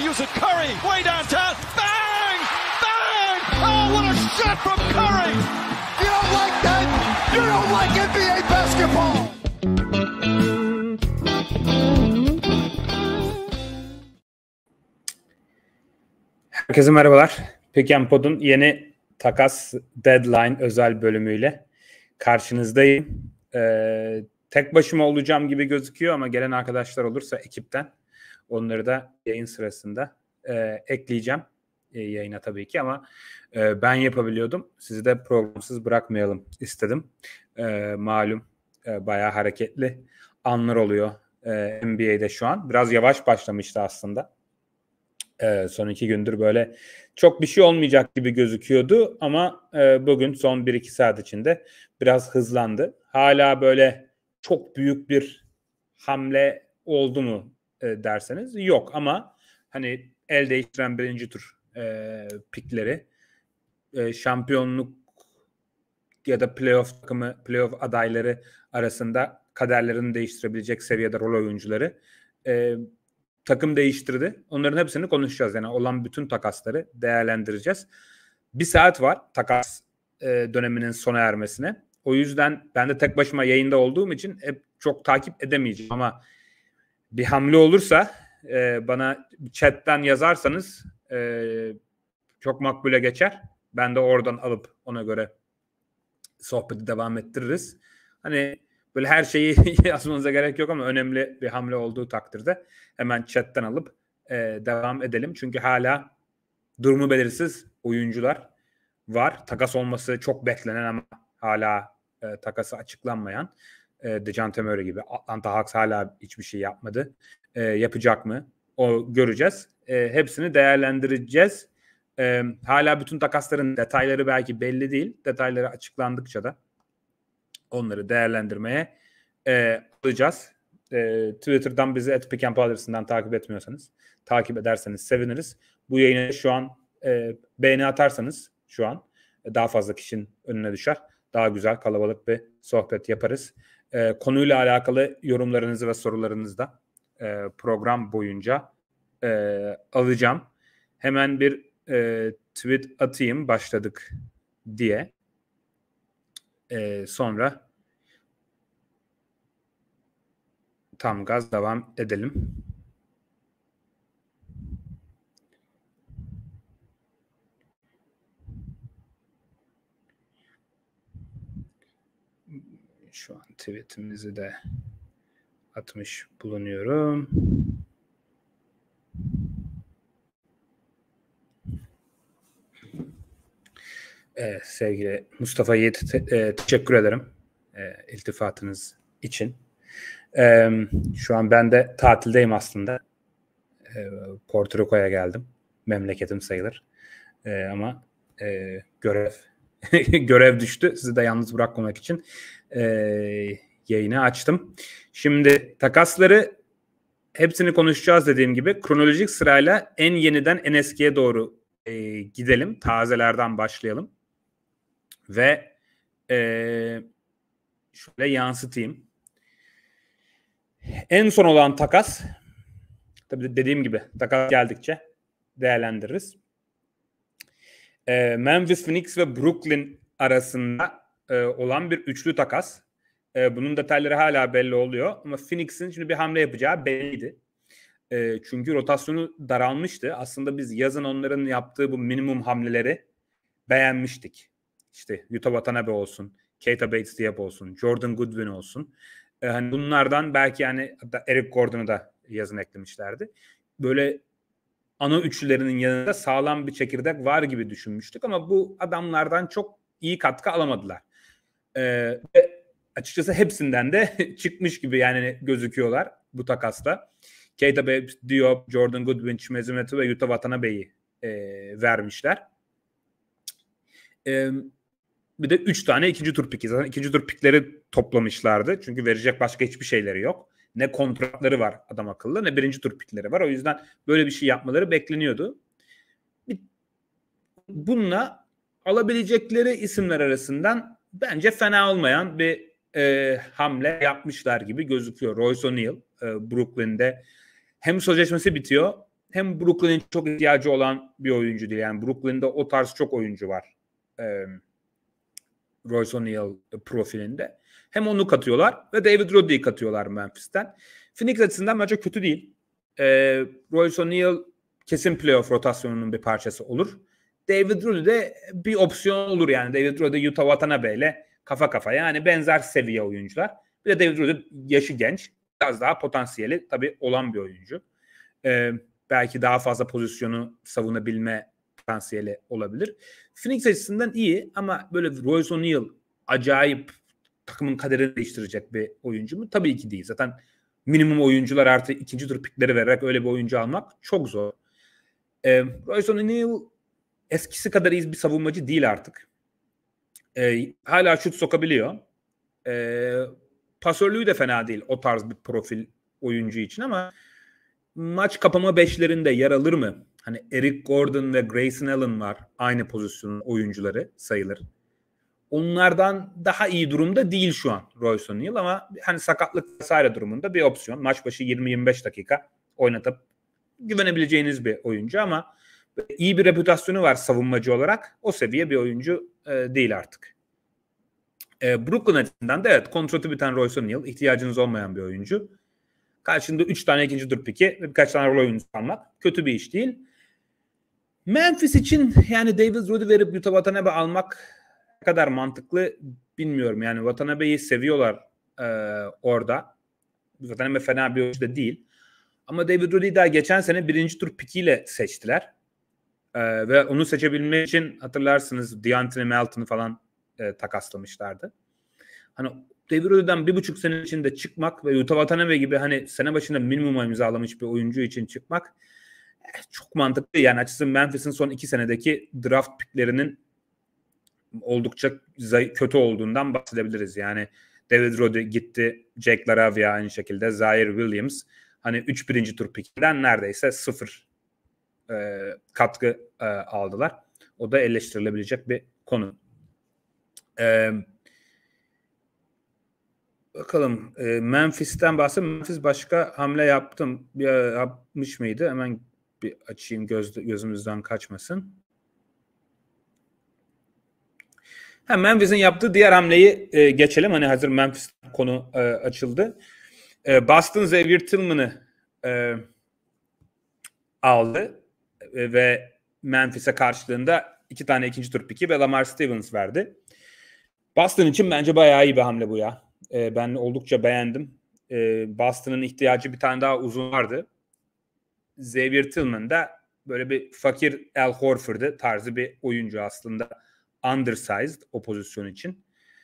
use it. Curry, way downtown. Bang! Bang! Oh, what a shot from Curry! You don't like that? You don't like NBA basketball! Herkese merhabalar. Pick and Pod'un yeni takas deadline özel bölümüyle karşınızdayım. Tek başıma olacağım gibi gözüküyor ama gelen arkadaşlar olursa ekipten onları da yayın sırasında ekleyeceğim yayına tabii ki ama ben yapabiliyordum. Sizi de programsız bırakmayalım istedim. Malum bayağı hareketli anlar oluyor NBA'de şu an. Biraz yavaş başlamıştı aslında. Son 2 gündür böyle çok bir şey olmayacak gibi gözüküyordu ama bugün son 1-2 saat içinde biraz hızlandı. Hala böyle çok büyük bir hamle oldu mu derseniz yok ama hani el değiştiren birinci tur pikleri şampiyonluk ya da playoff adayları arasında kaderlerini değiştirebilecek seviyede rol oyuncuları takım değiştirdi. Onların hepsini konuşacağız. Yani olan bütün takasları değerlendireceğiz. 1 saat var takas döneminin sona ermesine. O yüzden ben de tek başıma yayında olduğum için hep çok takip edemeyeceğim. Ama bir hamle olursa bana chatten yazarsanız çok makbule geçer. Ben de oradan alıp ona göre sohbeti devam ettiririz. Hani böyle her şeyi yazmanıza gerek yok ama önemli bir hamle olduğu takdirde hemen chatten alıp devam edelim. Çünkü hala durumu belirsiz oyuncular var. Takas olması çok beklenen ama hala takası açıklanmayan Dejounte Murray gibi. Atlanta Hawks hala hiçbir şey yapmadı. Yapacak mı? O göreceğiz. Hepsini değerlendireceğiz. Hala bütün takasların detayları belki belli değil. Detayları açıklandıkça da onları değerlendirmeye alacağız. Twitter'dan bizi @pickandpod adresinden takip etmiyorsanız takip ederseniz seviniriz. Bu yayını şu an beğeni atarsanız şu an daha fazla kişinin önüne düşer. Daha güzel kalabalık bir sohbet yaparız. Konuyla alakalı yorumlarınızı ve sorularınızı da program boyunca alacağım. Hemen bir tweet atayım başladık diye. Sonra tam gaz devam edelim. Şu an tweetimizi de atmış bulunuyorum. Sevgili Mustafa Yiğit teşekkür ederim iltifatınız için. Şu an ben de tatildeyim aslında. Porto Rico'ya geldim. Memleketim sayılır. Ama görev düştü. Sizi de yalnız bırakmamak için yayını açtım. Şimdi takasları hepsini konuşacağız dediğim gibi. Kronolojik sırayla en yeniden en eskiye doğru gidelim. Tazelerden başlayalım. Ve şöyle yansıtayım. En son olan takas, tabii dediğim gibi takas geldikçe değerlendiririz. Memphis, Phoenix ve Brooklyn arasında olan bir üçlü takas. Bunun detayları hala belli oluyor ama Phoenix'in şimdi bir hamle yapacağı belliydi. Çünkü rotasyonu daralmıştı. Aslında biz yazın onların yaptığı bu minimum hamleleri beğenmiştik. İşte Yuta Watanabe olsun, Keita Bates-Diop olsun, Jordan Goodwin olsun. Hani bunlardan belki yani hatta Eric Gordon'u da yazın eklemişlerdi. Böyle ana üçlülerinin yanında sağlam bir çekirdek var gibi düşünmüştük ama bu adamlardan çok iyi katkı alamadılar. Ve açıkçası hepsinden de çıkmış gibi yani gözüküyorlar bu takasla. Keita Bates-Diop, Jordan Goodwin, Chimezie Metu ve Yuta Watanabe'yi vermişler. Bir de 3 tane ikinci tur piki. Zaten ikinci tur pikleri toplamışlardı. Çünkü verecek başka hiçbir şeyleri yok. Ne kontratları var adam akıllı ne birinci tur pikleri var. O yüzden böyle bir şey yapmaları bekleniyordu. Bununla alabilecekleri isimler arasından bence fena olmayan bir hamle yapmışlar gibi gözüküyor. Royce O'Neal Brooklyn'de hem sözleşmesi bitiyor hem Brooklyn'in çok ihtiyacı olan bir oyuncu değil. Yani Brooklyn'de o tarz çok oyuncu var. Royce O'Neal profilinde. Hem onu katıyorlar ve David Roddy'yi katıyorlar Memphis'ten. Phoenix açısından bence kötü değil. Royce O'Neal kesin playoff rotasyonunun bir parçası olur. David Roddy de bir opsiyon olur yani. David Roddy Yuta Watanabe ile kafa kafaya. Yani benzer seviye oyuncular. Bir de David Roddy yaşı genç. Biraz daha potansiyeli tabii olan bir oyuncu. Belki daha fazla pozisyonu savunabilme potansiyeli olabilir. Phoenix açısından iyi ama böyle Royce O'Neal acayip takımın kaderini değiştirecek bir oyuncu mu? Tabii ki değil. Zaten minimum oyuncular artı ikinci tur pikleri vererek öyle bir oyuncu almak çok zor. Royce O'Neal eskisi kadar iyi bir savunmacı değil artık. Hala şut sokabiliyor. Pasörlüğü de fena değil o tarz bir profil oyuncu için ama maç kapama beşlerinde yer alır mı? Hani Eric Gordon ve Grayson Allen var. Aynı pozisyonun oyuncuları sayılır. Onlardan daha iyi durumda değil şu an Royce O'Neal ama hani sakatlık vesaire durumunda bir opsiyon. Maç başı 20-25 dakika oynatıp güvenebileceğiniz bir oyuncu ama iyi bir reputasyonu var savunmacı olarak. O seviye bir oyuncu değil artık. Brooklyn açısından da evet kontratı biten Royce O'Neal ihtiyacınız olmayan bir oyuncu. Karşında 3 tane ikinci tur piki ve birkaç tane rol oyuncusu almak kötü bir iş değil. Memphis için yani David Roddy verip Yuta Watanabe almak ne kadar mantıklı bilmiyorum. Yani Watanabe'yi seviyorlar orada. Watanabe fena bir oyuncu da değil. Ama David Roddy'yi daha geçen sene birinci tur pikiyle seçtiler. Ve onu seçebilmek için hatırlarsınız De'Anthony Melton'u falan takaslamışlardı. Hani David Roddy'den 1,5 sene içinde çıkmak ve Yuta Watanabe gibi hani sene başında minimuma imzalamış bir oyuncu için çıkmak çok mantıklı. Yani açıkçası Memphis'in son 2 senedeki draft picklerinin oldukça kötü olduğundan bahsedebiliriz. Yani David Roddy gitti, Jake LaRavia aynı şekilde, Zaire Williams. Hani 3 birinci tur pickinden neredeyse 0 katkı aldılar. O da eleştirilebilecek bir konu. Bakalım Memphis'ten bahsedeyim. Memphis başka hamle yapmış mıydı? Hemen bir açayım gözümüzden kaçmasın. Memphis'in yaptığı diğer hamleyi geçelim. Hani hazır Memphis konu açıldı. Boston Xavier Tillman'ı aldı ve Memphis'e karşılığında 2 tane ikinci tur piki ve Lamar Stevens verdi. Boston için bence bayağı iyi bir hamle bu ya. Ben oldukça beğendim. Boston'ın ihtiyacı bir tane daha uzun vardı. Xavier Tillman da böyle bir fakir Al Horford'u tarzı bir oyuncu aslında. Undersized o pozisyon için.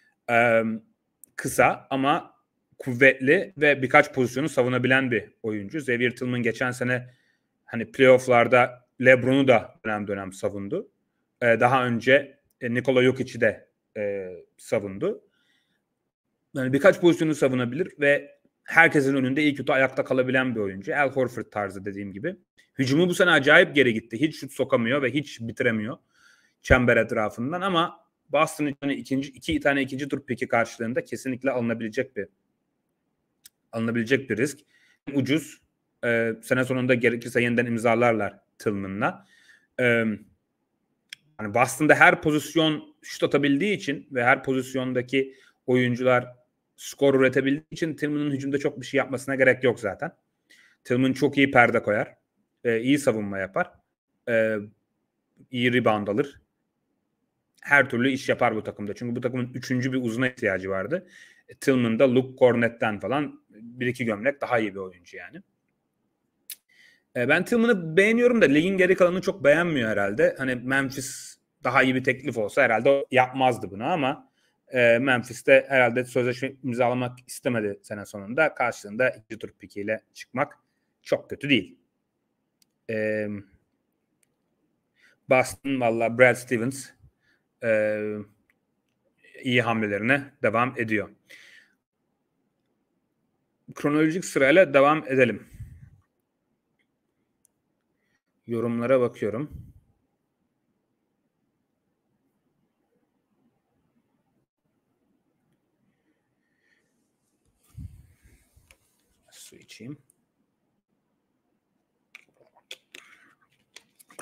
Kısa ama kuvvetli ve birkaç pozisyonu savunabilen bir oyuncu. Xavier Tillman geçen sene hani playoff'larda LeBron'u da dönem dönem savundu. Daha önce Nikola Jokic'i de savundu. Yani birkaç pozisyonu savunabilir ve herkesin önünde iyi kötü ayakta kalabilen bir oyuncu. Al Horford tarzı dediğim gibi. Hücumu bu sene acayip geri gitti. Hiç şut sokamıyor ve hiç bitiremiyor çember etrafından ama Boston'ın iki tane ikinci tur piki karşılığında kesinlikle alınabilecek bir risk. Ucuz. Sene sonunda gerekirse yeniden imzalarlar Tillman'la. Yani Boston'da her pozisyon şut atabildiği için ve her pozisyondaki oyuncular skor üretebildiği için Tillman'ın hücumda çok bir şey yapmasına gerek yok zaten. Tillman çok iyi perde koyar. İyi savunma yapar. İyi rebound alır. Her türlü iş yapar bu takımda. Çünkü bu takımın 3. bir uzuna ihtiyacı vardı. Tillman'da Luke Kornet'ten falan 1-2 gömlek daha iyi bir oyuncu yani. Ben Tillman'ı beğeniyorum da ligin geri kalanını çok beğenmiyor herhalde. Hani Memphis daha iyi bir teklif olsa herhalde yapmazdı bunu ama Memphis'te herhalde sözleşme imzalamak istemedi sene sonunda. Karşılığında 2 tur pikiyle çıkmak çok kötü değil. Boston valla Brad Stevens iyi hamlelerine devam ediyor. Kronolojik sırayla devam edelim. Yorumlara bakıyorum. Su içeyim.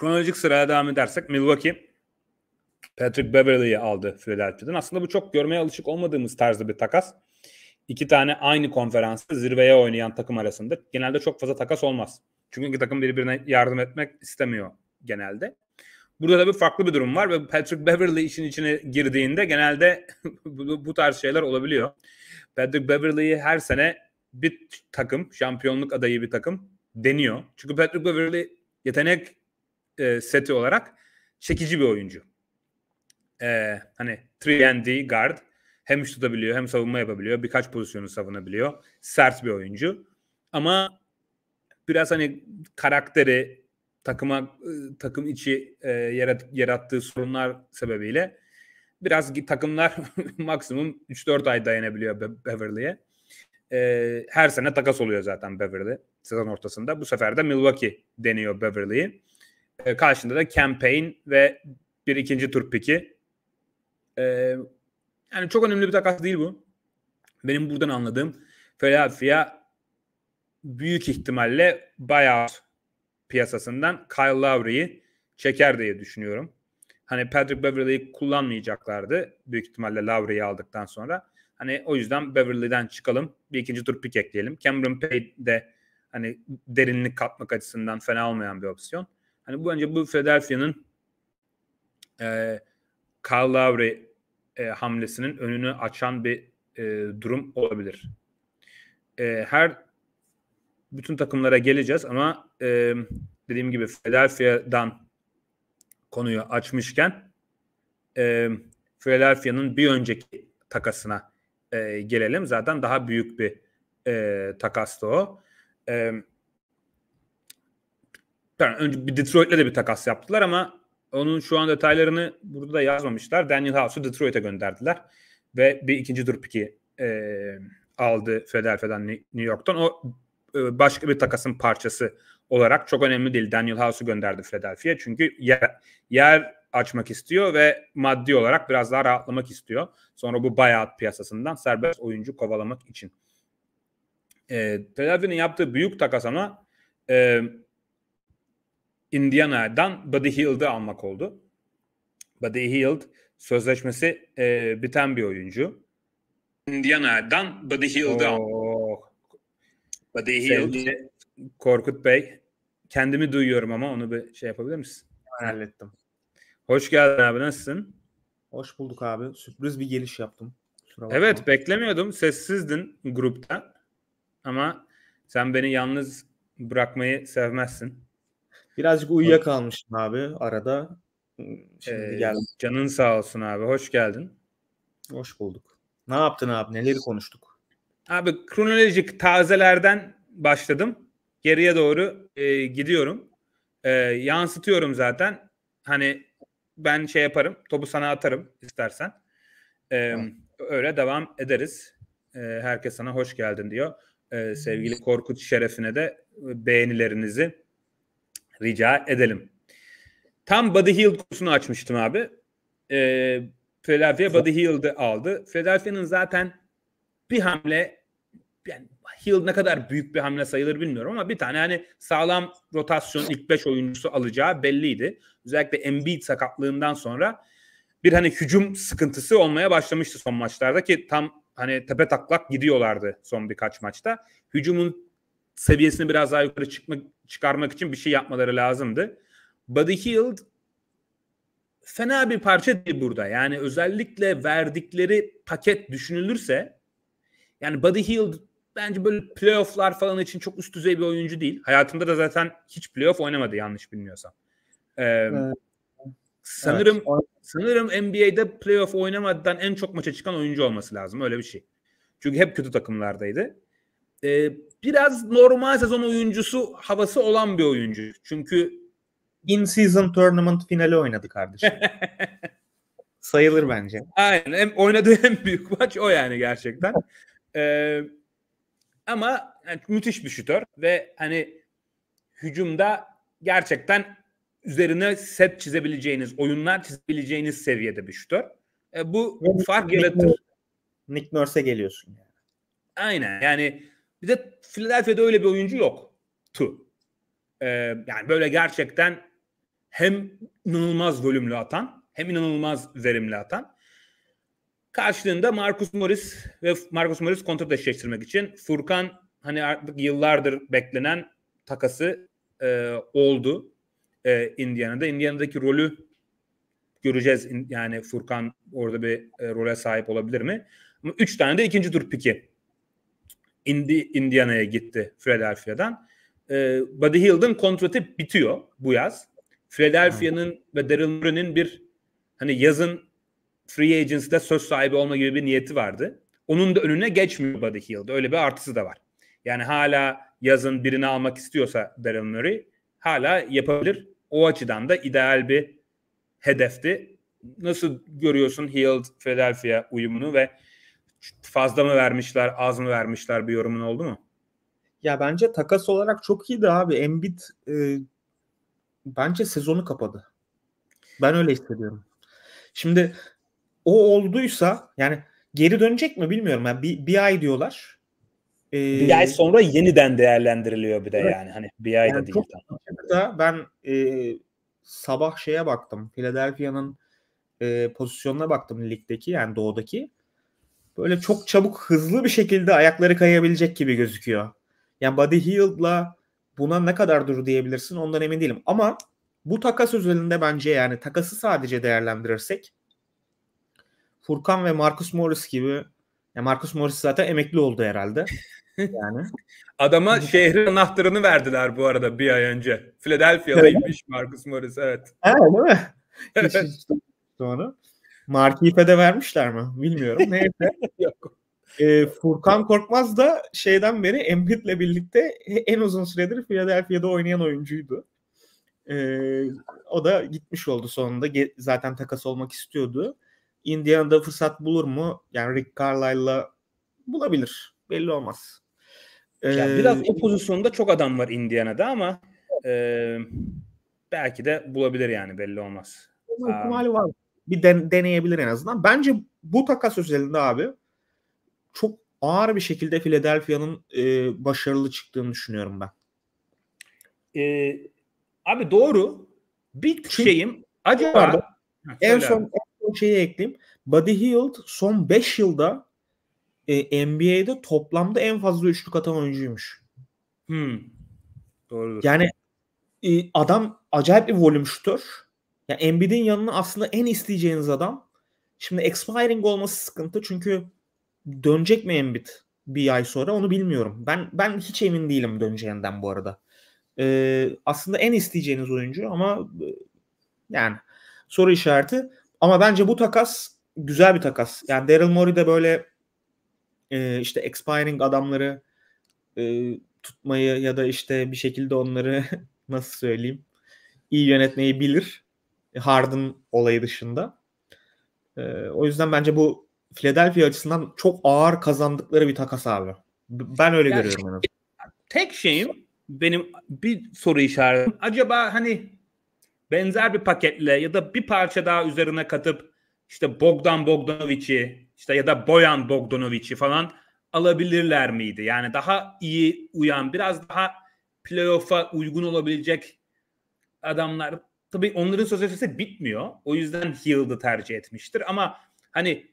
kronolojik sıraya devam edersek Milwaukee Patrick Beverley'i aldı Philadelphia'dan. Aslında bu çok görmeye alışık olmadığımız tarzda bir takas. İki tane aynı konferansta zirveye oynayan takım arasında genelde çok fazla takas olmaz. Çünkü iki takım birbirine yardım etmek istemiyor genelde. Burada da bir farklı bir durum var ve Patrick Beverley işin içine girdiğinde genelde bu tarz şeyler olabiliyor. Patrick Beverley'i her sene bir takım, şampiyonluk adayı bir takım deniyor. Çünkü Patrick Beverley yetenek seti olarak çekici bir oyuncu. Hani 3&D guard, hem şut tutabiliyor hem savunma yapabiliyor. Birkaç pozisyonu savunabiliyor. Sert bir oyuncu. Ama biraz hani karakteri, takım içi yarattığı sorunlar sebebiyle biraz takımlar maksimum 3-4 ay dayanabiliyor Beverley'e. Her sene takas oluyor zaten Beverley sezon ortasında. Bu sefer de Milwaukee deniyor Beverley'i. Karşında da campaign ve bir ikinci tur piki. Yani çok önemli bir takas değil bu. Benim buradan anladığım Philadelphia büyük ihtimalle buyout piyasasından Kyle Lowry'yi çeker diye düşünüyorum. Hani Patrick Beverley'i kullanmayacaklardı büyük ihtimalle Lowry'yi aldıktan sonra. Hani o yüzden Beverley'den çıkalım. Bir ikinci tur pick ekleyelim. Cameron Payne de hani derinlik katmak açısından fena olmayan bir opsiyon. Hani bu Philadelphia'nın Kyle Lowry hamlesinin önünü açan bir durum olabilir. Bütün takımlara geleceğiz ama dediğim gibi Philadelphia'dan konuyu açmışken Philadelphia'nın bir önceki takasına gelelim. Zaten daha büyük bir takastı o. Önce bir Detroit'le de bir takas yaptılar ama onun şu an detaylarını burada da yazmamışlar. Daniel House'u Detroit'e gönderdiler ve bir ikinci tur piki aldı Philadelphia'dan, New York'tan. O başka bir takasın parçası olarak çok önemli değil. Daniel House'u gönderdi Philadelphia çünkü yer açmak istiyor ve maddi olarak biraz daha rahatlamak istiyor. Sonra bu buyout piyasasından serbest oyuncu kovalamak için. Philadelphia'nın yaptığı büyük takas ama Indiana'dan Buddy Hield'ı almak oldu. Buddy Hield sözleşmesi biten bir oyuncu. Indiana'dan Buddy Hield'ı almak. Buddy Hield, Korkut Bey, kendimi duyuyorum ama onu bir şey yapabilir misin? Hallettim. Hoş geldin abi, nasılsın? Hoş bulduk abi. Sürpriz bir geliş yaptım. Evet, beklemiyordum. Sessizdin grupta. Ama sen beni yalnız bırakmayı sevmezsin. Birazcık uyuyakalmıştım abi arada. Şimdi geldim. Canın sağ olsun abi. Hoş geldin. Hoş bulduk. Ne yaptın abi? Neleri konuştuk? Abi kronolojik tazelerden başladım. Geriye doğru gidiyorum. Yansıtıyorum zaten. Hani ben şey yaparım. Topu sana atarım istersen. Öyle devam ederiz. Herkes sana hoş geldin diyor. Sevgili Korkut şerefine de beğenilerinizi rica edelim. Tam Buddy Hield konusunu açmıştım abi. Philadelphia Buddy Hield'ı aldı. Philadelphia'nın zaten bir hamle, yani Hield ne kadar büyük bir hamle sayılır bilmiyorum ama bir tane hani sağlam rotasyon ilk 5 oyuncusu alacağı belliydi. Özellikle Embiid sakatlığından sonra bir hani hücum sıkıntısı olmaya başlamıştı son maçlarda ki tam hani tepe taklak gidiyorlardı son birkaç maçta. Hücumun seviyesini biraz daha yukarı çıkarmak için bir şey yapmaları lazımdı. Buddy Hield fena bir parça değil burada. Yani özellikle verdikleri paket düşünülürse, yani Buddy Hield bence böyle playofflar falan için çok üst düzey bir oyuncu değil. Hayatında da zaten hiç playoff oynamadı yanlış bilmiyorsam. Sanırım NBA'de playoff oynamadan en çok maça çıkan oyuncu olması lazım. Öyle bir şey. Çünkü hep kötü takımlardaydı. Biraz normal sezon oyuncusu havası olan bir oyuncu. Çünkü in-season tournament finali oynadı kardeşim. Sayılır bence. Aynen. Oynadığı en büyük maç o yani gerçekten. Ama yani müthiş bir şutör ve hani hücumda gerçekten üzerine set çizebileceğiniz, oyunlar çizebileceğiniz seviyede bir şutör. Bu fark yaratır. Nick Nurse'e geliyorsun yani. Aynen. Yani bir de Philadelphia'da öyle bir oyuncu yok. Yani böyle gerçekten hem inanılmaz volümlü atan hem inanılmaz verimli atan. Karşılığında Marcus Morris kontrat eşleştirmek için Furkan hani artık yıllardır beklenen takası oldu Indiana'da. Indiana'daki rolü göreceğiz. Yani Furkan orada bir role sahip olabilir mi? Ama 3 tane de ikinci tur piki Indiana'ya gitti Philadelphia'dan. Buddy Hield'ın kontratı bitiyor bu yaz. Philadelphia'nın ve Daryl Morey'nin bir hani yazın free agency'de söz sahibi olma gibi bir niyeti vardı. Onun da önüne geçmiyor Buddy Hield. Öyle bir artısı da var. Yani hala yazın birini almak istiyorsa Daryl Morey hala yapabilir. O açıdan da ideal bir hedefti. Nasıl görüyorsun Hield Philadelphia uyumunu ve fazla mı vermişler, az mı vermişler, bir yorumun oldu mu? Ya bence takas olarak çok iyiydi abi. Embiid bence sezonu kapadı. Ben öyle hissediyorum. Şimdi o olduysa yani geri dönecek mi bilmiyorum. Yani bir ay diyorlar. Bir ay sonra yeniden değerlendiriliyor bir de evet. yani. Hani bir ay da değil. Da ben sabah şeye baktım. Philadelphia'nın pozisyonuna baktım ligdeki, yani doğudaki. Böyle çok çabuk, hızlı bir şekilde ayakları kayabilecek gibi gözüküyor. Yani Buddy Hield'la buna ne kadar dur diyebilirsin ondan emin değilim. Ama bu takas özelinde bence, yani takası sadece değerlendirirsek Furkan ve Marcus Morris gibi, ya Marcus Morris zaten emekli oldu herhalde. Yani adama şehrin anahtarını verdiler bu arada bir ay önce. Philadelphia'lıymış Marcus Morris, evet. Ha, değil mi? Hiç sonra Markife'de de vermişler mi? Bilmiyorum. Neyse. Yok. Furkan Korkmaz da şeyden beri Embiid'le birlikte en uzun süredir Philadelphia'da oynayan oyuncuydu. O da gitmiş oldu sonunda. Zaten takas olmak istiyordu. Indiana'da fırsat bulur mu? Yani Rick Carlisle'la bulabilir. Belli olmaz. Yani biraz o pozisyonda çok adam var Indiana'da ama belki de bulabilir, yani belli olmaz. İhtimali var. Bir deneyebilir en azından. Bence bu takas özelinde abi çok ağır bir şekilde Philadelphia'nın başarılı çıktığını düşünüyorum ben. Abi doğru. Bir şeyim acaba en son şeyi ekleyeyim. Buddy Hield son 5 yılda NBA'de toplamda en fazla üçlük atan oyuncuymuş. Doğrudur. Yani adam acayip bir volüm şutör. Yani Embiid'in yanına aslında en isteyeceğiniz adam. Şimdi expiring olması sıkıntı, çünkü dönecek mi Embiid bir ay sonra onu bilmiyorum. Ben hiç emin değilim döneceğinden bu arada. Aslında en isteyeceğiniz oyuncu ama yani soru işareti. Ama bence bu takas güzel bir takas. Yani Daryl Morey de böyle işte expiring adamları tutmayı ya da işte bir şekilde onları nasıl söyleyeyim, iyi yönetmeyi bilir. Harden olayı dışında. O yüzden bence bu Philadelphia açısından çok ağır kazandıkları bir takas abi. Ben öyle görüyorum en azından. Tek şeyim, benim bir soru işaretim. Acaba hani benzer bir paketle ya da bir parça daha üzerine katıp işte Bogdan Bogdanovic'i işte ya da Bojan Bogdanovic'i falan alabilirler miydi? Yani daha iyi uyan, biraz daha playoff'a uygun olabilecek adamlar. Tabii onların sözleşmesi bitmiyor. O yüzden Hield'ı tercih etmiştir. Ama hani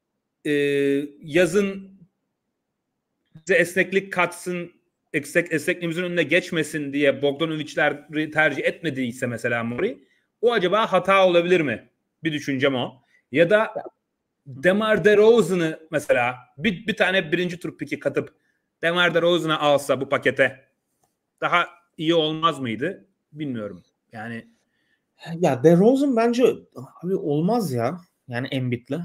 yazın bize esneklik katsın, esnekliğimizin önüne geçmesin diye Bogdanovic'leri tercih etmediyse mesela Morey, o acaba hata olabilir mi? Bir düşüncem o. Ya da DeMar DeRozan'ı mesela bir tane birinci tur piki katıp DeMar DeRozan'ı alsa bu pakete daha iyi olmaz mıydı? Bilmiyorum. Yani ya DeRozan bence abi olmaz ya. Yani Embiid'le.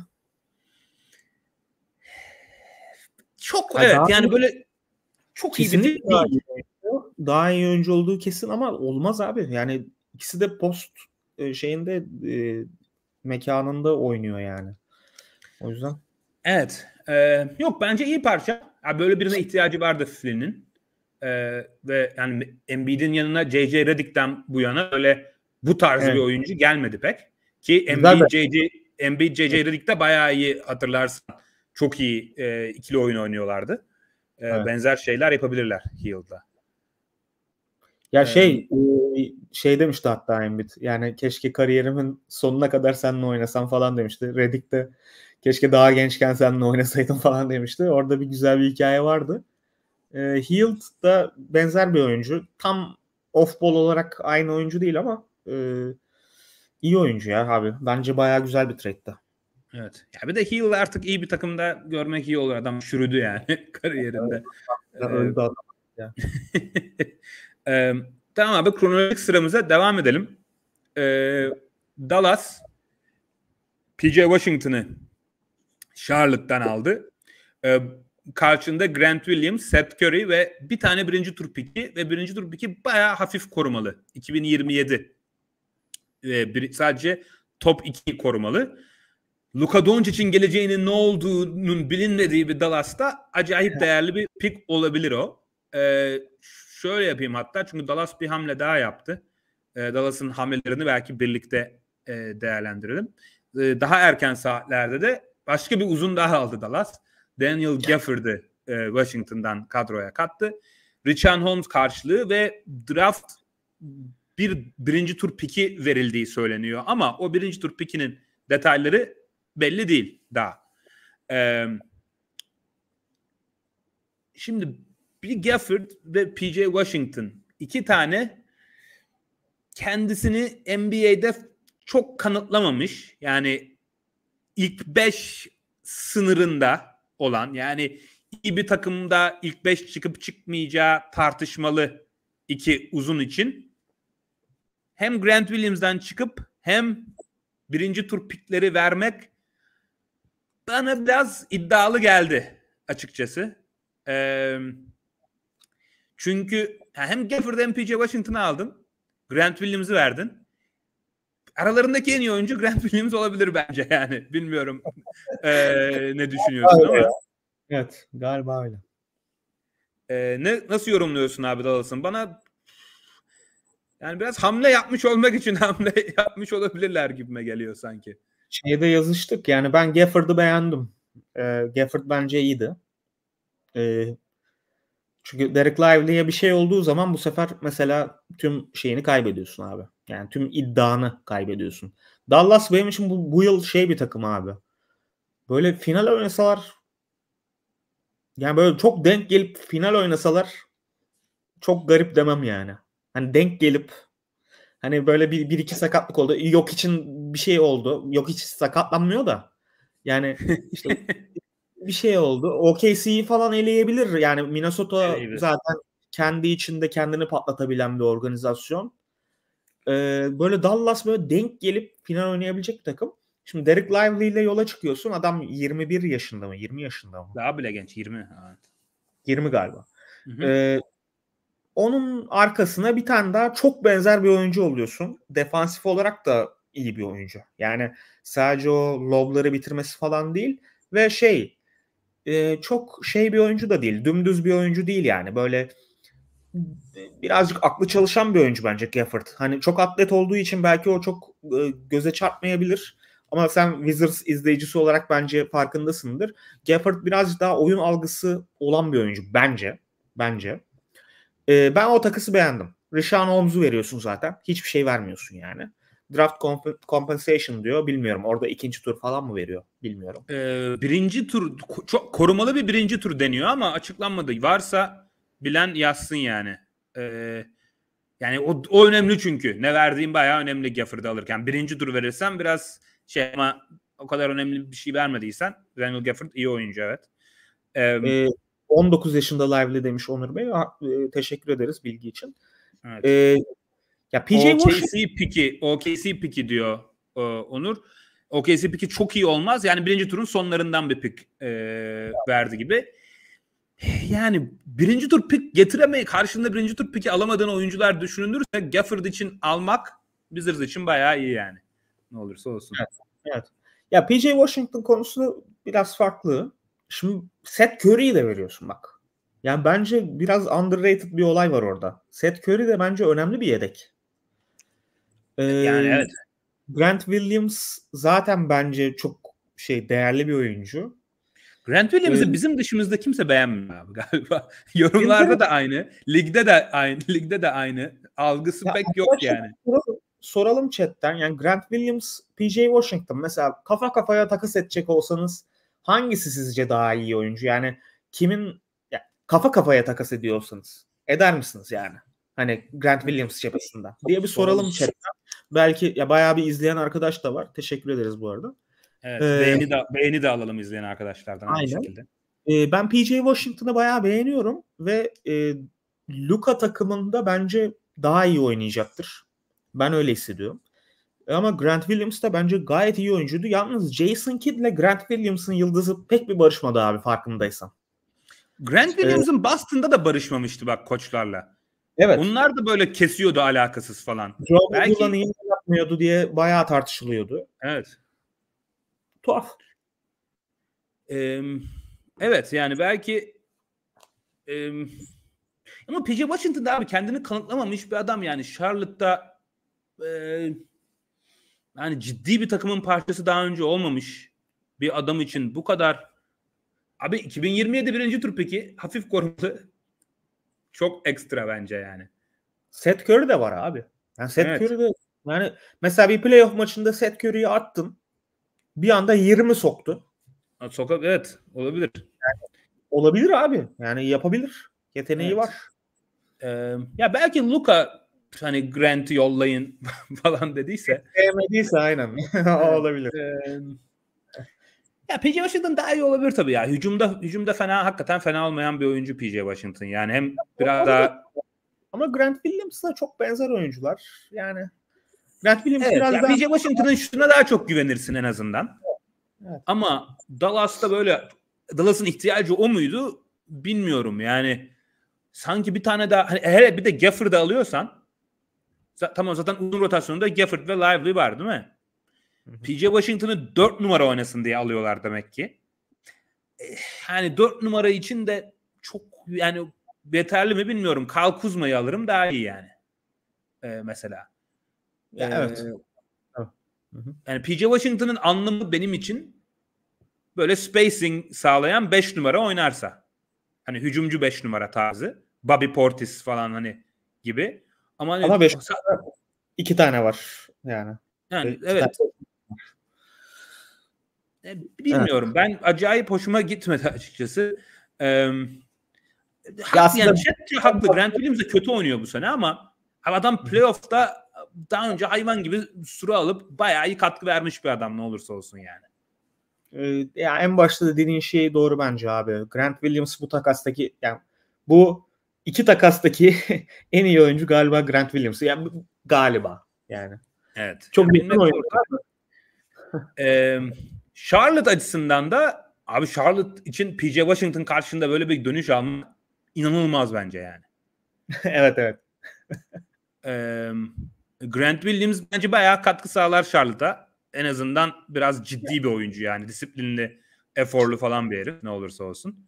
Çok evet, yani böyle çok iyi bir fit değil. Daha iyi oyuncu olduğu kesin ama olmaz abi. Yani ikisi de post şeyinde mekanında oynuyor yani. O yüzden. Evet. Yok, bence iyi parça. Yani böyle birine ihtiyacı vardı Flynn'in. Ve yani Embiid'in yanına J.J. Redick'ten bu yana öyle bu tarz bir oyuncu gelmedi pek. Ki Embiid J.J. Redick'te bayağı iyi, hatırlarsın. Çok iyi ikili oyun oynuyorlardı. Evet. Benzer şeyler yapabilirler Hield'la. Ya şey demişti hatta Embiid. Yani keşke kariyerimin sonuna kadar seninle oynasam falan demişti. Redick de keşke daha gençken seninle oynasaydım falan demişti. Orada bir güzel bir hikaye vardı. Hield da benzer bir oyuncu. Tam off-ball olarak aynı oyuncu değil ama iyi oyuncu ya abi. Bence bayağı güzel bir trade'di. Evet. Ya bir de Hill artık iyi bir takımda görmek iyi olur. Adam çürüdü yani kariyerinde. Öldü adam. Ya. Tamam abi, kronolojik sıramıza devam edelim. Dallas P.J. Washington'ı Charlotte'dan aldı. Karşında Grant Williams, Seth Curry ve bir tane birinci tur piki ve birinci tur piki bayağı hafif korumalı. 2027 sadece top 2 korumalı. Luka Doncic'in geleceğinin ne olduğunun bilinmediği bir Dallas'ta acayip değerli bir pik olabilir o. Şöyle yapayım hatta, çünkü Dallas bir hamle daha yaptı. Dallas'ın hamlelerini belki birlikte değerlendirelim. Daha erken saatlerde de başka bir uzun daha aldı Dallas. Daniel Gafford'ı Washington'dan kadroya kattı. Richaun Holmes karşılığı ve draft birinci tur piki verildiği söyleniyor. Ama o birinci tur pikinin detayları belli değil daha. Şimdi bir Gafford ve P.J. Washington, iki tane kendisini NBA'de çok kanıtlamamış. Yani ilk 5 sınırında olan, yani iyi bir takımda ilk 5 çıkıp çıkmayacağı tartışmalı iki uzun için hem Grant Williams'dan çıkıp hem birinci tur pikleri vermek bana biraz iddialı geldi açıkçası. Çünkü hem Gafford'u hem P.J. Washington'ı aldın. Grant Williams'ı verdin. Aralarındaki en iyi oyuncu Grant Williams olabilir bence yani. Bilmiyorum ne düşünüyorsun ama. Evet, galiba öyle. Nasıl yorumluyorsun abi Dallas'ın? Bana yani biraz hamle yapmış olmak için hamle yapmış olabilirler gibime geliyor sanki. Şeyde yazıştık yani, ben Gafford'u beğendim. Gafford bence iyiydi. Çünkü Derek Lively'ye bir şey olduğu zaman bu sefer mesela tüm şeyini kaybediyorsun abi. Yani tüm iddianı kaybediyorsun. Dallas benim için bu yıl bir takım abi. Böyle final oynasalar, yani böyle çok denk gelip final oynasalar çok garip demem yani. Hani denk gelip hani böyle bir iki sakatlık oldu. Yok için bir şey oldu. Yok hiç sakatlanmıyor da. Yani işte bir şey oldu. OKC'yi falan eleyebilir. Yani Minnesota Eleyebilir. zaten kendi içinde kendini patlatabilen bir organizasyon. Böyle Dallas böyle denk gelip final oynayabilecek bir takım. Şimdi Derek Lively ile yola çıkıyorsun. Adam 21 yaşında mı? 20 yaşında mı? Daha bile genç. 20. Evet. 20 galiba. Onun arkasına bir tane daha çok benzer bir oyuncu oluyorsun. Defansif olarak da iyi bir oyuncu. Yani sadece o lobları bitirmesi falan değil. Ve çok bir oyuncu da değil. Dümdüz bir oyuncu değil yani. Böyle birazcık aklı çalışan bir oyuncu bence Gafford. Hani çok atlet olduğu için belki o çok göze çarpmayabilir. Ama sen Wizards izleyicisi olarak bence farkındasındır. Gafford birazcık daha oyun algısı olan bir oyuncu bence. Ben o takısı beğendim. Richaun Holmes'u veriyorsun zaten. Hiçbir şey vermiyorsun yani. Draft compensation diyor. Bilmiyorum. Orada ikinci tur falan mı veriyor? Bilmiyorum. Birinci tur, çok korumalı bir birinci tur deniyor ama açıklanmadı. Varsa bilen yazsın yani. Yani o önemli çünkü. Ne verdiğim bayağı önemli Gafford'ı alırken. Birinci tur verirsen biraz ama o kadar önemli bir şey vermediysen Daniel Gafford iyi oyuncu, evet. 19 yaşında Lively demiş Onur Bey. Teşekkür ederiz bilgi için. Evet. Ya P.J. OKC piki diyor Onur. OKC piki çok iyi olmaz. Yani birinci turun sonlarından bir pik verdi gibi. Yani birinci tur pik getiremeyi, karşında birinci tur piki alamadığın oyuncular düşünülürse Gafford için almak Wizards için bayağı iyi yani. Ne olursa olsun. Evet. Ya P.J. Washington konusu biraz farklı. Şimdi Seth Curry'yi de veriyorsun bak. Yani bence biraz underrated bir olay var orada. Seth Curry de bence önemli bir yedek. Yani evet. Grant Williams zaten bence çok değerli bir oyuncu. Grant Williams'ı bizim dışımızda kimse beğenmiyor abi galiba. Yorumlarda da aynı. Ligde de aynı. Algısı pek yok yani. Soralım chatten. Yani Grant Williams, PJ Washington mesela kafa kafaya takas edecek olsanız hangisi sizce daha iyi oyuncu? Yani kimin kafa kafaya takas ediyorsanız eder misiniz yani? Hani Grant Williams cephesinden diye bir soralım chatten. Belki ya bayağı bir izleyen arkadaş da var. Teşekkür ederiz bu arada. Evet, beğeni de alalım izleyen arkadaşlardan aynı şekilde. Ben PJ Washington'ı bayağı beğeniyorum ve Luka takımında bence daha iyi oynayacaktır. Ben öyle hissediyorum. Ama Grant Williams da bence gayet iyi oyuncuydu. Yalnız Jason Kidd ile Grant Williams'ın yıldızı pek bir barışmadı abi farkındaysan. Grant Williams'ın Boston'da da barışmamıştı bak koçlarla. Evet. Onlar da böyle kesiyordu alakasız falan. Belki niye yapmıyordu diye bayağı tartışılıyordu. Evet. Tuhaf. Evet yani belki ama PJ Washington'da abi kendini kanıtlamamış bir adam yani. Charlotte'da yani ciddi bir takımın parçası daha önce olmamış bir adam için bu kadar abi 2027 birinci tur peki hafif korumalı çok ekstra bence yani. Seth Curry de var abi. Yani Seth Curry de yani mesela bir playoff maçında Seth Curry'yi attın. Bir anda 20 soktu. Evet olabilir. Yani, olabilir abi. Yani yapabilir. Yeteneği var. Ya belki Luka hani Grant'ı yollayın falan dediyse. Sevmediyse aynen. Olabilir. Ya PJ Washington daha iyi olabilir tabii ya. Hücumda hakikaten fena olmayan bir oyuncu PJ Washington. Yani hem biraz daha ama Grant Williams'la çok benzer oyuncular. Yani Grant Williams biraz daha PJ Washington'ın şutuna daha çok güvenirsin en azından. Evet. Ama Dallas'ın ihtiyacı o muydu? Bilmiyorum yani. Sanki bir tane daha hele bir de Gafford'ı alıyorsan tamam zaten uzun rotasyonunda Gafford ve Lively var değil mi? PJ Washington'ı 4 numara oynasın diye alıyorlar demek ki. Yani 4 numara için de çok yani yeterli mi bilmiyorum. Kyle Kuzma'yı alırım daha iyi yani. Mesela. Evet. Yani PJ Washington'ın anlamı benim için böyle spacing sağlayan 5 numara oynarsa. Hani hücumcu 5 numara tarzı. Bobby Portis falan hani gibi. Ama 5 2 tane var yani. Yani evet. Bilmiyorum. Ben acayip hoşuma gitmedi açıkçası. Haklı. Grant Williams de kötü oynuyor bu sene ama adam playoff'ta daha önce hayvan gibi süre alıp bayağı iyi katkı vermiş bir adam ne olursa olsun yani. Ya en başta da dediğin şey doğru bence abi. Grant Williams bu takastaki yani bu iki takastaki en iyi oyuncu galiba Grant Williams. Yani galiba yani. Evet. Çok bilmek oyuncu. Charlotte açısından da abi Charlotte için PJ Washington karşısında böyle bir dönüş almak inanılmaz bence yani. Evet. Grant Williams bence bayağı katkı sağlar Charlotte'a. En azından biraz ciddi bir oyuncu yani. Disiplinli, eforlu falan bir herif ne olursa olsun.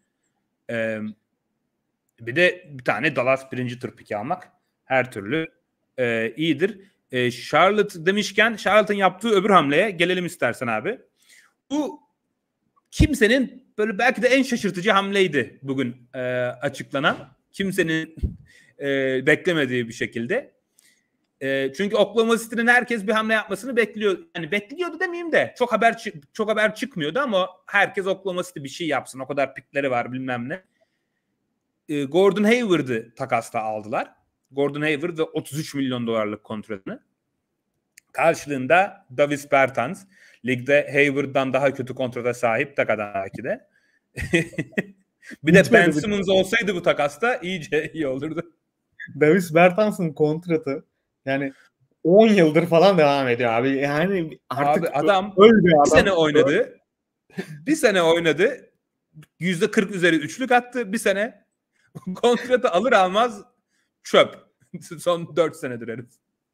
Bir de bir tane Dallas birinci tur piki almak her türlü iyidir. Charlotte demişken Charlotte'ın yaptığı öbür hamleye gelelim istersen abi. Bu kimsenin böyle belki de en şaşırtıcı hamleydi bugün açıklanan. Kimsenin beklemediği bir şekilde. Çünkü Oklahoma City'nin herkes bir hamle yapmasını bekliyor. Yani bekliyordu demeyeyim de çok haber çıkmıyordu ama herkes Oklahoma City bir şey yapsın. O kadar pikleri var bilmem ne. Gordon Hayward'ı takasla aldılar. Gordon Hayward ve $33 milyon kontratını. Karşılığında Davis Bertans ligde Hayward'dan daha kötü kontrata sahip takadan belki de. Bir de Ben Simmons olsaydı bu takasta iyice iyi olurdu. Davis Bertans'ın kontratı yani 10 yıldır falan devam ediyor abi. Yani artık abi adam bir sene oynadı. Bir sene oynadı. %40 üzeri üçlük attı. Bir sene kontratı alır almaz çöp. Son 4 senedir herif.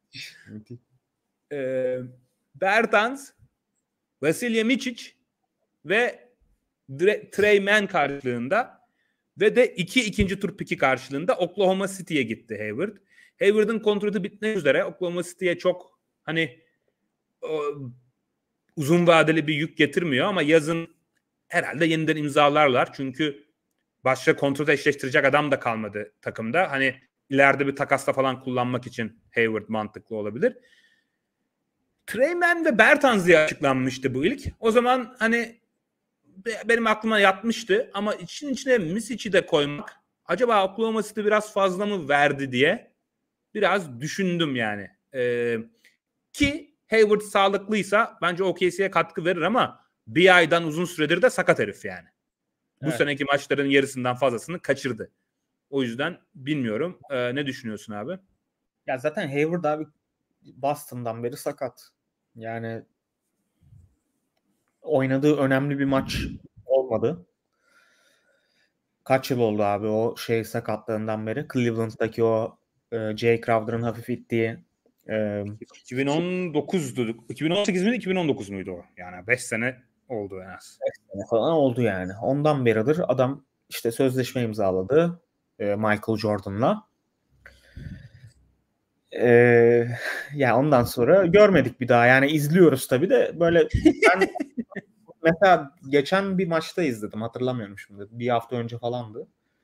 Bertans, Vasilya Micic ve Trey Mann karşılığında ve de 2 ikinci tur piki karşılığında Oklahoma City'ye gitti Hayward. Hayward'ın kontratı bitmek üzere. Oklahoma City'ye çok hani uzun vadeli bir yük getirmiyor ama yazın herhalde yeniden imzalarlar. Çünkü başka kontrat eşleştirecek adam da kalmadı takımda. Hani ileride bir takasla falan kullanmak için Hayward mantıklı olabilir. Trey Mann ve Bertans diye açıklanmıştı bu ilk. O zaman hani benim aklıma yatmıştı ama içine Misic'i de koymak acaba Oklahoma City biraz fazla mı verdi diye biraz düşündüm yani. Ki Hayward sağlıklıysa bence OKC'ye katkı verir ama bir aydan uzun süredir de sakat herif yani. Bu seneki maçların yarısından fazlasını kaçırdı. O yüzden bilmiyorum. Ne düşünüyorsun abi? Ya zaten Hayward abi Boston'dan beri sakat. Yani oynadığı önemli bir maç olmadı. Kaç yıl oldu abi o sakatlığından beri? Cleveland'daki o Jay Crowder'ın hafif ittiği 2019'du. 2018 miydi 2019 muydu o? Yani 5 sene oldu en az. 5 sene falan oldu yani. Ondan beridir adam işte sözleşme imzaladı Michael Jordan'la. Yani ondan sonra görmedik bir daha. Yani izliyoruz tabii de böyle ben mesela geçen bir maçta izledim. Hatırlamıyorum şimdi. Bir hafta önce falandı.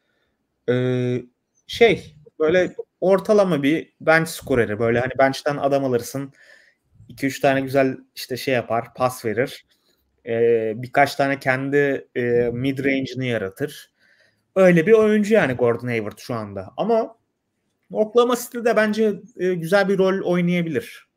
Böyle ortalama bir bench skoreri. Böyle hani bench'ten adam alırsın. 2-3 tane güzel işte yapar. Pas verir. Birkaç tane kendi mid range'ini yaratır. Öyle bir oyuncu yani Gordon Hayward şu anda. Ama Oklahoma City'de bence güzel bir rol oynayabilir.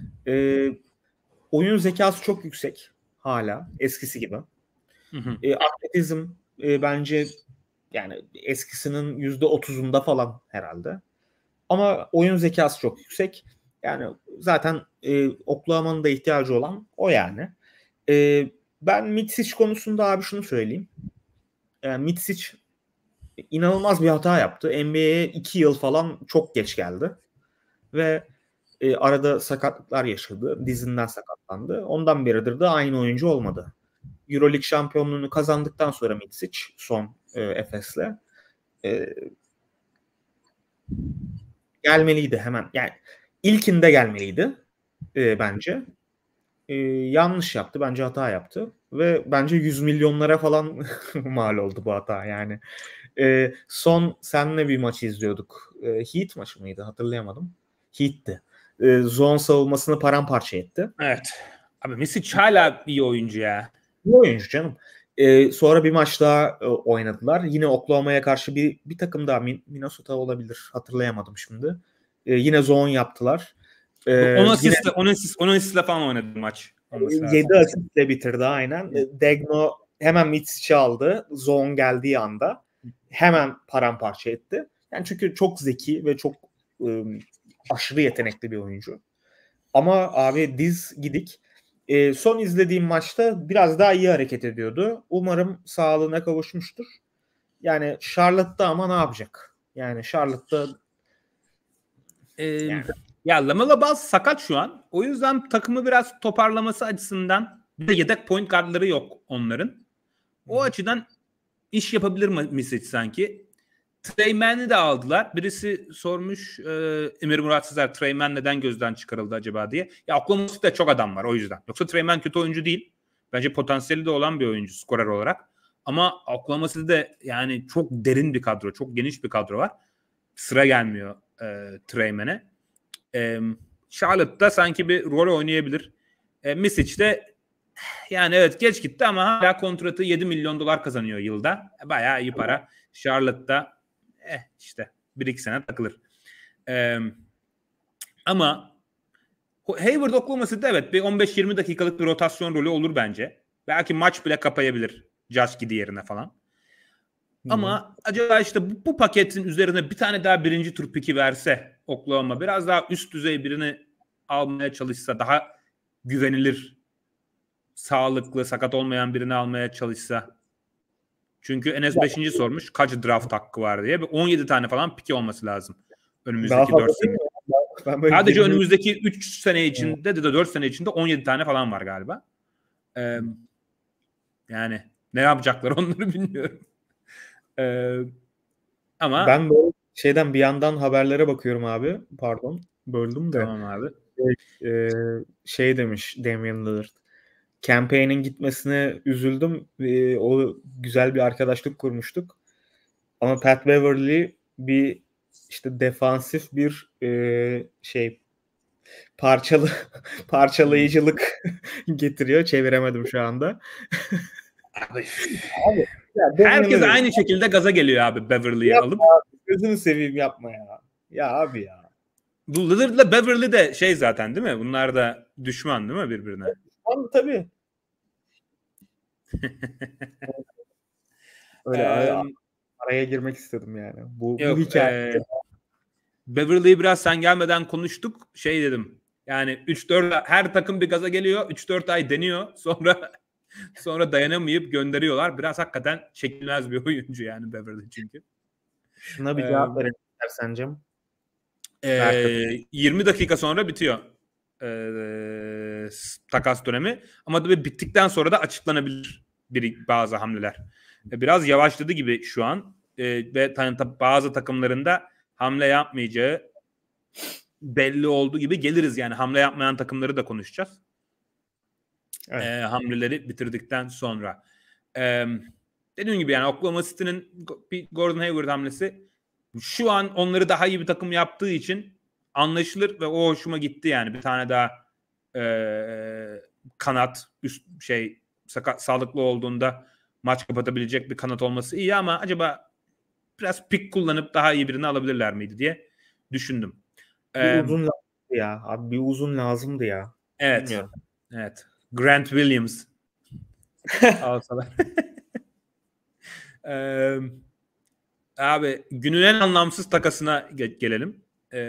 Oyun zekası çok yüksek hala eskisi gibi. Atletizm bence yani eskisinin %30'unda falan herhalde. Ama oyun zekası çok yüksek. Yani zaten Oklahoma'nın da ihtiyacı olan o yani. Ben Mitsic konusunda abi şunu söyleyeyim. Yani Mitsic inanılmaz bir hata yaptı. NBA'ye 2 yıl falan çok geç geldi. Ve arada sakatlıklar yaşadı. Dizinden sakatlandı. Ondan beridir de aynı oyuncu olmadı. Euroleague şampiyonluğunu kazandıktan sonra Mitsic son Efes'le gelmeliydi hemen. Yani ilkinde gelmeliydi bence. Yanlış yaptı. Bence hata yaptı. Ve bence 100 milyonlara falan mal oldu bu hata yani. Son seninle bir maç izliyorduk. Heat maçı mıydı? Hatırlayamadım. Heat'ti. Zone savunmasını paramparça etti. Evet. Abi Misic hala iyi oyuncu ya. İyi oyuncu canım. Sonra bir maç daha oynadılar. Yine Oklahoma'ya karşı bir takım daha Minnesota olabilir. Hatırlayamadım şimdi. Yine zone yaptılar. 10 asistle falan oynadı maç. 7 asistle bitirdi aynen. Degno hemen Mitsic'i aldı. Zone geldiği anda. Hemen paramparça etti. Yani çünkü çok zeki ve çok aşırı yetenekli bir oyuncu. Ama abi diz gidik. Son izlediğim maçta biraz daha iyi hareket ediyordu. Umarım sağlığına kavuşmuştur. Yani Charlotte'da ama ne yapacak? Yani Charlotte'da ya Lamelo Ball sakat şu an. O yüzden takımı biraz toparlaması açısından bir de yedek point guardları yok onların. O açıdan iş yapabilir Misic sanki. Trey Mann'i de aldılar. Birisi sormuş Emir Murat Sezer Trey Mann neden gözden çıkarıldı acaba diye. Ya Oklahoma City'de çok adam var o yüzden. Yoksa Trey Mann kötü oyuncu değil. Bence potansiyeli de olan bir oyuncu skorer olarak. Ama Oklahoma City'de yani çok derin bir kadro, çok geniş bir kadro var. Sıra gelmiyor Trey Mann'e. Charlotte'da sanki bir rol oynayabilir. Misic de yani evet geç gitti ama hala kontratı 7 milyon dolar kazanıyor yılda. Bayağı iyi para. Charlotte'da işte 1-2 sene takılır. Ama Hayward Oklahoma City'de evet bir 15-20 dakikalık bir rotasyon rolü olur bence. Belki maç bile kapayabilir. Josh Giddey yerine falan. Ama acaba işte bu paketin üzerine bir tane daha birinci tur piki verse Oklahoma biraz daha üst düzey birini almaya çalışsa daha güvenilir sağlıklı sakat olmayan birini almaya çalışsa. Çünkü Enes 5. sormuş kaç draft hakkı var diye. 17 tane falan piki olması lazım. Önümüzdeki 4 sene. Sadece önümüzdeki 3 sene içinde de 4 sene içinde 17 tane falan var galiba. Yani ne yapacaklar onları bilmiyorum. Ama ben böyle bir yandan haberlere bakıyorum abi. Pardon böldüm de. Tamam abi. Demiş Damian Lillard. Campaign'in gitmesine üzüldüm. O güzel bir arkadaşlık kurmuştuk. Ama Pat Beverly bir işte defansif bir parçalayıcılık getiriyor. Çeviremedim şu anda. Abi, Ya, herkes aynı şekilde gaza geliyor abi Beverly'yi alıp. Abi, gözünü seveyim yapma ya. Ya abi ya. Bu Lillard'la Beverly de şey zaten değil mi? Bunlar da düşman değil mi birbirine? Abi tabii. Öyle araya girmek istedim yani. Bu hikaye. Beverly'yi biraz sen gelmeden konuştuk. Şey dedim. Yani 3-4 her takım bir gaza geliyor. 3-4 ay deniyor. Sonra dayanamayıp gönderiyorlar. Biraz hakikaten çekilmez bir oyuncu yani Beverly çünkü. Şuna bir cevap verelim istersen Cem. 20 dakika sonra bitiyor takas dönemi. Ama tabii bittikten sonra da açıklanabilir bazı hamleler. Biraz yavaşladı gibi şu an. Ve bazı takımlarında hamle yapmayacağı belli olduğu gibi geliriz. Yani hamle yapmayan takımları da konuşacağız. Evet. Hamleleri bitirdikten sonra. Dediğim gibi yani Oklahoma City'nin bir Gordon Hayward hamlesi şu an onları daha iyi bir takım yaptığı için anlaşılır ve o hoşuma gitti yani. Bir tane daha kanat sağlıklı olduğunda maç kapatabilecek bir kanat olması iyi ama acaba biraz pik kullanıp daha iyi birini alabilirler miydi diye düşündüm. Bir uzun lazımdı ya. Abi bir uzun lazımdı ya. Evet. Bilmiyorum. Evet. Grant Williams alsalar. Abi günün en anlamsız takasına gelelim.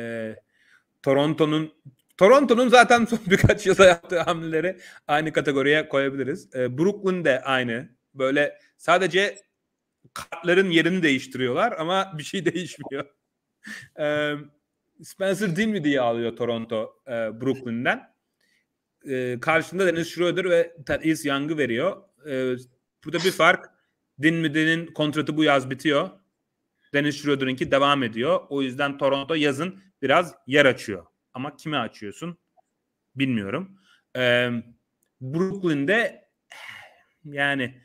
Toronto'nun zaten son birkaç yılda yaptığı hamleleri aynı kategoriye koyabiliriz. Brooklyn de aynı. Böyle sadece kartların yerini değiştiriyorlar ama bir şey değişmiyor. Spencer Dinwiddie'yi alıyor Toronto Brooklyn'den. Karşında Dennis Schroeder ve Thaddeus Young'ı veriyor. Burada bir fark. Dinwiddie'nin kontratı bu yaz bitiyor. Dennis Schroeder'inki devam ediyor. O yüzden Toronto yazın biraz yer açıyor. Ama kime açıyorsun? Bilmiyorum. Brooklyn'de yani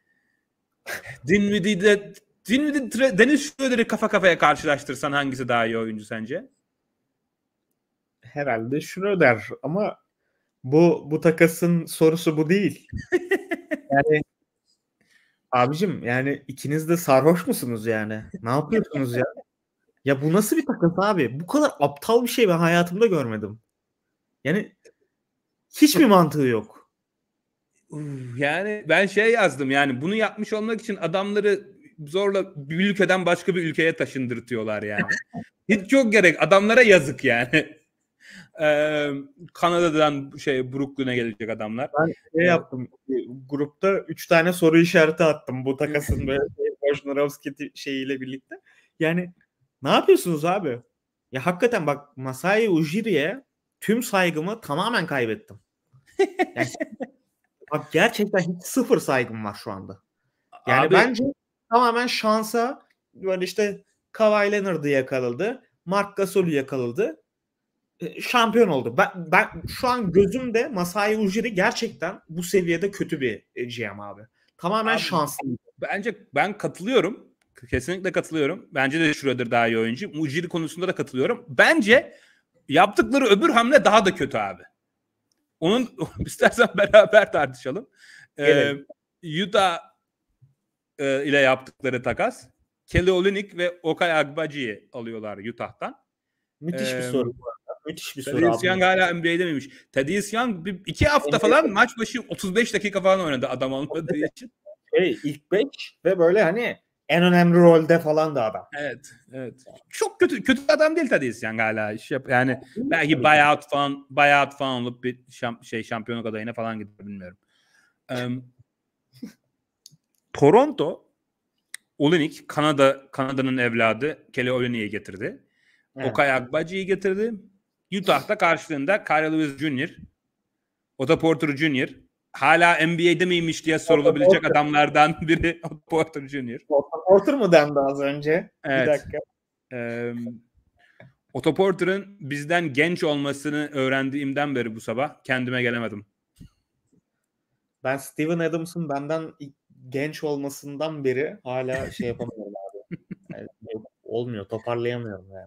Dinwiddie Dennis Schroeder'i kafa kafaya karşılaştırsan hangisi daha iyi oyuncu sence? Herhalde Schroeder ama bu takasın sorusu bu değil. Yani abicim yani ikiniz de sarhoş musunuz yani? Ne yapıyorsunuz ya? Ya bu nasıl bir takas abi? Bu kadar aptal bir şey ben hayatımda görmedim. Yani hiçbir mantığı yok. Yani ben yazdım yani bunu yapmış olmak için adamları zorla bir ülkeden başka bir ülkeye taşındırtıyorlar yani. Hiç çok gerek. Adamlara yazık yani. Kanada'dan Brooklyn'e gelecek adamlar. Ben yaptım. Grupta 3 tane soru işareti attım bu takasın böyle Wojnarowski şeyiyle birlikte. Yani ne yapıyorsunuz abi? Ya hakikaten bak Masai Ujiri'ye tüm saygımı tamamen kaybettim. Yani, bak gerçekten hiç sıfır saygım var şu anda. Yani abi, bence tamamen şansa böyle işte Kawhi Leonard'ı yakaladı. Marc Gasol'u yakaladı. Şampiyon oldu. Ben şu an gözümde Masai Ujiri gerçekten bu seviyede kötü bir GM abi. Tamamen şanslı. Bence ben katılıyorum. Kesinlikle katılıyorum. Bence de Schroeder daha iyi oyuncu. Ujiri konusunda da katılıyorum. Bence yaptıkları öbür hamle daha da kötü abi. Onun istersen beraber tartışalım. Utah ile yaptıkları takas. Kelly Olynyk ve Okay Agbaji'yi alıyorlar Utah'tan. Müthiş bir soru bu arada. Müthiş bir soru. Thaddeus Young hala NBA'de miymiş? Thaddeus Young 2 hafta falan maç başı 35 dakika falan oynadı adam olmadığı için. İlk 5 ve böyle hani en önemli rolde falan da adam. Evet. Çok kötü adam değil Thaddeus Young hala. Yani belki buyout falan olup bir şampiyonluk adayına falan gider bilmiyorum. Toronto Olynyk Kanada'nın evladı Kelly Olynyk'i getirdi. Evet. Okay Agbaji'yi getirdi. Utah'ta karşılığında Kyle Lewis Jr., Otto Porter Jr. hala NBA'de miymiş diye sorulabilecek adamlardan biri Otto Porter Jr. Otto Porter mı dendi az önce? Evet. Bir dakika. Otto Porter'ın bizden genç olmasını öğrendiğimden beri bu sabah kendime gelemedim. Ben Steven Adams'ın benden genç olmasından beri hala şey yapamıyorum abi. Yani olmuyor, toparlayamıyorum yani.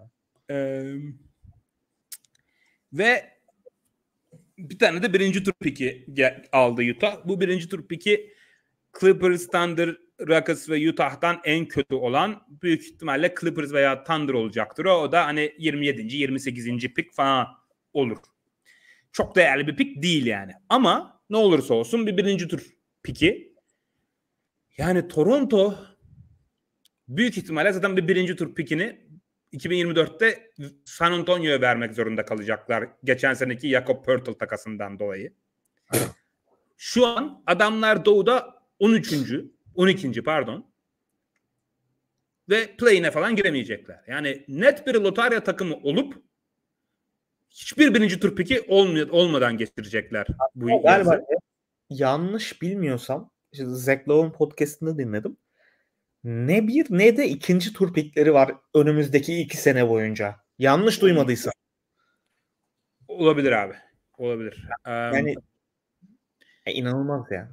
Ve bir tane de birinci tur piki aldı Utah. Bu birinci tur piki Clippers, Thunder, Rockets ve Utah'tan en kötü olan büyük ihtimalle Clippers veya Thunder olacaktır. O da hani 27. 28. pik falan olur. Çok değerli bir pik değil yani. Ama ne olursa olsun bir birinci tur piki. Yani Toronto büyük ihtimalle zaten bir birinci tur pikini 2024'te San Antonio'ya vermek zorunda kalacaklar. Geçen seneki Jakob Poeltl takasından dolayı. Şu an adamlar doğuda 12. pardon. Ve play-in'e falan giremeyecekler. Yani net bir lotarya takımı olup hiçbir birinci tur piki olmadan geçirecekler bu galiba yazı. Yanlış bilmiyorsam işte Zach Lowe'un podcast'ını dinledim. Ne bir ne de ikinci tur pikleri var önümüzdeki 2 sene boyunca. Yanlış duymadıysa. Olabilir abi. Olabilir. Yani inanılmaz ya.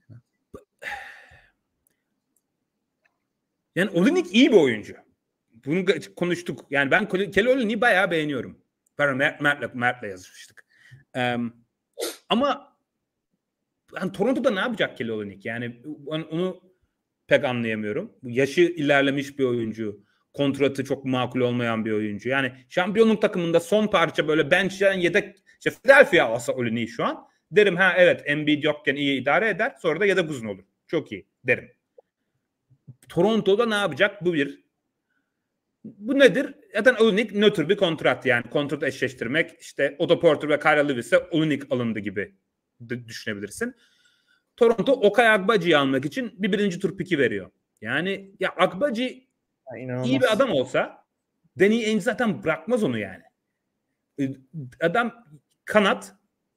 Yani Olynyk iyi bir oyuncu. Bunu konuştuk. Yani ben Kelly Olynyk'i bayağı beğeniyorum. Pardon Mert'le yazışmıştık. Ama yani Toronto'da ne yapacak Kelly Olynyk? Yani onu pek anlayamıyorum. Yaşı ilerlemiş bir oyuncu. Kontratı çok makul olmayan bir oyuncu. Yani şampiyonluk takımında son parça böyle bench'ten yedek işte Philadelphia alsa Olynyk şu an derim ha evet Embiid yokken iyi idare eder. Sonra da yedek uzun olur. Çok iyi derim. Toronto'da ne yapacak? Bu bir. Bu nedir? Zaten Olynyk nötr bir kontrat yani. Kontrat eşleştirmek işte Otto Porter ve Kyle Lewis'e Olynyk alındı gibi düşünebilirsin. Toronto Okay Agbaji'yi almak için bir birinci tur piki veriyor. Yani ya Agbaji iyi bir adam olsa Danny Ainge zaten bırakmaz onu yani. Adam kanat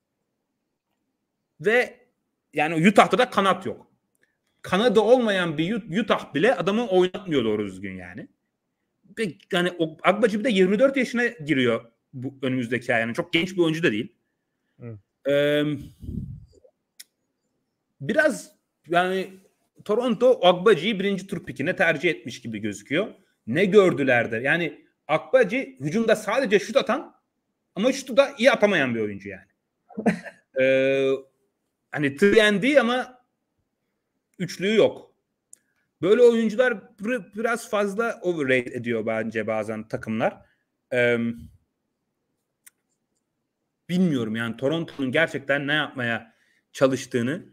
ve yani Utah'ta da kanat yok. Kanadı olmayan bir Utah bile adamı oynatmıyor doğru düzgün yani. Ve yani o Agbaji bir de 24 yaşına giriyor bu önümüzdeki ay. Yani çok genç bir oyuncu da değil. Biraz yani Toronto Agbaji'yi birinci tur pikine tercih etmiş gibi gözüküyor. Ne gördüler de. Yani Agbaji hücumda sadece şut atan ama şutu da iyi atamayan bir oyuncu yani. Hani 3&D ama üçlüğü yok. Böyle oyuncular biraz fazla overrate ediyor bence bazen takımlar. Bilmiyorum yani Toronto'nun gerçekten ne yapmaya çalıştığını.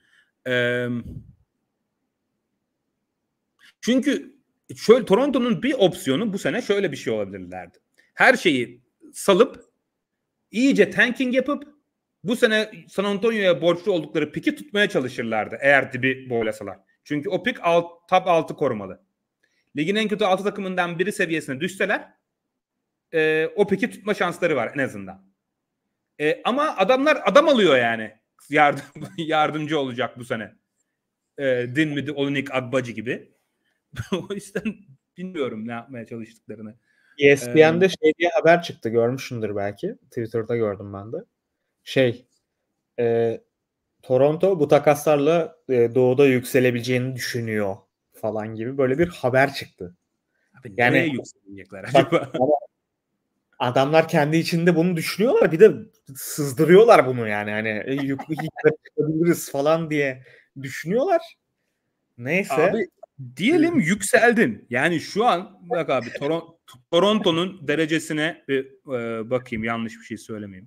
Çünkü şöyle Toronto'nun bir opsiyonu bu sene şöyle bir şey olabilirlerdi. Her şeyi salıp iyice tanking yapıp bu sene San Antonio'ya borçlu oldukları piki tutmaya çalışırlardı eğer dibi boylasalar. Çünkü o pik top 6 korumalı. Ligin en kötü 6 takımından biri seviyesine düşseler o piki tutma şansları var en azından. Ama adamlar adam alıyor yani. Yardımcı olacak bu sene. Dinwiddie, Olynyk, Agbaji gibi. O yüzden bilmiyorum ne yapmaya çalıştıklarını. ESPN'de şey diye haber çıktı. Görmüşsündür belki. Twitter'da gördüm ben de. Toronto bu takaslarla doğuda yükselebileceğini düşünüyor falan gibi böyle bir haber çıktı. Abi yani nereye yükselecekler acaba? Adamlar kendi içinde bunu düşünüyorlar. Bir de sızdırıyorlar bunu yani. Hani çıkabiliriz falan diye düşünüyorlar. Neyse. Abi diyelim yükseldin. Yani şu an bak abi Toronto'nun derecesine bir bakayım yanlış bir şey söylemeyeyim.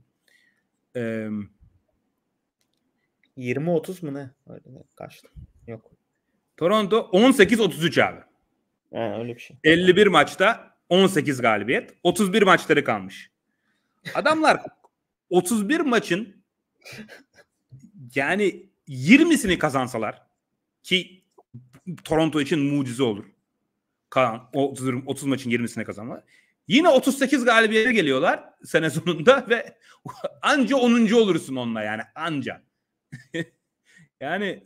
20-30 mu ne? Öyle kaçtı? Yok. Toronto 18-33 abi. Öyle bir şey. 51 maçta 18 galibiyet. 31 maçları kalmış. Adamlar 31 maçın yani 20'sini kazansalar ki Toronto için mucize olur. 30 maçın 20'sini kazanmalar. Yine 38 galibiyete geliyorlar sene sonunda ve anca 10. olursun onunla yani anca. Yani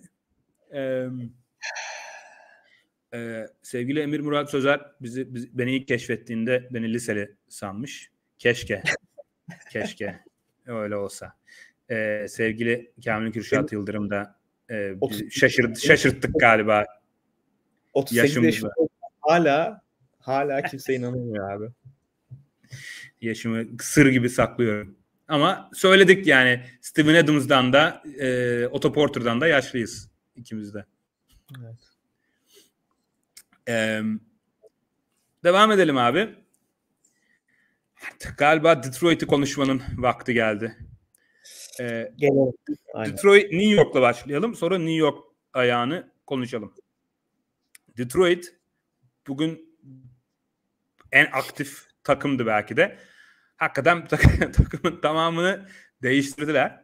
sevgili Emir Murat Sözer beni ilk keşfettiğinde beni liseli sanmış. Keşke öyle olsa. Sevgili Kamil Kürşat Yıldırım da Şaşırttık galiba. 38 yaşında hala kimse inanamıyor abi. Yaşımı sır gibi saklıyorum. Ama söyledik yani Steven Adams'dan da Otto Porter'dan da yaşlıyız ikimiz de. Evet. Devam edelim abi. Artık galiba Detroit'i konuşmanın vakti geldi. Detroit, New York'la başlayalım. Sonra New York ayağını konuşalım. Detroit bugün en aktif takımdı belki de. Hakikaten takımın tamamını değiştirdiler.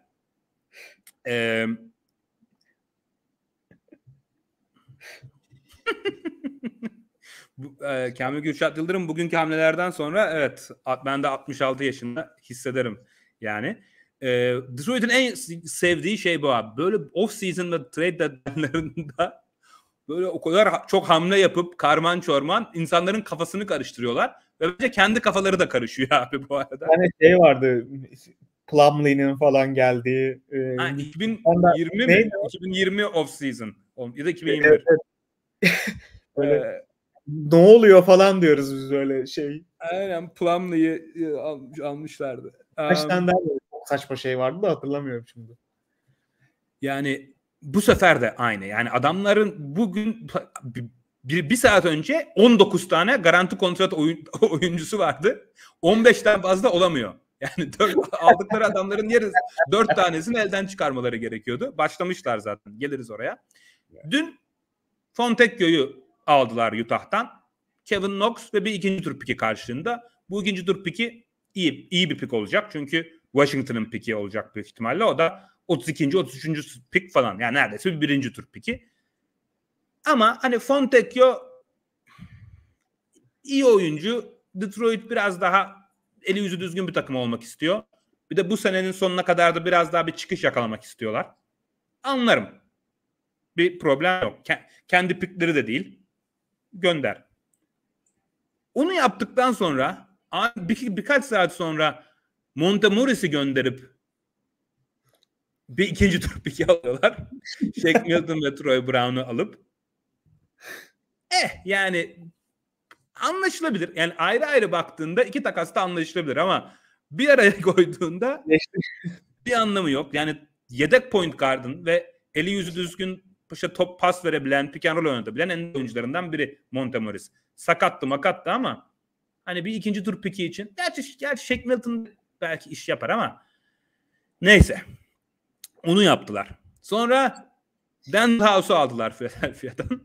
Kamil Gürşat Yıldırım bugünkü hamlelerden sonra evet ben de 66 yaşında hissederim yani. Detroit'in en sevdiği şey bu abi. Böyle off-season ve trade deadline'larında böyle o kadar çok hamle yapıp karman çorman insanların kafasını karıştırıyorlar. Ve bence kendi kafaları da karışıyor abi bu arada. Yani şey vardı, Plumlee'nin falan geldiği. 2020 mi? 2020 off-season. Ya da 2021. Böyle, ne oluyor falan diyoruz biz öyle şey. Aynen Plumlee'yi almışlardı. Kaç tane daha böyle saçma şey vardı da hatırlamıyorum şimdi. Yani bu sefer de aynı. Yani adamların bugün bir saat önce 19 tane garanti kontrat oyuncusu vardı. 15'ten fazla olamıyor. Yani aldıkları adamların yarısı 4 tanesini elden çıkarmaları gerekiyordu. Başlamışlar zaten. Geliriz oraya. Dün Fontecchio'yu aldılar Utah'tan. Kevin Knox ve bir ikinci tur piki karşılığında. Bu ikinci tur piki iyi bir pik olacak. Çünkü Washington'ın piki olacak büyük ihtimalle. O da 32. 33. pik falan. Yani neredeyse bir birinci tur piki. Ama hani Fontecchio iyi oyuncu. Detroit biraz daha eli yüzü düzgün bir takım olmak istiyor. Bir de bu senenin sonuna kadar da biraz daha bir çıkış yakalamak istiyorlar. Anlarım. Bir problem yok. Kendi pikleri de değil. Gönder. Onu yaptıktan sonra birkaç saat sonra Montemoris'i gönderip bir ikinci tur piki alıyorlar. Shake Milton ve Troy Brown'u alıp yani anlaşılabilir. Yani ayrı ayrı baktığında iki takas da anlaşılabilir ama bir araya koyduğunda bir anlamı yok. Yani yedek point guard'ın ve eli yüzü düzgün top pas verebilen, pick and roll oynatabilen en oyuncularından biri Montemoris. Sakattı ama hani bir ikinci tur piki için gerçi Shake Milton belki iş yapar ama neyse. Onu yaptılar. Sonra Dan House'u aldılar Philadelphia'dan.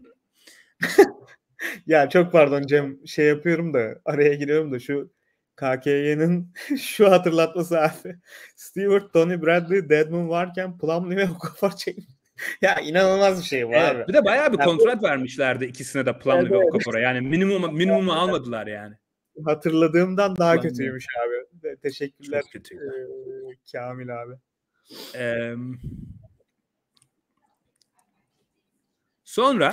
Ya çok pardon Cem, şey yapıyorum da araya giriyorum da şu KKY'nin şu hatırlatması abi. Stewart, Tony Bradley, Dedmon varken Plumlee ve Okafor çekmiş. Ya inanılmaz bir şey bu abi. Bir de bayağı bir kontrat vermişlerdi ikisine de Plumlee ve Okafor'a. Yani minimumu almadılar yani. Hatırladığımdan daha kötüymüş abi. Teşekkürler Kamil abi. Sonra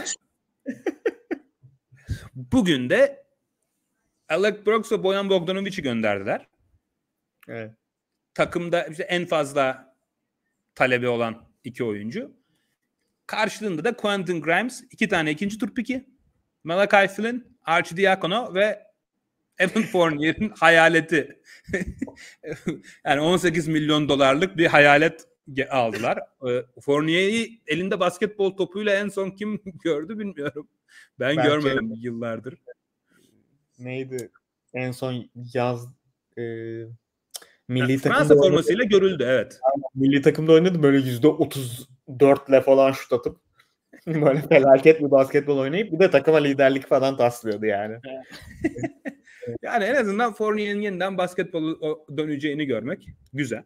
bugün de Alec Burks ve Bojan Bogdanovic'i gönderdiler. Evet. Takımda işte en fazla talebi olan iki oyuncu. Karşılığında da Quentin Grimes 2 tane ikinci tur piki, Malachi Flynn, Arcidiacono ve Evan Fournier'in hayaleti. Yani 18 milyon dolarlık bir hayalet aldılar. Fournier'i elinde basketbol topuyla en son kim gördü bilmiyorum. Ben görmedim yıllardır. Neydi? En son yaz milli Fransa formasıyla görüldü, evet. Milli takımda oynadı, böyle %34'le falan şut atıp böyle felaket bir basketbol oynayıp bir de takıma liderlik falan taslıyordu yani. Yani en azından Fournier'in yeniden basketbolu döneceğini görmek güzel.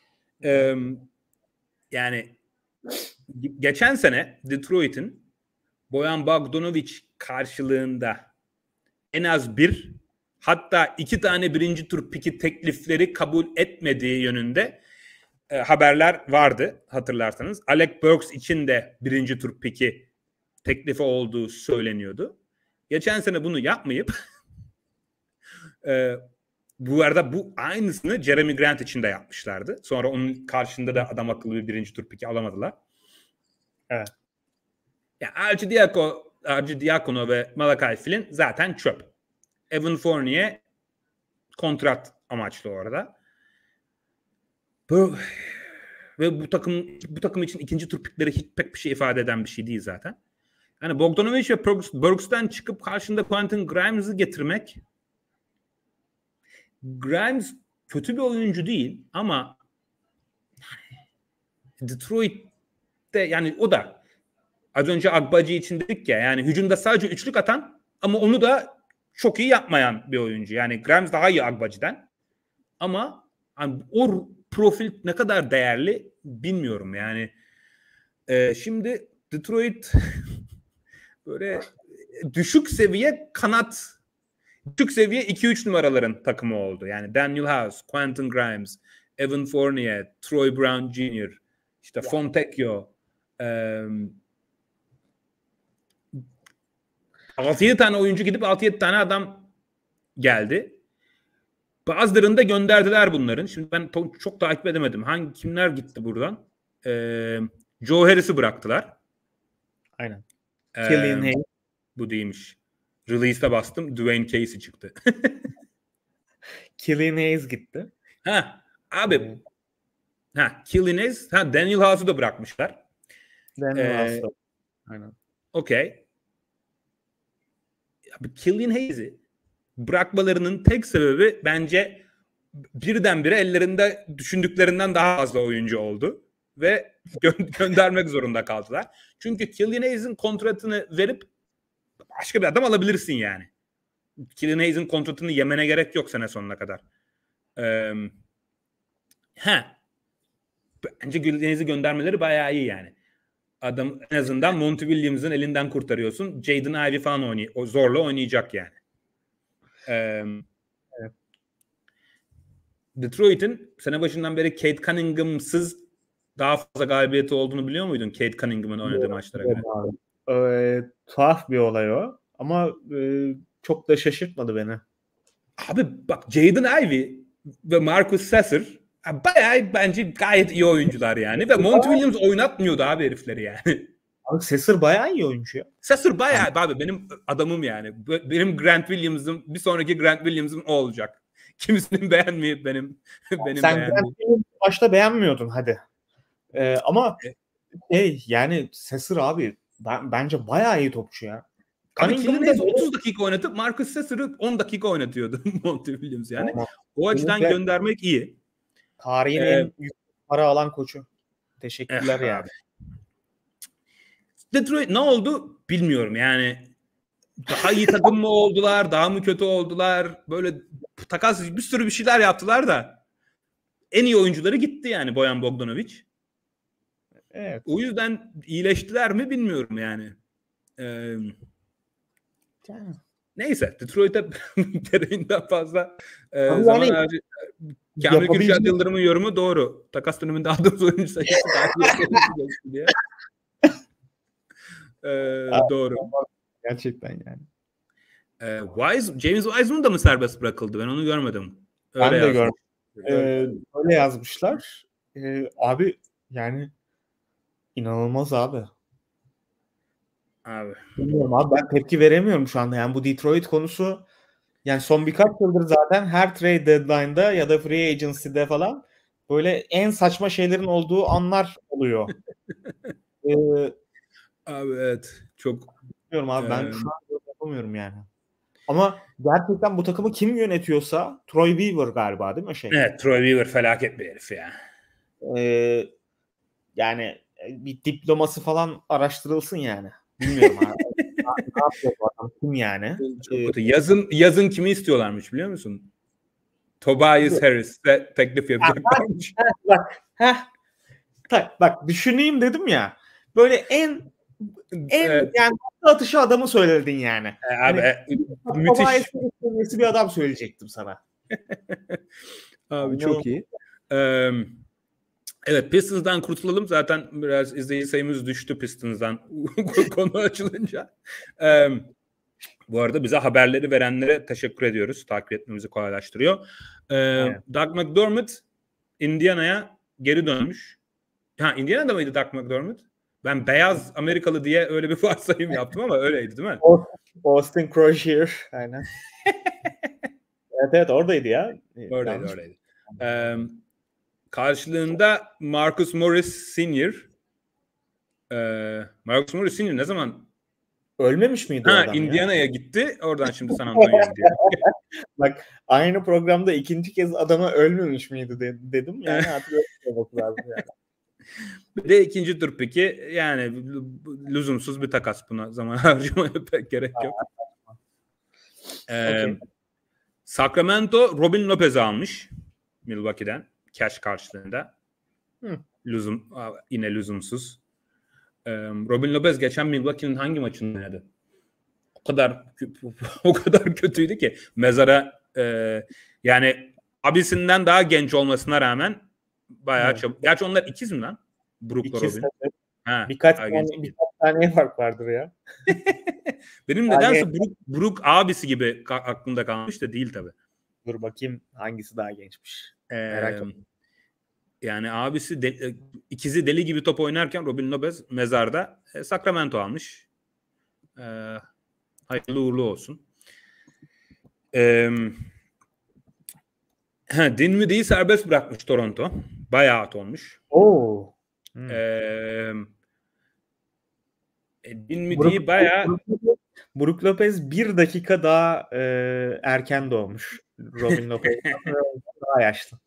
Yani geçen sene Detroit'in Bojan Bogdanovic karşılığında en az bir, hatta 2 tane birinci tur piki teklifleri kabul etmediği yönünde haberler vardı hatırlarsanız. Alec Burks için de birinci tur piki teklifi olduğu söyleniyordu. Geçen sene bunu yapmayıp bu arada bu aynısını Jeremy Grant için de yapmışlardı. Sonra onun karşında da adam akıllı bir birinci tur piki alamadılar. Evet. Ya Arcidiacono ve Malachi Flynn zaten çöp. Evan Fournier kontrat amaçlı orada. Ve bu takım için ikinci tur pikleri pek bir şey ifade eden bir şey değil zaten. Yani Bogdanovic ve Burks'tan çıkıp karşında Quentin Grimes'ı getirmek, Grimes kötü bir oyuncu değil ama Detroit'te yani o da az önce Agbaji için dedik ya, yani hücumda sadece üçlük atan ama onu da çok iyi yapmayan bir oyuncu. Yani Grimes daha iyi Agbaji'den ama hani o profil ne kadar değerli bilmiyorum yani. Şimdi Detroit böyle düşük seviye 2-3 numaraların takımı oldu. Yani Daniel House, Quentin Grimes, Evan Fournier, Troy Brown Jr., işte Fontecchio, 6-7 tane oyuncu gidip 6-7 tane adam geldi. Bazılarını da gönderdiler bunların. Şimdi ben çok takip edemedim. Kimler gitti buradan? Joe Harris'i bıraktılar. Aynen. Killian Hayes. Bu değilmiş. Release'de bastım. Dwayne Casey çıktı. Killian Hayes gitti. Killian Hayes. Daniel House'u da bırakmışlar. Daniel House'u. Aynen. Okey. Killian Hayes'i bırakmalarının tek sebebi bence birdenbire ellerinde düşündüklerinden daha fazla oyuncu oldu. Ve göndermek zorunda kaldılar. Çünkü Killian Hayes'in kontratını verip başka bir adam alabilirsin yani. Killian Hayes'in kontratını yemene gerek yok sene sonuna kadar. Bence Killian Hayes'i göndermeleri bayağı iyi yani. Adam en azından Monty Williams'ın elinden kurtarıyorsun. Jaden Ivey falan zorla oynayacak yani. Evet. Detroit'in sene başından beri Cade Cunningham'sız daha fazla galibiyeti olduğunu biliyor muydun? Cade Cunningham'ın oynadığı maçlara göre. Tuhaf bir olay o. Ama çok da şaşırtmadı beni. Abi bak, Jaden Ivey ve Marcus Sasser bayağı bence gayet iyi oyuncular yani. Ve Monty Williams oynatmıyordu abi herifleri yani. Abi Sasser bayağı iyi oyuncu ya. Sasser bayağı abi benim adamım yani. Benim Grant Williams'ım, bir sonraki Grant Williams'ım o olacak. Kimisinin beğenmeyip benim sen beğenmeyip. Grant Williams'ı başta beğenmiyordun hadi. Ama yani Sasser abi bence bayağı iyi topçu ya. Cunningham'ı 30 dakika oynatıp Marcus Sasser'ı 10 dakika oynatıyordu Monty Williams yani. Tamam. O açıdan göndermek iyi. Tarihin en yüksek para alan koçu. Teşekkürler yani. Detroit ne oldu bilmiyorum yani. Daha iyi takım mı oldular, daha mı kötü oldular? Böyle takas bir sürü bir şeyler yaptılar da en iyi oyuncuları gitti yani Bojan Bogdanovic. Evet. O yüzden iyileştiler mi bilmiyorum yani. Neyse, Detroit'e gereğinden fazla zaman harcı. Kamil Kürşat Yıldırım'ın yorumu doğru. Takas döneminde aldığımız oyuncu sayısı daha diye. Doğru. Gerçekten yani. James Wiseman da mı serbest bırakıldı? Ben onu görmedim. Öyle ben de görmedim. Öyle yazmışlar. Abi yani inanılmaz abi. Bilmiyorum abi, ben tepki veremiyorum şu anda. Yani bu Detroit konusu, yani son birkaç yıldır zaten her trade deadline'da ya da free agency'de falan böyle en saçma şeylerin olduğu anlar oluyor. Abi evet. Çok bilmiyorum abi, ben şu an yapamıyorum yani. Ama gerçekten bu takımı kim yönetiyorsa, Troy Weaver galiba değil mi Evet, Troy Weaver felaket bir herif ya. Yani bir diploması falan araştırılsın yani. Bilmiyorum abi. Ne yapıyor bu adam? Kim yani? Yazın kimi istiyorlarmış biliyor musun? Tobias Harris'e teklif yapacaklarmış. Bak düşüneyim dedim ya. Böyle en evet. Yani atışı adamı söyledin yani. Abi müthiş bir adam söyleyecektim sana. Abi çok iyi. Evet, Pistons'dan kurtulalım. Zaten biraz izleyici sayımız düştü Pistons'dan konu açılınca. Bu arada bize haberleri verenlere teşekkür ediyoruz. Takip etmemizi kolaylaştırıyor. Doug McDermott Indiana'ya geri dönmüş. Indiana'da mıydı Doug McDermott? Ben beyaz Amerikalı diye öyle bir varsayım yaptım ama öyleydi değil mi? Austin Crozier. Aynen. Evet oradaydı ya. Oradaydı. Karşılığında Marcus Morris Senior. Marcus Morris Senior ne zaman? Ölmemiş miydi o adam Indiana'ya gitti. Oradan şimdi San Antonio'ya gidiyor. Bak aynı programda ikinci kez adama ölmemiş miydi dedim. Yani hatırlamak lazım yani. Bir de ikinci tur peki yani lüzumsuz bir takas, buna zaman harcamaya pek gerek yok. Okay. Sacramento Robin Lopez'i almış Milwaukee'den cash karşılığında. Yine lüzumsuz. Robin Lopez geçen Milwaukee'nin hangi maçını oynadı? O kadar kötüydü ki mezara yani abisinden daha genç olmasına rağmen bayağı çabuk. Gerçi onlar ikiz mi lan? Brook'la Robin. Birkaç tane fark vardır ya. Benim nedense Brook abisi gibi aklımda kalmış da değil tabii. Dur bakayım hangisi daha gençmiş. Merak ettim. Yani abisi ikizi deli gibi top oynarken Robin Lopez mezarda. Sacramento almış. Hayırlı uğurlu olsun. Dinwiddie'yi serbest bırakmış Toronto. Bayağı at olmuş. Dinwiddie'yi bayağı... Brook Lopez 1 dakika daha erken doğmuş. Robin Lopez daha yaşlı.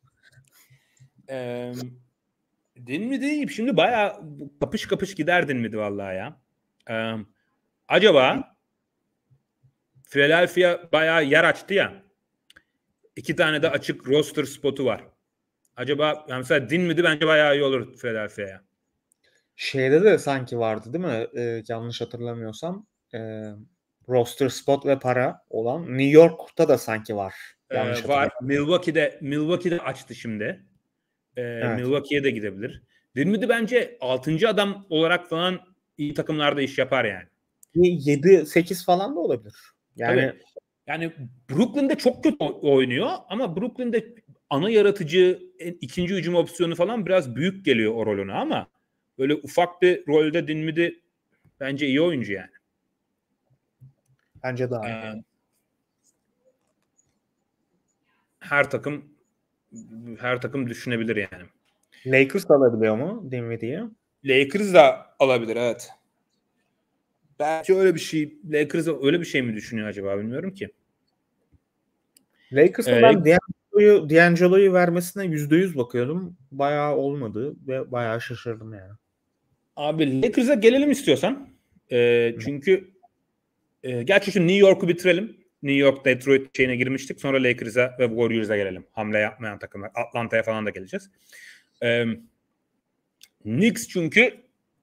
Dinwiddie şimdi bayağı kapış kapış gider Dinwiddie vallahi ya. Acaba Philadelphia bayağı yer açtı ya. 2 tane de açık roster spotu var. Acaba yani mesela Dinwiddie bence bayağı iyi olur Philadelphia'ya. Şeyde de sanki vardı değil mi? Yanlış hatırlamıyorsam. Roster spot ve para olan New York'ta da sanki var. Var. Milwaukee'de açtı şimdi. Evet. Milwaukee'ye de gidebilir. Dinwiddie bence 6. adam olarak falan iyi takımlarda iş yapar yani. 7-8 falan da olabilir. Yani Brooklyn'de çok kötü oynuyor ama Brooklyn'de ana yaratıcı, ikinci hücum opsiyonu falan biraz büyük geliyor o rolüne ama böyle ufak bir rolde Dinwiddie bence iyi oyuncu yani. Bence daha iyi. Her takım düşünebilir yani. Lakers da alabiliyor mu Dinwiddie'yi? Lakers da alabilir, evet. Belki öyle bir şey. Lakers öyle bir şey mi düşünüyor acaba, bilmiyorum ki. Lakers'ın ben D'Angelo'yu vermesine %100 bakıyordum. Bayağı olmadı ve bayağı şaşırdım yani. Abi Lakers'a gelelim istiyorsan. Çünkü gerçi şu New York'u bitirelim. New York, Detroit şeyine girmiştik. Sonra Lakers'a ve Warriors'a gelelim. Hamle yapmayan takımlar. Atlanta'ya falan da geleceğiz. Knicks çünkü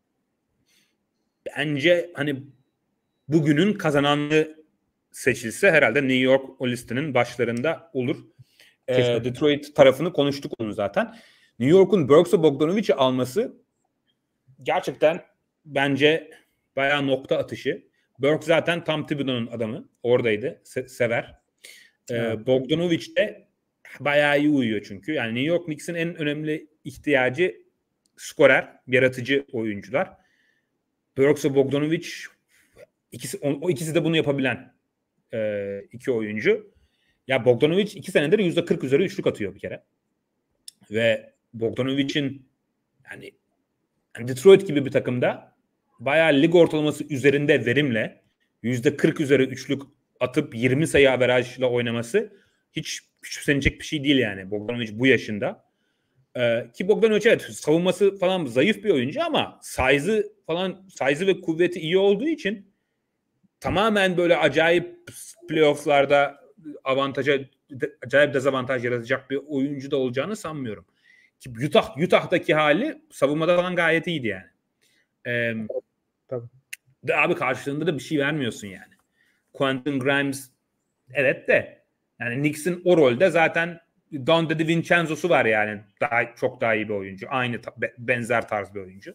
bence hani bugünün kazananı seçilse herhalde New York o listenin başlarında olur. Detroit tarafını konuştuk onu zaten. New York'un Burks'u Bogdanovic'i alması gerçekten bence bayağı nokta atışı. Burks zaten Tom Thibodeau'nun adamı. Oradaydı. Sever. Bogdanovic de bayağı iyi uyuyor çünkü. Yani New York Knicks'in en önemli ihtiyacı skorer, yaratıcı oyuncular. Burks ve Bogdanovic ikisi de bunu yapabilen iki oyuncu. Ya Bogdanovic 2 senedir %40 üzeri üçlük atıyor bir kere. Ve Bogdanovic'in yani Detroit gibi bir takımda bayağı lig ortalaması üzerinde verimle %40 üzeri üçlük atıp 20 sayı averajla oynaması hiç küçümsenecek bir şey değil yani. Bogdanovic bu yaşında. Ki Bogdanovic evet savunması falan zayıf bir oyuncu ama size'ı ve kuvveti iyi olduğu için tamamen böyle acayip playoff'larda acayip dezavantaj yaratacak bir oyuncu da olacağını sanmıyorum. Ki Utah'daki hali savunmada falan gayet iyiydi yani. Tabii. Abi karşılığında da bir şey vermiyorsun yani. Quentin Grimes evet de yani Knicks'in o rolde zaten Donte DiVincenzo'su var yani. Çok daha iyi bir oyuncu. Aynı benzer tarz bir oyuncu.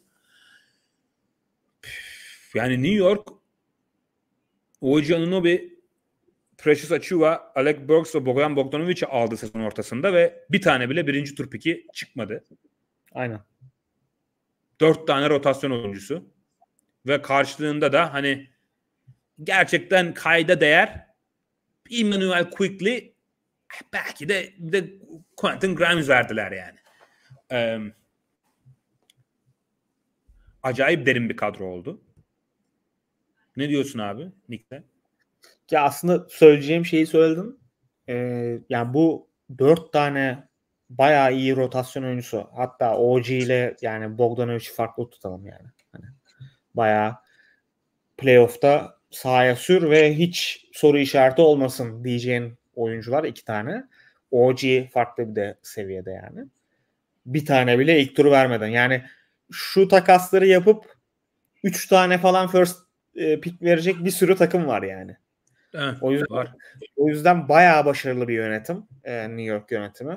Yani New York OG Anunoby, Precious Achiuwa, Alec Burks ve Bogdan Bogdanovic'i aldı sezon ortasında ve bir tane bile birinci tur piki çıkmadı. Aynen. 4 tane rotasyon oyuncusu ve karşılığında da hani gerçekten kayda değer Immanuel Quickley, belki de bir de Quentin Grimes verdiler yani. Acayip derin bir kadro oldu. Ne diyorsun abi Nick'te? Ya aslında söyleyeceğim şeyi söyledin. Yani bu 4 tane bayağı iyi rotasyon oyuncusu. Hatta OG ile yani Bogdanovic'i farklı tutalım yani. Hani bayağı playoff'ta sahaya sür ve hiç soru işareti olmasın diyeceğin oyuncular 2 tane. OG farklı bir de seviyede yani. Bir tane bile ilk turu vermeden. Yani şu takasları yapıp 3 tane falan first pick verecek bir sürü takım var yani. Evet, o yüzden bayağı başarılı bir yönetim. New York yönetimi.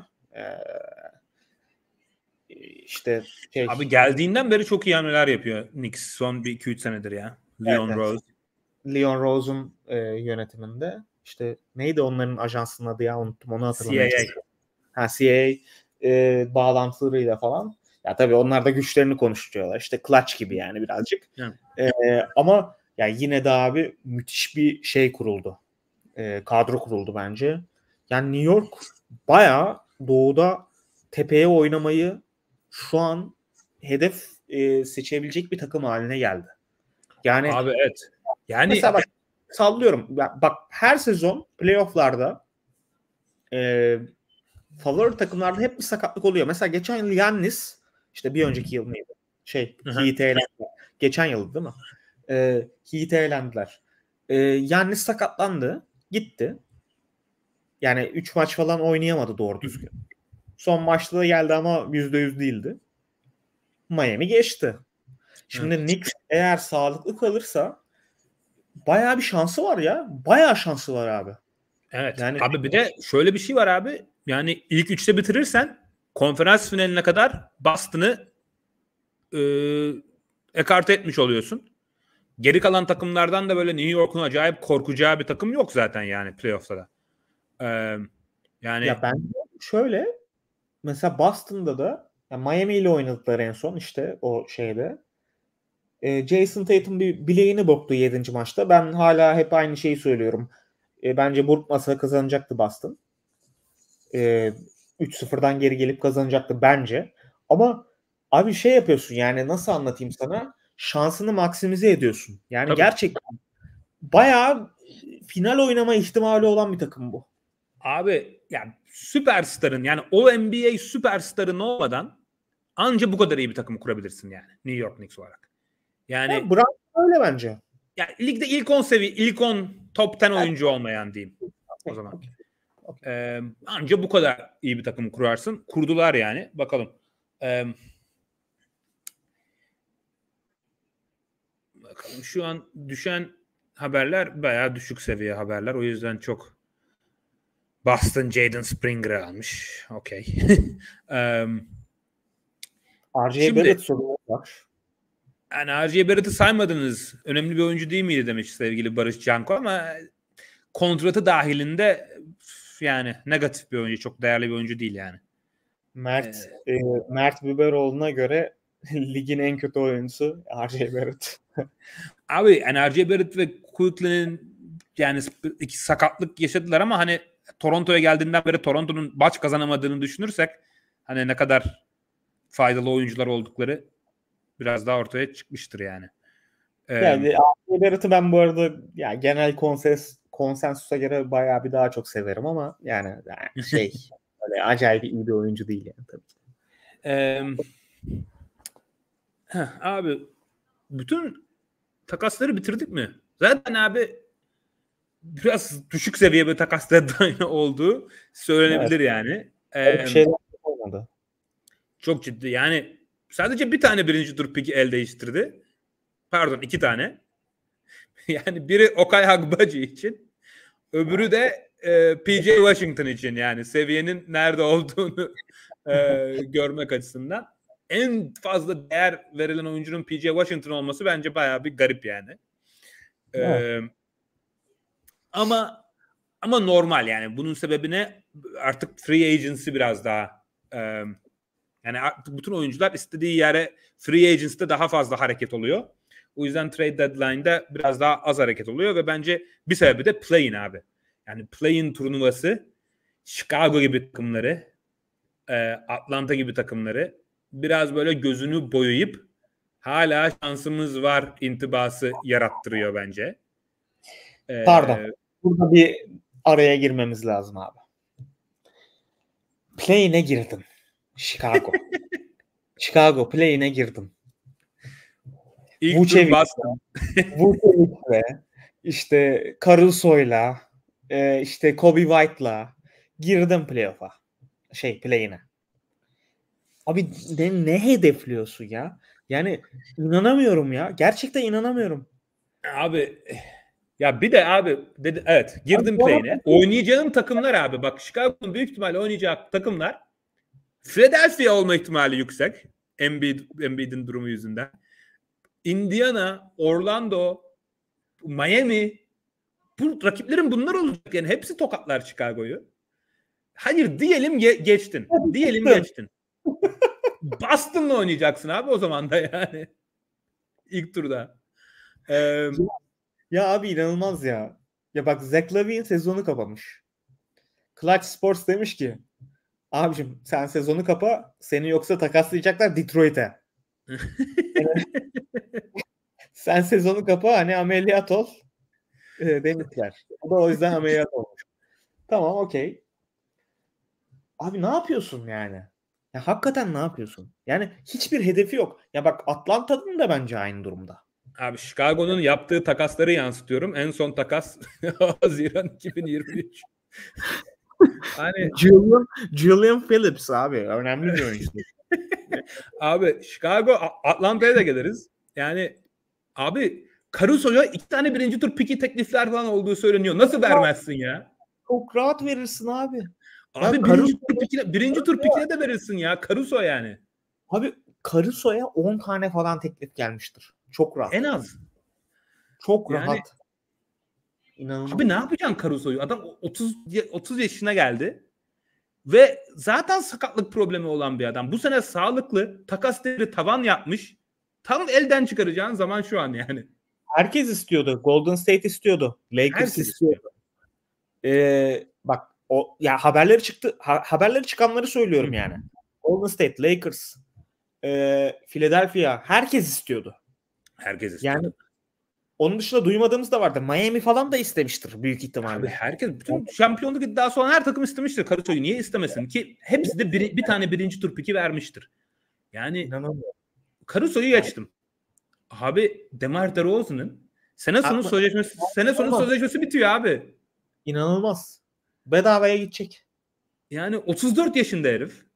İşte abi geldiğinden beri çok iyi hamleler yapıyor Knicks son 2-3 senedir ya. Rose. Leon Rose'un yönetiminde. İşte neydi onların ajansının adı ya, unuttum, onu hatırlamıyorum. CAA bağlantılarıyla falan. Ya tabii onlar da güçlerini konuşturuyorlar. İşte clutch gibi yani birazcık. Ama ya yine de abi müthiş bir şey kuruldu. Kadro kuruldu bence. Yani New York bayağı doğuda tepeye oynamayı şu an hedef seçebilecek bir takım haline geldi. Yani abi evet. Yani mesela bak sallıyorum. Bak her sezon playoff'larda favori takımlarda hep bir sakatlık oluyor. Mesela geçen yıl Giannis, işte bir önceki yıl mıydı? Heat'e elendiler. Geçen yıl değil mi? Heat'e elendiler. Giannis sakatlandı. Gitti. Yani 3 maç falan oynayamadı doğru düzgün. Son maçta da geldi ama %100 değildi. Miami geçti. Şimdi Knicks eğer sağlıklı kalırsa bayağı bir şansı var ya. Bayağı şansı var abi. Evet. Yani abi bir de şöyle bir şey var abi. Yani ilk 3'te bitirirsen konferans finaline kadar Boston'ı ekarte etmiş oluyorsun. Geri kalan takımlardan da böyle New York'un acayip korkacağı bir takım yok zaten yani playoff'ta da. Yani ya ben şöyle mesela Boston'da da Miami ile oynadıkları en son işte o şeyde. Jason Tatum bir bileğini boktu 7. maçta. Ben hala hep aynı şeyi söylüyorum. Bence burkmasa kazanacaktı Boston. 3-0'dan geri gelip kazanacaktı bence. Ama abi şey yapıyorsun yani, nasıl anlatayım sana? Şansını maksimize ediyorsun. Yani tabii. Gerçekten bayağı final oynama ihtimali olan bir takım bu. Abi yani süperstarın, yani o NBA süperstarın olmadan anca bu kadar iyi bir takım kurabilirsin yani New York Knicks olarak. Yani Bravo öyle bence. Yani ligde ilk 10 ilk 10 top 10 oyuncu olmayan diyeyim o zaman. Anca bu kadar iyi bir takım kurarsın. Kurdular yani. Bakalım. Bakalım şu an düşen haberler bayağı düşük seviye haberler. O yüzden çok Boston Jaden Springer'ı almış. Okey. R.J. Barrett sorunu var. Yani R.J. Barrett'ı saymadınız. Önemli bir oyuncu değil miydi demiş sevgili Barış Canko, ama kontratı dahilinde yani negatif bir oyuncu. Çok değerli bir oyuncu değil yani. Mert Biberoğlu'na göre ligin en kötü oyuncusu R.J. Barrett. Abi yani R.J. Barrett ve Quickley'nin yani iki sakatlık yaşadılar ama hani Toronto'ya geldiğinden beri Toronto'nun maç kazanamadığını düşünürsek hani ne kadar faydalı oyuncular oldukları biraz daha ortaya çıkmıştır yani. Yani R.J. Barrett'ı ben bu arada yani genel konsensusa göre bayağı bir daha çok severim ama yani öyle acayip iyi bir oyuncu değil yani tabii. Abi bütün takasları bitirdik mi? Zaten abi biraz düşük seviye bir takas deadline olduğu söylenebilir yani. Bir şeyler olmadı. Çok ciddi. Yani sadece bir tane birinci tur piki el değiştirdi. Pardon, 2 tane. Yani biri Okay Agbaji için, öbürü de PJ Washington için, yani seviyenin nerede olduğunu görmek açısından. En fazla değer verilen oyuncunun PJ Washington olması bence bayağı bir garip yani. Ama normal yani. Bunun sebebine artık free agency biraz daha Yani bütün oyuncular istediği yere free agency'de daha fazla hareket oluyor. O yüzden trade deadline'da biraz daha az hareket oluyor ve bence bir sebebi de play-in abi. Yani play-in turnuvası Chicago gibi takımları, Atlanta gibi takımları biraz böyle gözünü boyayıp hala şansımız var intibası yarattırıyor bence. Pardon. Burada bir araya girmemiz lazım abi. Play-in'e girdin. Chicago. Chicago play-in'e girdin. İlk tur bastı. Vucevic'le, işte Caruso'yla, işte Kobe White'la girdin playoff'a. Play-in'e. Abi ne hedefliyorsun ya? Yani inanamıyorum ya. Gerçekten inanamıyorum. Abi ya bir de abi dedi evet girdim play'ine. Oynayacağım takımlar abi bak Chicago'nun büyük ihtimalle oynayacağı takımlar Philadelphia olma ihtimali yüksek. Embiid'in durumu yüzünden. Indiana, Orlando, Miami bu rakiplerin bunlar olacak yani hepsi tokatlar Chicago'yu. Hayır diyelim geçtin. Diyelim geçtin. Boston'la oynayacaksın abi o zaman da yani. İlk turda. Ya abi inanılmaz ya. Ya bak Zach LaVine sezonu kapamış. Clutch Sports demiş ki abicim sen sezonu kapa seni yoksa takaslayacaklar Detroit'e. Sen sezonu kapa hani ameliyat ol demişler. O da o yüzden ameliyat olmuş. Tamam okey. Abi ne yapıyorsun yani? Ya hakikaten ne yapıyorsun? Yani hiçbir hedefi yok. Ya bak Atlanta'nın da bence aynı durumda. Abi Chicago'nun yaptığı takasları yansıtıyorum. En son takas Haziran 2023. Hani Julian Phillips abi. Önemli bir oyuncu. abi Chicago Atlanta'ya da geliriz. Yani abi Caruso'ya 2 tane birinci tur piki teklifler falan olduğu söyleniyor. Nasıl vermezsin ya? Çok rahat verirsin abi. Abi birinci tur pikine de verirsin ya. Caruso yani. Abi Caruso'ya 10 tane falan teklif gelmiştir. Çok rahat. En az. Çok yani, rahat. İnanılmaz. Abi ne yapacaksın Caruso'yu? Adam 30 yaşına geldi. Ve zaten sakatlık problemi olan bir adam. Bu sene sağlıklı, takas değeri tavan yapmış. Tam elden çıkaracağın zaman şu an yani. Herkes istiyordu. Golden State istiyordu. Lakers istiyordu. Bak o ya haberleri çıktı. Haberleri çıkanları söylüyorum yani. Golden State, Lakers, Philadelphia herkes istiyordu. Herkes istiyordu. Yani onun dışında duymadığımız da vardı. Miami falan da istemiştir büyük ihtimalle. Abi herkes bütün şampiyonluk iddiası olan her takım istemiştir Caruso'yu. Niye istemesin ki? Hepsi de bir tane birinci tur piki vermiştir. Yani Caruso'yu geçtim. Abi DeMar DeRozan'ın sene sonu sözleşmesi bitiyor abi. İnanılmaz. Bedavaya gidecek. Yani 34 yaşında herif.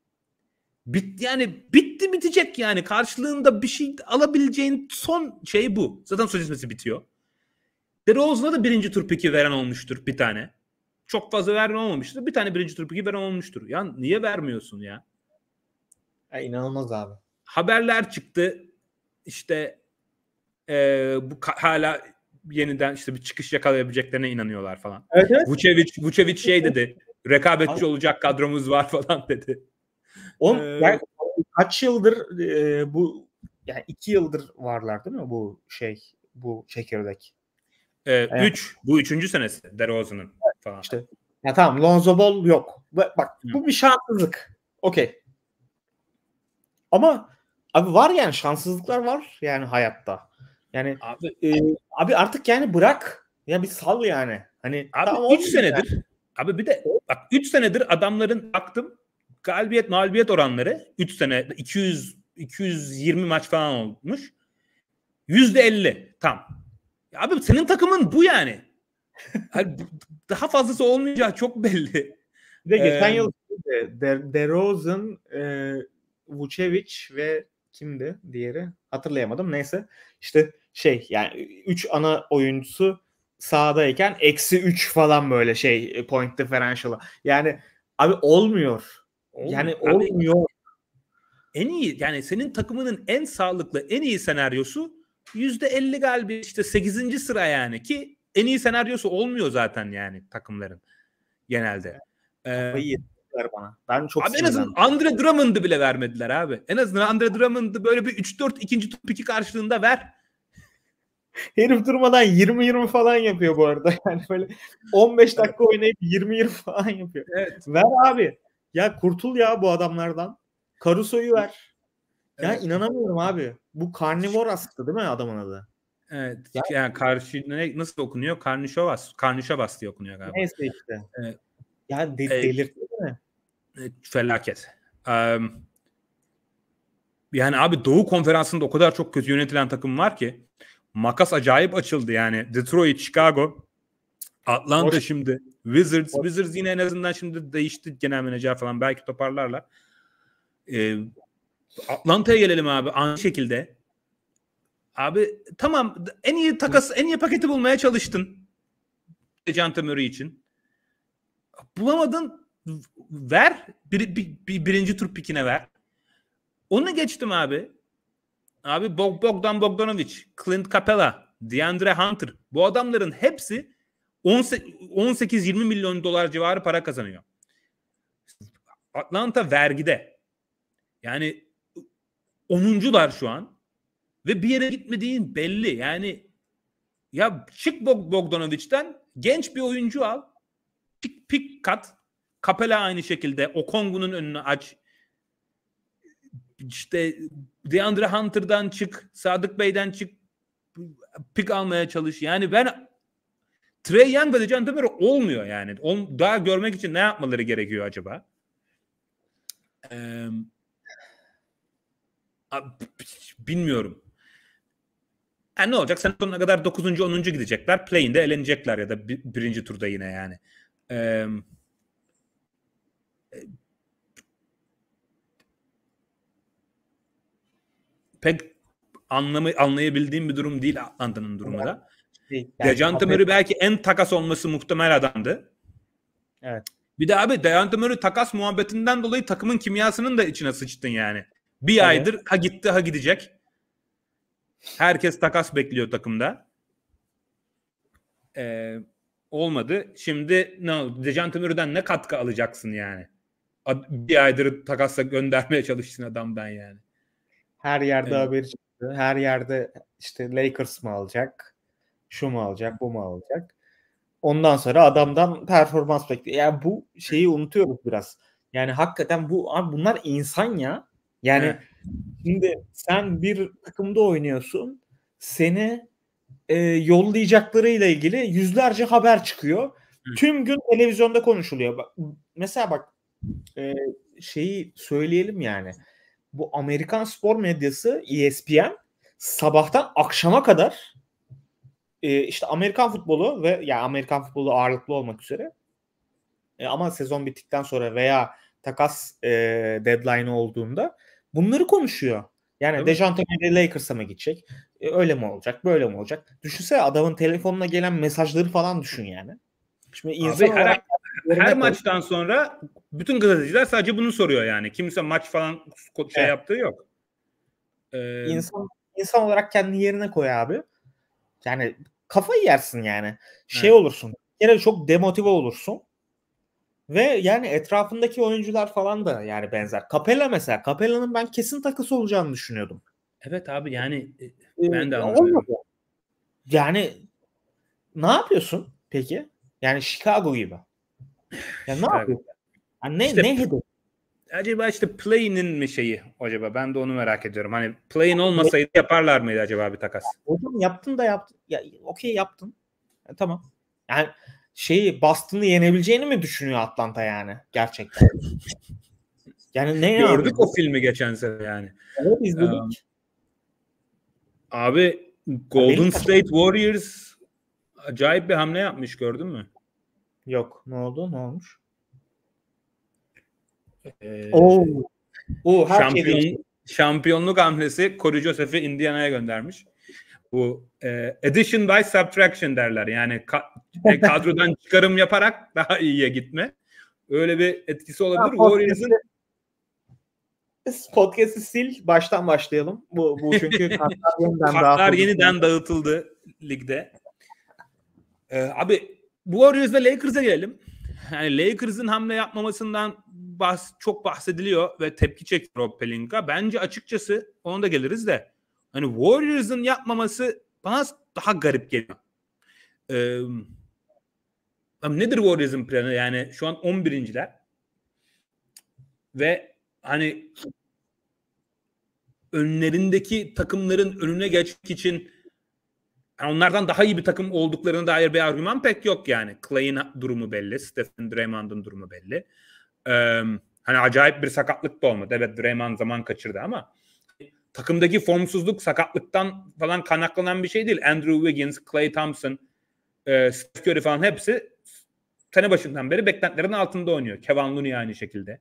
Bitti bitecek yani. Karşılığında bir şey alabileceğin son şey bu. Zaten sözleşmesi bitiyor. DeRozan'a da birinci tur piki veren olmuştur bir tane. Çok fazla veren olmamıştır. Bir tane birinci tur piki veren olmuştur. Ya niye vermiyorsun ya? İnanılmaz abi. Haberler çıktı. İşte bu hala yeniden işte bir çıkış yakalayabileceklerine inanıyorlar falan. Evet. Vucevic şey dedi. Rekabetçi olacak kadromuz var falan dedi. Yani kaç yıldır bu yani 2 yıldır varlar değil mi bu çekirdek? 3 bu 3. senesi DeRozan'ın falan. İşte ya tamam Lonzo Ball yok. Bak bu bir şanssızlık. Okey. Ama abi var yani şanssızlıklar var yani hayatta. Yani abi artık yani bırak. Ya bir sal yani. Hani abi tamam 3 senedir. Yani. Abi bir de bak 3 senedir adamların baktım galibiyet mağlubiyet oranları 3 sene 220 maç falan olmuş. %50 tam. Ya abi senin takımın bu yani. Yani daha fazlası olmayacağı çok belli. Bir de geçen yıl DeRozan, Vucevic ve kimdi diğeri? Hatırlayamadım. Neyse. İşte yani 3 ana oyuncusu sahadayken -3 falan böyle point differential'a. Yani abi olmuyor. Yani olmuyor. En iyi yani senin takımının en sağlıklı en iyi senaryosu %50 galibiyet işte 8. sıra yani ki en iyi senaryosu olmuyor zaten yani takımların genelde. vermediler bana. Ben çok abi en azından Andre Drummond'u bile vermediler abi. En azından Andre Drummond'u böyle bir 3-4 ikinci tur piki karşılığında ver. Herif durmadan 20-20 falan yapıyor bu arada. Yani böyle 15 dakika oynayıp 20-20 falan yapıyor. Evet. Ver abi. Ya kurtul ya bu adamlardan. Caruso'yu ver. Ya Evet. inanamıyorum abi. Bu karnivor aslında değil mi adamın adı? Evet. Yani karşı nasıl okunuyor? Karnişovas diye okunuyor galiba. Neyse işte. Evet. Ya delirtti mi? Felaket. Yani abi Doğu Konferansı'nda o kadar çok kötü yönetilen takım var ki makas acayip açıldı yani. Detroit, Chicago, Atlanta şimdi, Wizards yine en azından şimdi değişti genel menajer falan, belki toparlarlar. Atlanta'ya gelelim abi aynı şekilde. Abi tamam, en iyi takası, en iyi paketi bulmaya çalıştın. DeJounte Murray için. Bulamadın, ver. Birinci tur pikine ver. Onu geçtim abi. Abi Bogdan Bogdanovic, Clint Capela, DeAndre Hunter. Bu adamların hepsi 18-20 milyon dolar civarı para kazanıyor. Atlanta vergide. Yani 10'uncular şu an. Ve bir yere gitmediğin belli. Yani ya çık Bogdanovic'ten, genç bir oyuncu al. Pik kat. Capela aynı şekilde. Okongwu'nun önünü aç. İşte DeAndre Hunter'dan çık. Sadık Bey'den çık. Pik almaya çalış. Yani ben Trae Young ve DeJounte Murray olmuyor yani. Daha görmek için ne yapmaları gerekiyor acaba? Bilmiyorum. Yani ne olacak? Sen sonuna kadar 9. 10. gidecekler. Play-in'de elenecekler ya da birinci turda yine yani. Pek anlayabildiğim bir durum değil Atlanta'nın durumu da. Yani DeJounte Murray belki en takas olması muhtemel adamdı. Evet. Bir de abi DeJounte Murray takas muhabbetinden dolayı takımın kimyasının da içine sıçtın yani. Bir aydır ha gitti ha gidecek. Herkes takas bekliyor takımda. Olmadı. Şimdi DeJounte Murray'den ne katkı alacaksın yani? Bir aydır takasla göndermeye çalıştın adamdan yani. Her yerde haberi çıktı. Her yerde işte Lakers mı alacak? Şu mu alacak? Bu mu alacak? Ondan sonra adamdan performans bekliyor. Yani bu şeyi unutuyoruz biraz. Yani hakikaten bunlar insan ya. Yani şimdi sen bir takımda oynuyorsun. Seni yollayacaklarıyla ilgili yüzlerce haber çıkıyor. Tüm gün televizyonda konuşuluyor. Mesela şeyi söyleyelim yani. Bu Amerikan spor medyası ESPN sabahtan akşama kadar işte Amerikan futbolu ve yani Amerikan futbolu ağırlıklı olmak üzere ama sezon bittikten sonra veya takas deadline olduğunda bunları konuşuyor. Yani DeJounte Murray Lakers'a mı gidecek? Öyle mi olacak? Böyle mi olacak? Düşünsene adamın telefonuna gelen mesajları falan düşün yani. Şimdi insan abi, olarak her maçtan sonra bütün gazeteciler sadece bunu soruyor yani. Kimse maç falan yaptığı yok. İnsan olarak kendi yerine koy abi. Yani kafayı yersin yani. Olursun. Bir kere çok demotive olursun. Ve yani etrafındaki oyuncular falan da yani benzer. Capela mesela. Capela'nın ben kesin takısı olacağını düşünüyordum. Evet abi yani ben de anladım. Olmadı. Yani ne yapıyorsun peki? Yani Chicago gibi. Yani ne yapıyorsun? Yani ne hedef? Acaba işte play-in'in mi şeyi acaba? Ben de onu merak ediyorum. Hani play-in olmasaydı yaparlar mıydı acaba bir takas? Hocam yaptın. Ya, okey yaptın. Tamam. Yani Boston'ı yenebileceğini mi düşünüyor Atlanta yani? Gerçekten. Yani ne gördük o filmi geçen sene yani. Evet izledik. Abi Golden State Warriors acayip bir hamle yapmış, gördün mü? Yok. Ne oldu? Ne olmuş? Şampiyonluk hamlesi Corey Joseph'i Indiana'ya göndermiş. Bu addition by subtraction derler. Yani kadrodan çıkarım yaparak daha iyiye gitme. Öyle bir etkisi olabilir. Warriors'ın podcast'ı sil. Baştan başlayalım. Bu çünkü kartlar yeniden dağıtıldı ligde. Abi Warriors'la Lakers'a gelelim. Yani Lakers'ın hamle yapmamasından çok bahsediliyor ve tepki çekiyor Rob Pelinka. Bence açıkçası ona da geliriz de hani Warriors'ın yapmaması bana daha garip geliyor. Nedir Warriors'ın planı? Yani şu an 11.'ler ve hani önlerindeki takımların önüne geçmek için yani onlardan daha iyi bir takım olduklarına dair bir argüman pek yok yani. Clay'in durumu belli. Stephen Draymond'un durumu belli. Hani acayip bir sakatlık da olmadı. Evet, Draymond zaman kaçırdı ama takımdaki formsuzluk sakatlıktan falan kaynaklanan bir şey değil. Andrew Wiggins, Klay Thompson, Steph Curry falan hepsi sene başından beri beklentilerin altında oynuyor. Kevin Looney aynı şekilde.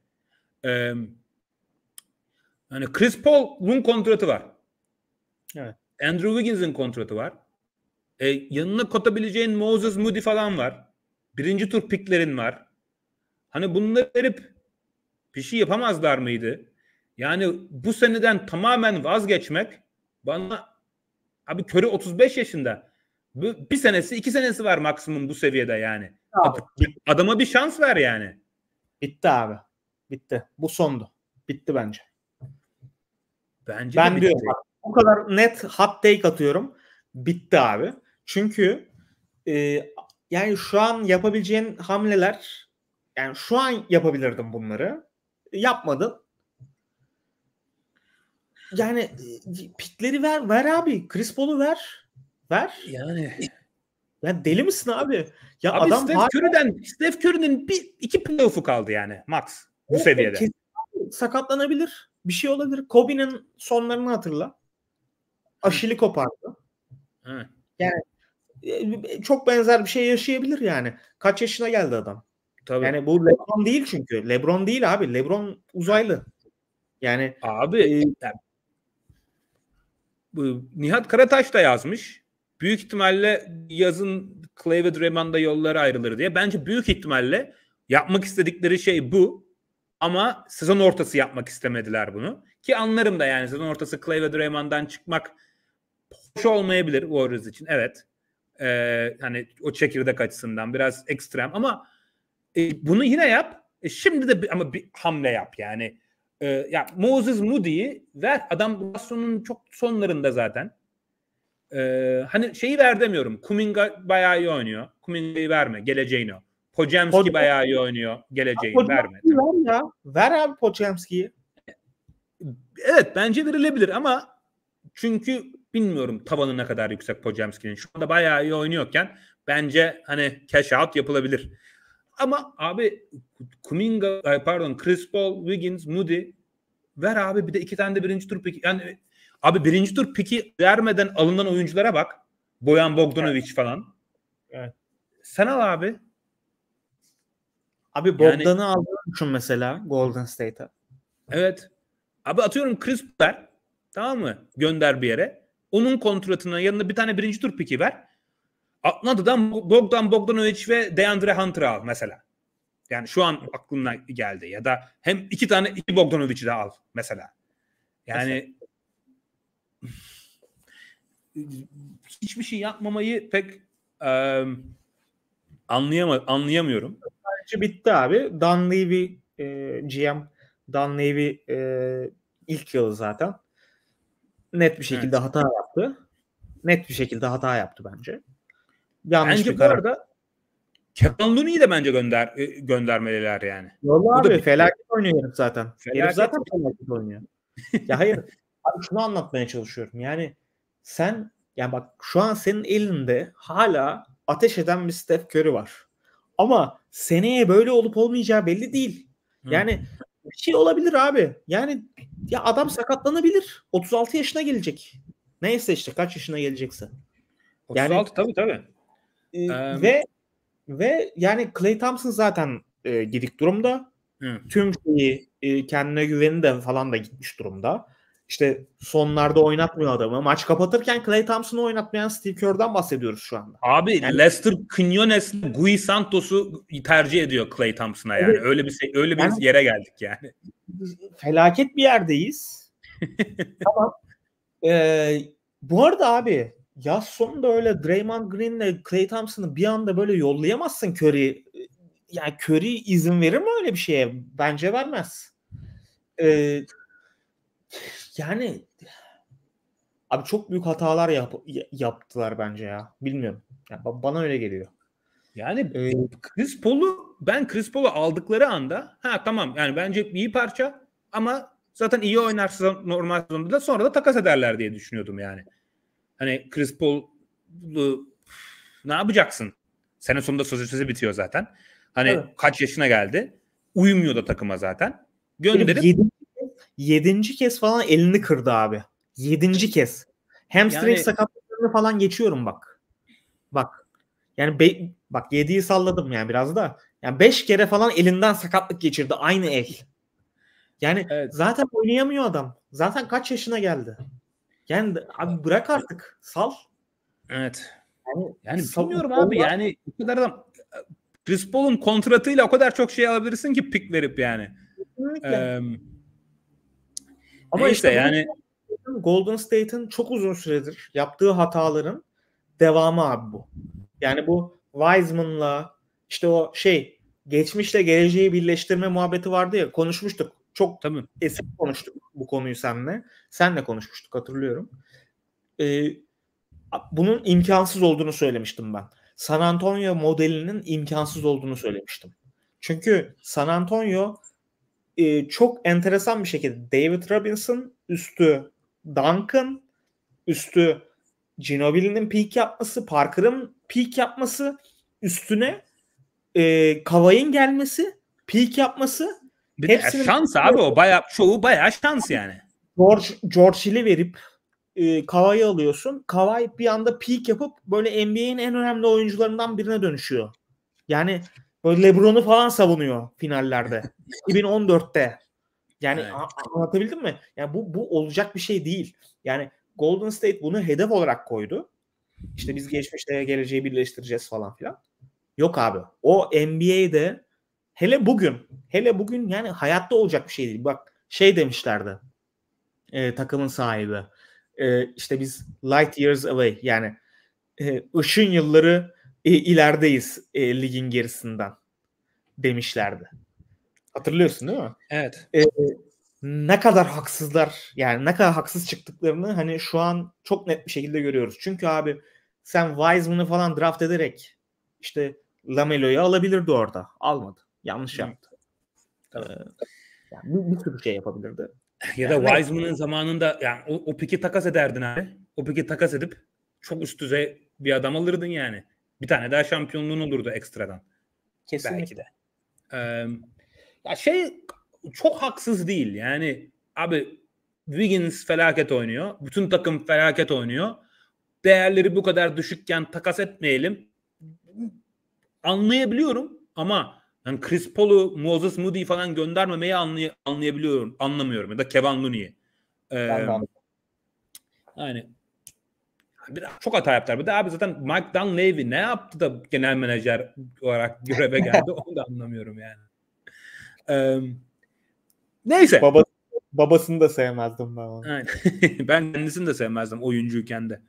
Hani Chris Paul'un kontratı var. Evet. Andrew Wiggins'in kontratı var. Yanına kotabileceğin Moses Moody falan var. 1. tur piklerin var. Hani bunları verip bir şey yapamazlar mıydı? Yani bu seneden tamamen vazgeçmek bana abi Curry 35 yaşında. Bir senesi 2 senesi var maksimum bu seviyede yani. Abi, adama bir şans ver yani. Bitti abi. Bitti. Bu sondu. Bitti bence. Bence ben de diyorum bitti. Bu kadar net hot take atıyorum. Bitti abi. Çünkü yani şu an yapabileceğin hamleler, yani şu an yapabilirdim bunları. Yapmadın. Yani pikleri ver abi. Chris Paul'u ver. Yani deli misin abi? Ya abi adam Steph Curry'nin iki playoff'u kaldı yani max bu seviyede. Sakatlanabilir. Bir şey olabilir. Kobe'nin sonlarını hatırla. Aşili kopardı. Hı. Yani çok benzer bir şey yaşayabilir yani. Kaç yaşına geldi adam? Tabii. Yani bu LeBron değil çünkü. LeBron değil abi. LeBron uzaylı. Yani abi bu Nihat Karataş da yazmış. Büyük ihtimalle yazın Clay ve Draymond'da yolları ayrılır diye. Bence büyük ihtimalle yapmak istedikleri şey bu. Ama sezon ortası yapmak istemediler bunu. Ki anlarım da yani sezon ortası Clay ve Draymond'dan çıkmak hoş olmayabilir Warriors için. Evet. Hani o çekirdek açısından biraz ekstrem ama bunu yine yap. Şimdi de ama bir hamle yap yani. Ya Moses Moody'yi ver. Adam sonun çok sonlarında zaten. Hani şeyi ver demiyorum. Kuminga bayağı iyi oynuyor. Kuminga'yı verme. Geleceğini o. Podziemski bayağı iyi oynuyor. Geleceğini verme. Ver ya. Ver abi Podziemski'yi. Evet bence verilebilir ama çünkü bilmiyorum tavanı ne kadar yüksek Podziemski'nin. Şu anda bayağı iyi oynuyorken bence hani cash out yapılabilir. Ama abi Chris Paul, Wiggins, Moody ver abi bir de 2 tane de 1. tur piki. Yani abi 1. tur piki vermeden alınan oyunculara bak. Bojan Bogdanovic falan. Evet. Sen al abi. Abi Bogdan'ı aldığını düşün mesela Golden State'a. Evet. Abi atıyorum Chris Paul, tamam mı? Gönder bir yere. Onun kontratına yanına bir tane 1. tur piki ver. Atlanta'dan Bogdanovic ve DeAndre Hunter'ı al mesela. Yani şu an aklımda geldi. Ya da hem 2 Bogdanovic'i de al mesela. Yani hiçbir şey yapmamayı pek anlayamıyorum. Bence bitti abi. Dan Levy GM Dan Levy ilk yılı zaten net bir şekilde hata yaptı. Net bir şekilde hata yaptı bence. Yanlış bence bir bu arada Kevin Looney'i de bence göndermeliler yani. Yolla abi felaket oynuyor herif zaten. Felaket. Herif zaten felaket oynuyor. Ya hayır. Abi şunu anlatmaya çalışıyorum. Yani sen yani bak şu an senin elinde hala ateş eden bir Steph Curry var. Ama seneye böyle olup olmayacağı belli değil. Yani bir şey olabilir abi. Yani ya adam sakatlanabilir. 36 yaşına gelecek. Neyse işte kaç yaşına gelecekse. 36 yani, tabii. Ve yani Klay Thompson zaten gidik durumda. Tüm şeyi kendine güveni de falan da gitmiş durumda. İşte sonlarda oynatmıyor adamı. Maç kapatırken Klay Thompson'ı oynatmayan Steve Kerr'dan bahsediyoruz şu anda. Abi yani, Lester Quinones'le Gui Santos'u tercih ediyor Klay Thompson'a yani. Evet. Öyle bir yere geldik yani. Felaket bir yerdeyiz. Tamam. Bu arada abi yaz sonunda öyle Draymond Green'le Klay Thompson'ı bir anda böyle yollayamazsın Curry yani Curry izin verir mi öyle bir şeye? Bence vermez. Yani abi çok büyük hatalar yaptılar bence ya. Bilmiyorum. Yani bana öyle geliyor. Yani Chris Paul'u aldıkları anda tamam yani bence iyi parça ama zaten iyi oynarsa normal sezonda da sonra da takas ederler diye düşünüyordum yani. Hani Chris Paul'u ne yapacaksın? Sene sonunda sözleşmesi bitiyor zaten. Hani Evet. kaç yaşına geldi? Uyumuyor da takıma zaten. Gönderip 7. kez falan elini kırdı abi. 7. kez. Hamstring yani sakatlıklarını falan geçiyorum bak. Bak. Yani bak 7'yi salladım yani biraz da. Yani 5 kere falan elinden sakatlık geçirdi aynı el. Yani evet. zaten oynayamıyor adam. Zaten kaç yaşına geldi. Yani abi bırak artık. Sal. Evet. Yani Sal. bilmiyorum abi yani bu kadar da Chris Paul'un kontratıyla o kadar çok şey alabilirsin ki pick verip yani. Kesinlikle. Ama Neyse işte yani Golden State'in çok uzun süredir yaptığı hataların devamı abi bu. Yani bu Wiseman'la işte o geçmişle geleceği birleştirme muhabbeti vardı ya, konuşmuştuk. Çok tabii. eski konuştuk bu konuyu seninle. Senle konuşmuştuk, hatırlıyorum. Bunun imkansız olduğunu söylemiştim ben. San Antonio modelinin imkansız olduğunu söylemiştim. Çünkü San Antonio çok enteresan bir şekilde David Robinson üstü Duncan üstü Ginobili'nin peak yapması, Parker'ın peak yapması, üstüne Kawhi'nin gelmesi, peak yapması, Bir de hepsinin şans abi o çoğu bayağı şans yani. George Hill'i verip Kawhi'yi alıyorsun. Kawhi bir anda peak yapıp böyle NBA'in en önemli oyuncularından birine dönüşüyor. Yani böyle LeBron'u falan savunuyor finallerde. 2014'te. Yani Evet. anlatabildim mi? Yani bu olacak bir şey değil. Yani Golden State bunu hedef olarak koydu. İşte biz geçmişle geleceği birleştireceğiz falan filan. Yok abi. O NBA'de hele bugün yani hayatta olacak bir şey değil. Bak demişlerdi takımın sahibi. İşte biz light years away, yani ışın yılları ilerideyiz ligin gerisinden demişlerdi. Hatırlıyorsun değil mi? Evet. Ne kadar haksızlar, yani ne kadar haksız çıktıklarını hani şu an çok net bir şekilde görüyoruz. Çünkü abi sen Wiseman'ı falan draft ederek işte Lamelo'yu alabilirdi orada. Almadı. Yanlış yaptı. Tamam. Yani bir sürü şey yapabilirdi. Ya Yani da Wiseman'ın zamanında yani o piki takas ederdin abi. O piki takas edip çok üst düzey bir adam alırdın yani. Bir tane daha şampiyonluğun olurdu ekstradan. kesinlikle. Belki de. Ya çok haksız değil. Yani abi Wiggins felaket oynuyor. Bütün takım felaket oynuyor. Değerleri bu kadar düşükken takas etmeyelim. Anlayabiliyorum ama yani Chris Paul'u, Moses Moody'yi falan göndermemeyi anlayabiliyorum. Anlamıyorum. Ya da Kevin Looney'i. Yani biraz çok hata yaptılar. Bir de abi zaten Mike Dunleavy ne yaptı da genel menajer olarak göreve geldi onu da anlamıyorum yani. Neyse. Babasını da sevmezdim ben onu. Ben kendisini de sevmezdim oyuncuyken de.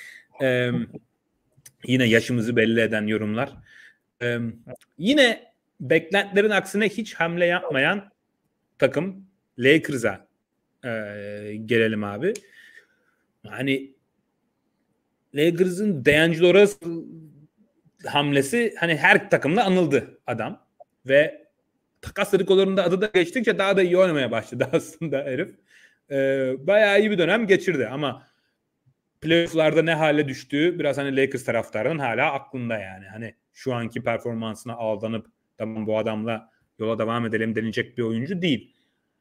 Yine yaşımızı belli eden yorumlar. Yine beklentilerin aksine hiç hamle yapmayan takım Lakers'a gelelim abi. Hani Lakers'ın D'Angelo Russell hamlesi hani her takımla anıldı adam ve takas rikolarında adı da geçtikçe daha da iyi oynamaya başladı aslında herif. Bayağı iyi bir dönem geçirdi ama playoff'larda ne hale düştüğü biraz hani Lakers taraftarının hala aklında yani. Hani şu anki performansına aldanıp tamam bu adamla yola devam edelim denilecek bir oyuncu değil.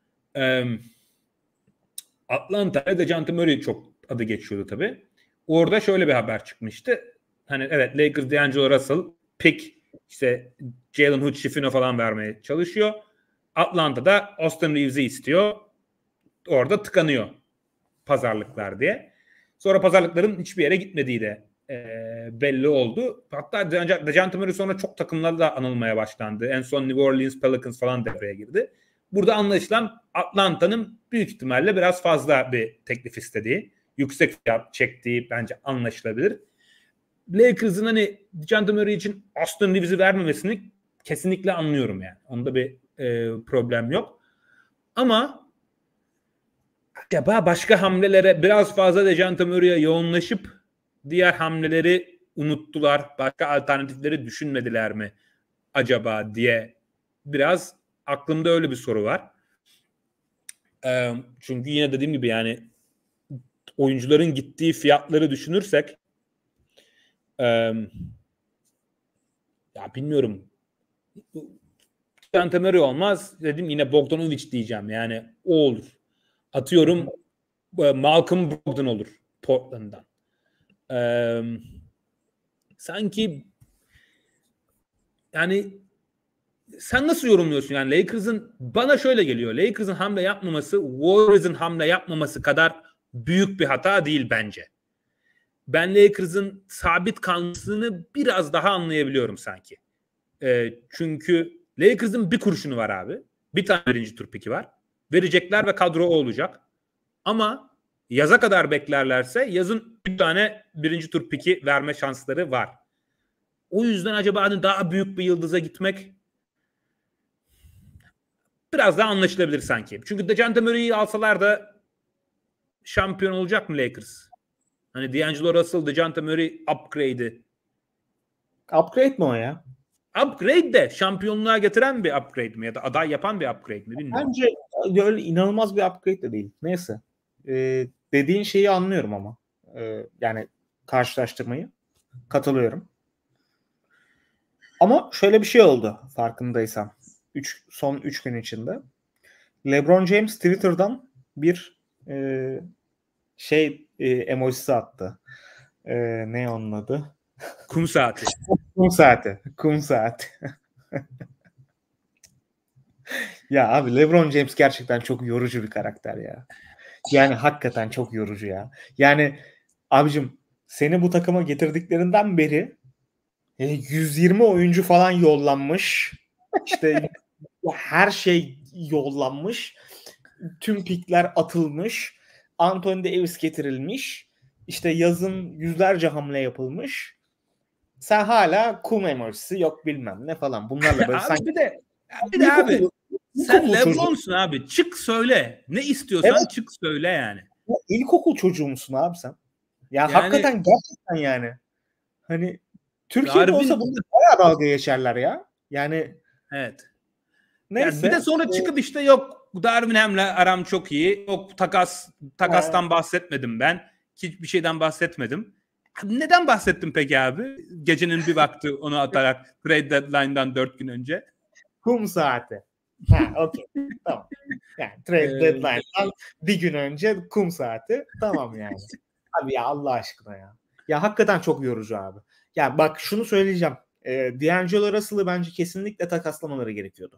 Atlanta'ya DeJounte Murray çok adı geçiyordu tabii. Orada şöyle bir haber çıkmıştı. Hani evet Lakers D'Angelo Russell pick işte Jalen Hood Schifino falan vermeye çalışıyor. Atlanta'da Austin Reeves'i istiyor. Orada tıkanıyor pazarlıklar diye. Sonra pazarlıkların hiçbir yere gitmediği de belli oldu. Hatta DeJounte Murray sonra çok takımlarla anılmaya başlandı. En son New Orleans Pelicans falan devreye girdi. Burada anlaşılan Atlanta'nın büyük ihtimalle biraz fazla bir teklif istediği, yüksek fiyat çektiği bence anlaşılabilir. Lakers'ın hani DeJounte Murray için Austin Reeves'i vermemesini kesinlikle anlıyorum yani. Onda bir problem yok. Ama acaba başka hamlelere biraz fazla Dejounte Murray'e yoğunlaşıp diğer hamleleri unuttular. Başka alternatifleri düşünmediler mi acaba diye biraz aklımda öyle bir soru var. Çünkü yine dediğim gibi yani oyuncuların gittiği fiyatları düşünürsek ya bilmiyorum. Dejounte Murray olmaz. Dedim yine Bogdanovic diyeceğim. Yani o olur. Atıyorum Malcolm Brogdon olur Portland'dan. Sanki yani sen nasıl yorumluyorsun yani Lakers'ın bana şöyle geliyor. Lakers'ın hamle yapmaması Warriors'ın hamle yapmaması kadar büyük bir hata değil bence. Ben Lakers'ın sabit kalmasını biraz daha anlayabiliyorum sanki. Çünkü Lakers'ın bir kurşunu var abi. Bir tane birinci tur piki var. Verecekler ve kadro o olacak. Ama yaza kadar beklerlerse yazın bir tane birinci tur piki verme şansları var. O yüzden acaba hani daha büyük bir yıldıza gitmek biraz daha anlaşılabilir sanki. Çünkü Dejounte Murray'i alsalar da şampiyon olacak mı Lakers? Hani D'Angelo Russell, Dejounte Murray upgrade'i. Upgrade mi o ya? Upgrade de şampiyonluğa getiren bir upgrade mi ya da aday yapan bir upgrade mi bilmiyorum. Bence öyle inanılmaz bir upgrade de değil. Neyse. Dediğin şeyi anlıyorum ama. Yani karşılaştırmayı. Katılıyorum. Ama şöyle bir şey oldu farkındaysan. Son 3 gün içinde. LeBron James Twitter'dan bir emojisi attı. Ne onun adı? Kum saati. Kum saati. Kum saati. Ya abi LeBron James gerçekten çok yorucu bir karakter ya. Yani hakikaten çok yorucu ya. Yani abicim seni bu takıma getirdiklerinden beri 120 oyuncu falan yollanmış. İşte her şey yollanmış. Tüm pikler atılmış. Anthony Davis getirilmiş. İşte yazın yüzlerce hamle yapılmış. Sen hala kum emojisi yok bilmem ne falan. Bunlarla böyle sanki... bir de abi sen LeBron'sun abi. Çık söyle. Ne istiyorsan evet. Çık söyle yani. Ya, ilkokul çocuğu musun abi sen? Ya hakikaten gerçekten yani. Hani Türkiye'de olsa bunu bayağı dalga geçerler ya. Yani evet. Neyse. Yani bir de sonra çıkıp işte yok Darvin Ham'le aram çok iyi. Yok takastan bahsetmedim ben. Hiçbir şeyden bahsetmedim. Neden bahsettim peki abi? Gecenin bir vakti onu atarak trade deadline'dan 4 gün önce. Kum saati. Okey. Tamam. Yani trade deadline'dan bir gün önce kum saati. Tamam yani. Abi ya Allah aşkına ya. Ya hakikaten çok yorucu abi. Ya bak şunu söyleyeceğim. D'Angelo Russell'ı bence kesinlikle takaslamaları gerekiyordu.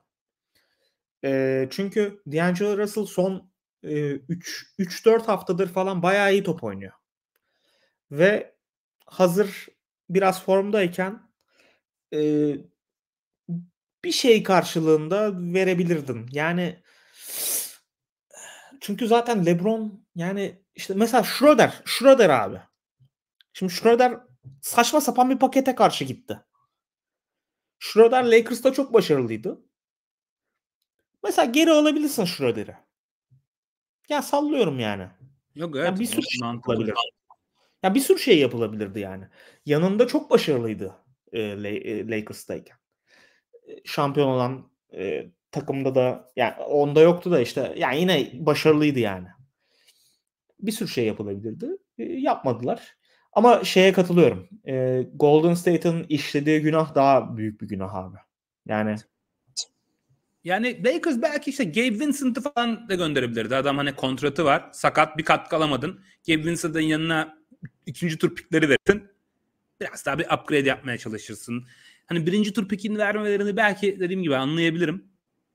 Çünkü D'Angelo Russell son 3-4 haftadır falan bayağı iyi top oynuyor. Ve hazır biraz formdayken bir şey karşılığında verebilirdin. Yani çünkü zaten LeBron yani işte mesela Schroeder abi. Şimdi Schroeder saçma sapan bir pakete karşı gitti. Schroeder Lakers'ta çok başarılıydı. Mesela geri alabilirsin Schroeder'i. Ya sallıyorum yani. Yok evet. Yani bir sürü şey yapılabilir. Ya bir sürü şey yapılabilirdi yani. Yanında çok başarılıydı Lakers'tayken. Şampiyon olan takımda da yani onda yoktu da işte yani yine başarılıydı yani. Bir sürü şey yapılabilirdi. Yapmadılar. Ama şeye katılıyorum. Golden State'ın işlediği günah daha büyük bir günah abi. Yani Lakers belki işte Gabe Vincent'ı falan da gönderebilirdi. Adam hani kontratı var. Sakat bir katkı alamadın. Gabe Vincent'ın yanına 2. tur pikleri verin. Biraz daha bir upgrade yapmaya çalışırsın. Hani 1. tur pikini vermelerini belki dediğim gibi anlayabilirim.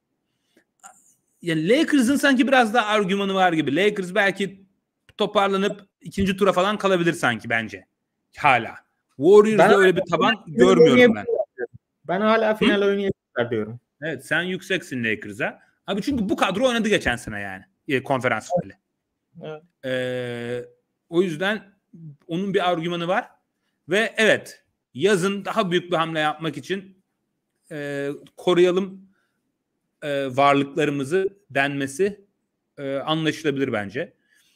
Yani Lakers'ın sanki biraz daha argümanı var gibi. Lakers belki toparlanıp 2. tura falan kalabilir sanki bence. Hala. Warriors'da öyle bir taban görmüyorum ben. Ben hala final oynayabilirler diyorum. Evet sen yükseksin Lakers'a. Abi çünkü bu kadro oynadı geçen sene yani. Konferans finali. Evet. O yüzden onun bir argümanı var. Ve evet yazın daha büyük bir hamle yapmak için koruyalım varlıklarımızı denmesi anlaşılabilir bence.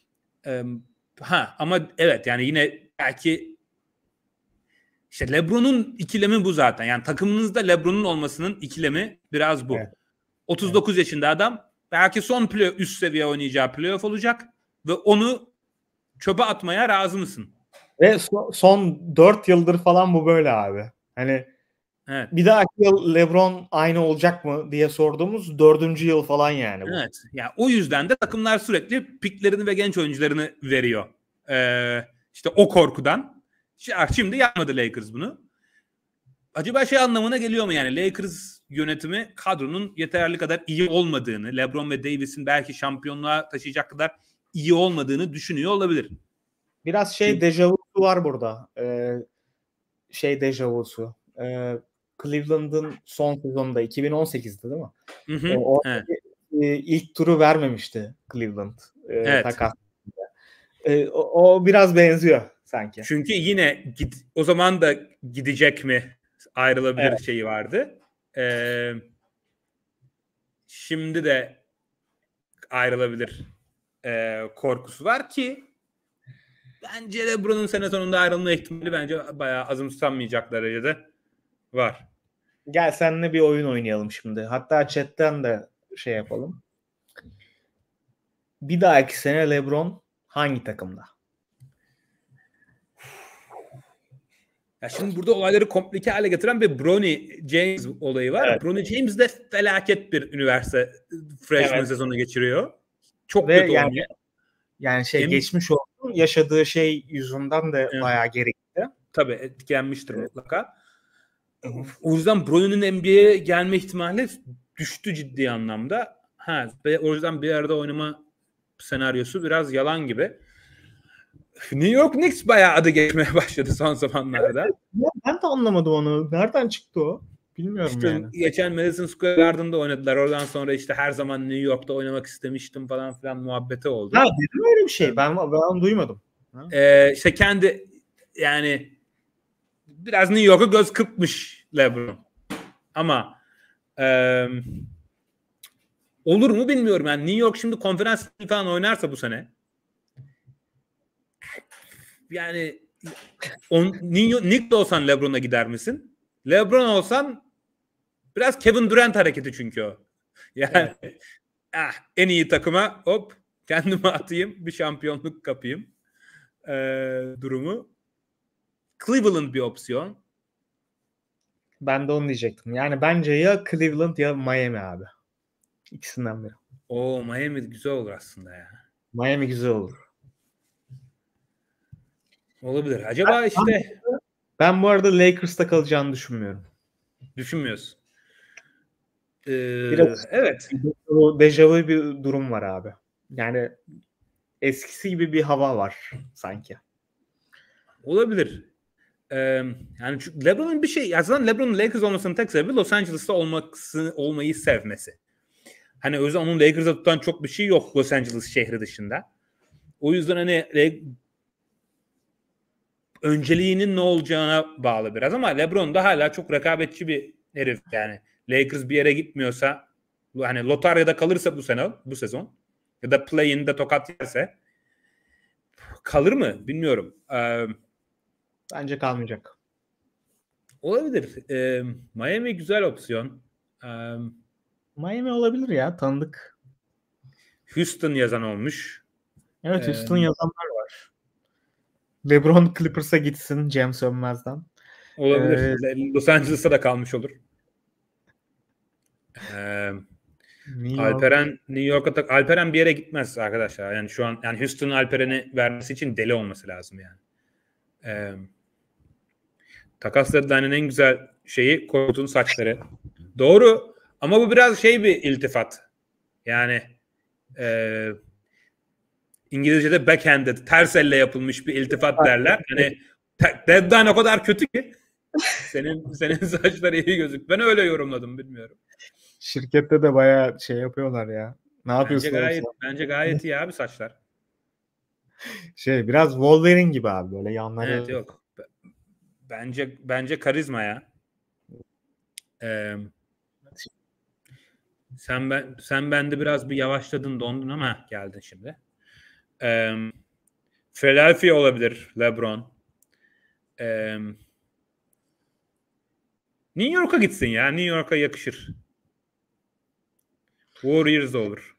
Ama evet yani yine belki işte LeBron'un ikilemi bu zaten. Yani takımınızda LeBron'un olmasının ikilemi biraz bu. Evet. 39 yaşında adam belki son üst seviye oynayacağı playoff olacak ve onu çöpe atmaya razı mısın? Ve son 4 yıldır falan bu böyle abi. Hani evet. Bir dahaki yıl LeBron aynı olacak mı diye sorduğumuz 4. yıl falan yani bu. Evet. Yani o yüzden de takımlar sürekli piklerini ve genç oyuncularını veriyor. İşte o korkudan. Şimdi yapmadı Lakers bunu. Acaba şey anlamına geliyor mu yani Lakers yönetimi kadronun yeterli kadar iyi olmadığını, LeBron ve Davis'in belki şampiyonluğa taşıyacak kadar iyi olmadığını düşünüyor olabilir. Biraz dejavusu var burada. Dejavusu. Cleveland'ın son sezonunda 2018'de değil mi? Evet. İlk turu vermemişti Cleveland. Evet. Takas. O biraz benziyor sanki. Çünkü yine o zaman da gidecek mi ayrılabilir şeyi vardı. Şimdi de ayrılabilir korkusu var ki bence LeBron'un sene sonunda ayrılma ihtimali bence bayağı azımsanmayacak derecede var. Gel seninle bir oyun oynayalım şimdi. Hatta chatten de şey yapalım. Bir dahaki sene LeBron hangi takımda? Ya şimdi burada olayları komplike hale getiren bir Bronny James olayı var. Evet. Bronny James de felaket bir üniversite freshman sezonu geçiriyor. Çok kötü oynuyor. Yani geçmiş oldu. Yaşadığı şey yüzünden de bayağı gerekti. Tabii etkilenmiştir mutlaka. O yüzden Bronny'nin NBA'ye gelme ihtimali düştü ciddi anlamda. Ve o yüzden bir arada oynama senaryosu biraz yalan gibi. New York Knicks bayağı adı geçmeye başladı son zamanlarda. Ben de anlamadım onu. Nereden çıktı o? Bilmiyorum işte yani. Geçen Madison Square Garden'da oynadılar. Oradan sonra işte her zaman New York'ta oynamak istemiştim falan filan muhabbeti oldu. Dedim öyle bir şey. Ben duymadım. İşte kendi yani biraz New York'a göz kırpmış LeBron. Ama olur mu bilmiyorum. Yani New York şimdi konferans falan oynarsa bu sene yani Nick olsan LeBron'a gider misin? LeBron olsan biraz Kevin Durant hareketi çünkü o. Yani en iyi takıma hop kendime atayım bir şampiyonluk kapayım durumu. Cleveland bir opsiyon. Ben de onu diyecektim. Yani bence ya Cleveland ya Miami abi. İkisinden biri. Miami güzel olur aslında ya. Miami güzel olur. Olabilir. Acaba ben bu arada Lakers'ta kalacağını düşünmüyorum. Düşünmüyorsun. Biraz evet. Dejavu bir durum var abi. Yani eskisi gibi bir hava var sanki. Olabilir. Yani LeBron'un bir şey aslında LeBron'un Lakers olmasının tek sebebi Los Angeles'ta olmayı sevmesi. Hani o yüzden onun Lakers'a tutan çok bir şey yok Los Angeles şehri dışında. O yüzden hani önceliğinin ne olacağına bağlı biraz ama LeBron da hala çok rekabetçi bir herif yani. Lakers bir yere gitmiyorsa hani lotaryada kalırsa bu sezon ya da play-in'de tokat yerse kalır mı bilmiyorum. Bence kalmayacak. Olabilir. Miami güzel opsiyon. Miami olabilir ya, tanıdık. Houston yazan olmuş. Evet, Houston yazanlar var. LeBron Clippers'a gitsin Cem Sönmez'den. Olabilir. Los Angeles'a da kalmış olur. Alperen New York'a Alperen bir yere gitmez arkadaşlar. Yani şu an yani Houston'un Alperen'i vermesi için deli olması lazım yani. Takas deadline'ın en güzel şeyi Korkut'un saçları. Doğru ama bu biraz bir iltifat. Yani İngilizce'de backhanded, ters elle yapılmış bir iltifat derler. Hani deadline o kadar kötü ki senin saçları iyi gözük. Ben öyle yorumladım, bilmiyorum. Şirkette de bayağı yapıyorlar ya. Ne yapıyorsun? Bence gayet iyi abi saçlar. Biraz Wolverine gibi abi, böyle yanları. Evet, yok. Bence karizma ya. Ee, sen bende biraz bir yavaşladın, dondun ama geldin şimdi. Philadelphia olabilir, LeBron. New York'a gitsin ya. New York'a yakışır. Warriors olur.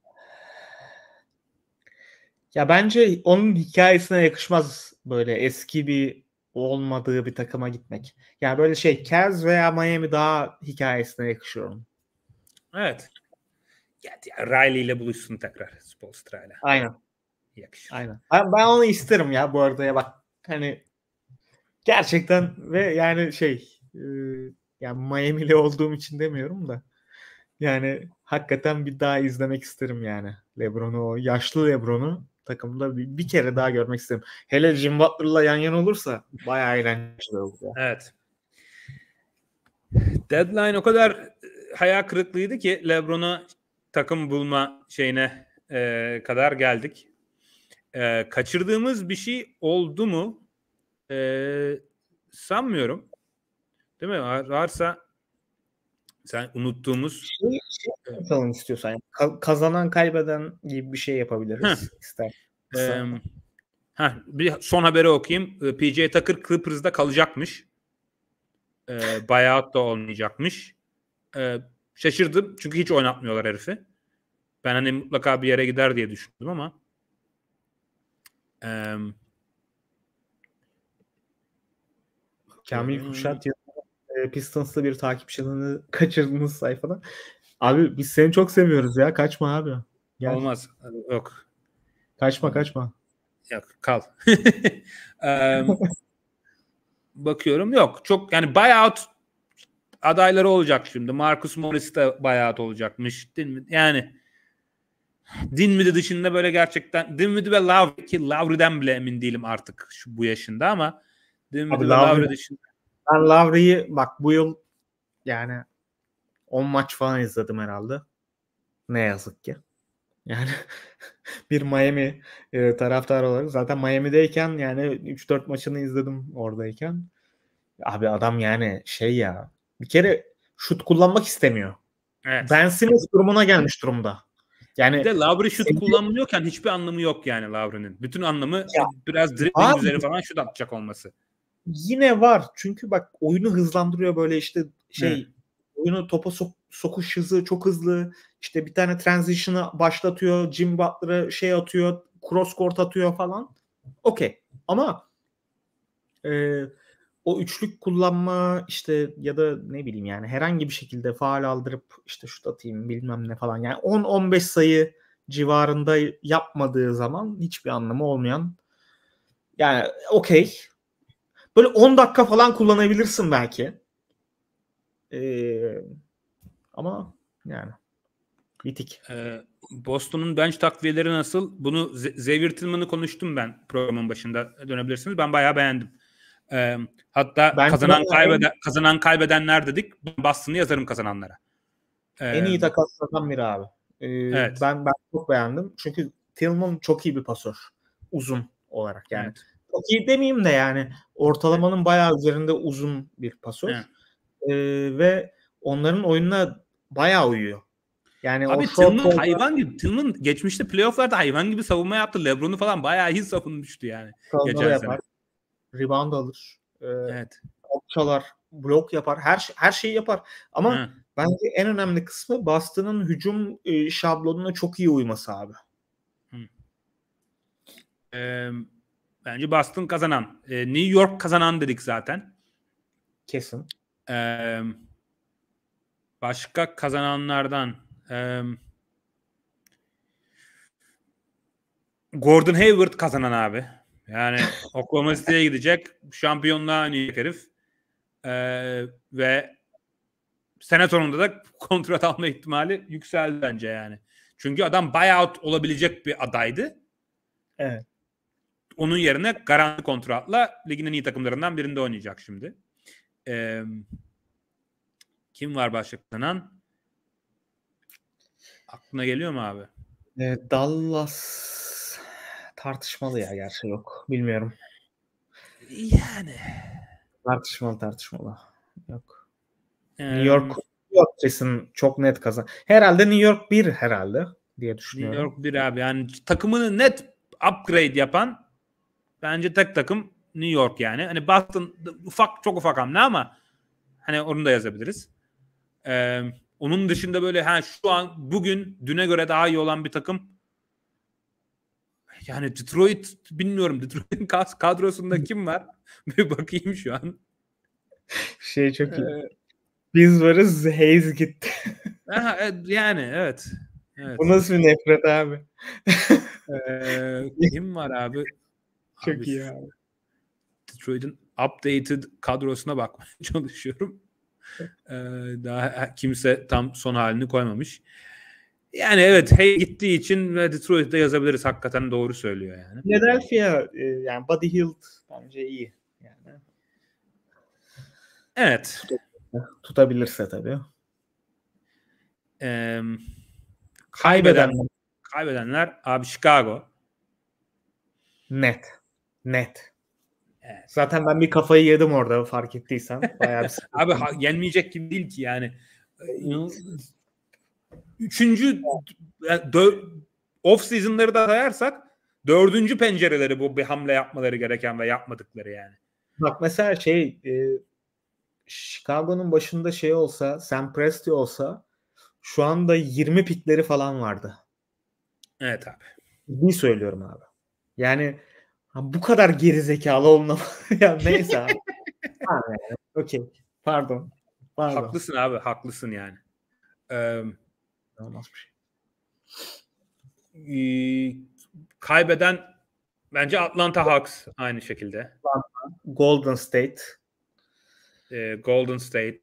Ya bence onun hikayesine yakışmaz böyle eski bir olmadığı bir takıma gitmek. Yani böyle Cavs veya Miami daha hikayesine yakışır onun. Evet. Ya, Riley ile buluşsun tekrar. Spoelstra'yla. Aynen. Yakışır. Aynen. Ben onu isterim ya bu arada ya bak hani gerçekten ve yani yani Miami'li olduğum için demiyorum da yani hakikaten bir daha izlemek isterim yani. LeBron'u, o yaşlı LeBron'u takımda bir kere daha görmek isterim. Hele Jim Butler'la yan yana olursa bayağı eğlenceli olur ya. Evet. Deadline o kadar hayal kırıklığıydı ki LeBron'a takım bulma şeyine kadar geldik. Kaçırdığımız bir şey oldu mu? Sanmıyorum. Değil mi? Varsa sen unuttuğumuz Yapalım istiyorsan. Yani kazanan kaybeden gibi bir şey yapabiliriz. İster. Bir son haberi okuyayım. PJ Tucker Clippers'da kalacakmış. Buyout da olmayacakmış. Şaşırdım çünkü hiç oynatmıyorlar herifi. Ben hani mutlaka bir yere gider diye düşündüm ama Kamil Kuşat Pistons'ta bir takipçilerini kaçırdığınız sayfada. Abi biz seni çok seviyoruz ya. Kaçma abi. Gel. Olmaz. Yok. Kaçma. Yok. Kal. Bakıyorum. Yok. Çok yani buyout adayları olacak şimdi. Marcus Morris de buyout olacakmış. Yani Dinwiddie dışında böyle gerçekten Dinwiddie ve Lowry ki Lowry'den bile emin değilim artık bu yaşında ama Dinwiddie ve Lowry dışında. Ben Lowry'yi bak bu yıl yani 10 maç falan izledim herhalde. Ne yazık ki. Yani bir Miami taraftarı olarak zaten Miami'deyken yani 3-4 maçını izledim oradayken. Abi adam yani ya bir kere şut kullanmak istemiyor. Evet. Ben Simmons durumuna gelmiş durumda. Yani bir de Lowry şut kullanmıyorken hiçbir anlamı yok yani Lowry'nin. Bütün anlamı biraz dribbling üzeri falan şut atacak olması. Yine var. Çünkü bak oyunu hızlandırıyor böyle işte oyunu topa sokuş hızı çok hızlı. İşte bir tane transition'ı başlatıyor. Jim Butler'a atıyor. Cross court atıyor falan. Okey. Ama o üçlük kullanma işte ya da ne bileyim yani herhangi bir şekilde faul aldırıp işte şut atayım bilmem ne falan. Yani 10-15 sayı civarında yapmadığı zaman hiçbir anlamı olmayan yani okey. Böyle 10 dakika falan kullanabilirsin belki. Ama yani bitik. Boston'un bench takviyeleri nasıl? Bunu Xavier Tillman'ı konuştum ben programın başında. Dönebilirsiniz. Ben bayağı beğendim. Hatta kazanan kaybedenler dedik. Boston'ı yazarım kazananlara. En iyi takaslardan biri abi. Evet. Ben çok beğendim. Çünkü Tillman çok iyi bir pasör. Uzun olarak yani. Evet. Çok iyi demeyeyim de yani ortalamanın bayağı üzerinde uzun bir pasör. Evet. Ve onların oyununa bayağı uyuyor. Yani abi Tillman geçmişte playoff'larda hayvan gibi savunma yaptı. LeBron'u falan bayağı iyi savunmuştu yani. Geçen sene. Rebound alır. Evet. Çalar, blok yapar. Her şeyi yapar. Ama bence en önemli kısmı Boston'ın hücum şablonuna çok iyi uyması abi. Bence Boston kazanan. New York kazanan dedik zaten. Kesin. Başka kazananlardan Gordon Hayward kazanan abi. Yani Oklahoma City'ye gidecek. Şampiyonluğa oynayacak herif. Ve sene sonunda da kontrat alma ihtimali yükseldi bence yani. Çünkü adam buyout olabilecek bir adaydı. Evet. Onun yerine garanti kontratla ligin en iyi takımlarından birinde oynayacak şimdi. Kim var başka kazanan? Aklına geliyor mu abi? Dallas tartışmalı ya gerçi yok. Bilmiyorum. Yani. Tartışmalı. Yok. New York kesin çok net kazan. Herhalde New York 1 herhalde diye düşünüyorum. New York 1 abi. Yani takımını net upgrade yapan bence tek takım New York yani. Hani Boston çok ufak hamle ama hani onu da yazabiliriz. Onun dışında böyle şu an bugün düne göre daha iyi olan bir takım yani Detroit, bilmiyorum. Detroit'in kadrosunda kim var? Bir bakayım şu an. Çok iyi. Biz varız, Hayes gitti. Yani evet. Bu nasıl bir nefret abi? Kim var abi? Çok abi, iyi abi. Detroit'in updated kadrosuna bakmaya çalışıyorum. Daha kimse tam son halini koymamış. Yani evet, gittiği için Detroit'te yazabiliriz. Hakikaten doğru söylüyor yani. Philadelphia yani Buddy Hield bence iyi. Yani. Evet. Tutabilirse tabii. Kaybedenler abi Chicago. Net. Evet. Zaten ben bir kafayı yedim orada, fark ettiysen. Bayağı bir abi yenmeyecek gibi değil ki yani. Üçüncü off season'ları da sayarsak 4. pencereleri bu bir hamle yapmaları gereken ve yapmadıkları yani. Bak mesela Chicago'nun başında olsa, Sam Presti olsa şu anda 20 pikleri falan vardı. Evet abi. Bir söylüyorum abi. Yani bu kadar gerizekalı olmamalı. Ya neyse abi. Okey. Pardon. Haklısın abi. Haklısın yani. Olmaz bir şey. Kaybeden bence Atlanta Hawks aynı şekilde. Golden State. Golden State.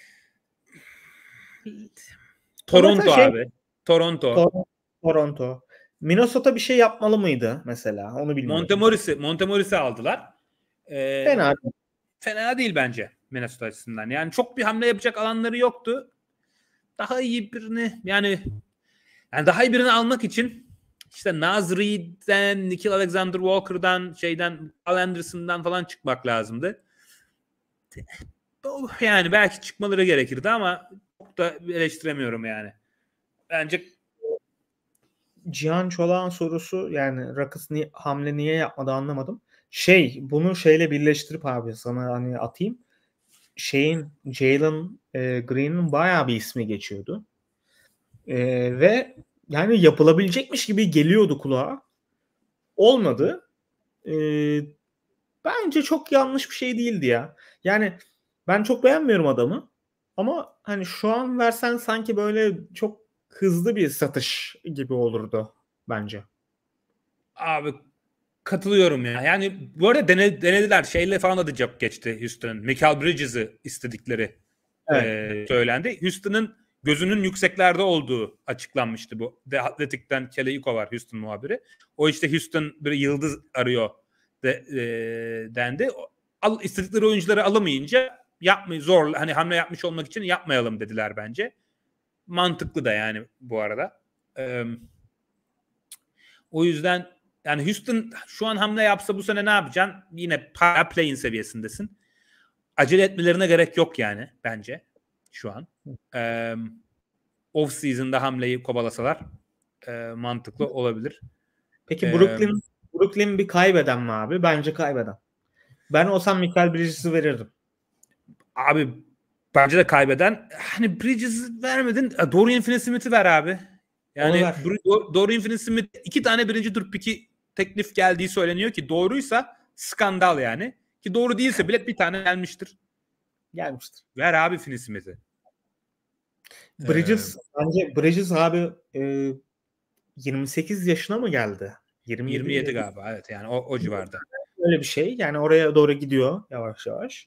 Toronto abi. Toronto. Minnesota bir şey yapmalı mıydı mesela? Onu bilmiyorum. Montemoris'i aldılar. Fena değil bence Minnesota açısından. Yani çok bir hamle yapacak alanları yoktu. Daha iyi birini daha iyi birini almak için işte Naz Reid'den, Nickeil Alexander-Walker'dan, Al Anderson'dan falan çıkmak lazımdı. Yani belki çıkmaları gerekirdi ama çok da eleştiremiyorum yani. Bence Cihan Çolak'ın sorusu, yani Rockets hamle niye yapmadı anlamadım. Bunu birleştirip abi sana hani atayım. Jalen Green'in bayağı bir ismi geçiyordu. Ve yani yapılabilecekmiş gibi geliyordu kulağa. Olmadı. Bence çok yanlış bir şey değildi ya. Yani ben çok beğenmiyorum adamı. Ama hani şu an versen sanki böyle çok hızlı bir satış gibi olurdu bence. Abi katılıyorum ya. Yani bu arada denediler. Şeyle falan adı çok geçti Houston'ın. Mikal Bridges'ı istedikleri söylendi. Houston'ın gözünün yükseklerde olduğu açıklanmıştı bu. The Athletic'ten Kelly Iko var, Houston muhabiri. O işte Houston bir yıldız arıyor dendi. İstedikleri oyuncuları alamayınca zor, hani hamle yapmış olmak için yapmayalım dediler bence. Mantıklı da yani bu arada. O yüzden yani Houston şu an hamle yapsa bu sene ne yapacaksın? Yine play-in seviyesindesin. Acele etmelerine gerek yok yani bence şu an. Off season'da hamleyi kovalasalar mantıklı olabilir. Peki Brooklyn bir kaybeden mi abi? Bence kaybeden. Ben olsam Mikal Bridges'i verirdim. Abi bence de kaybeden. Hani Bridges vermedin. Dorian Finney-Smith'i ver abi. Yani Dorian Finney-Smith 2 tane birinci tur piki teklif geldiği söyleniyor ki doğruysa skandal yani. Ki doğru değilse bile bir tane gelmiştir. Ver abi Finney-Smith'i. Bence Bridges abi 28 yaşına mı geldi? 27 galiba, evet, yani o civarda. Öyle bir şey. Yani oraya doğru gidiyor yavaş yavaş.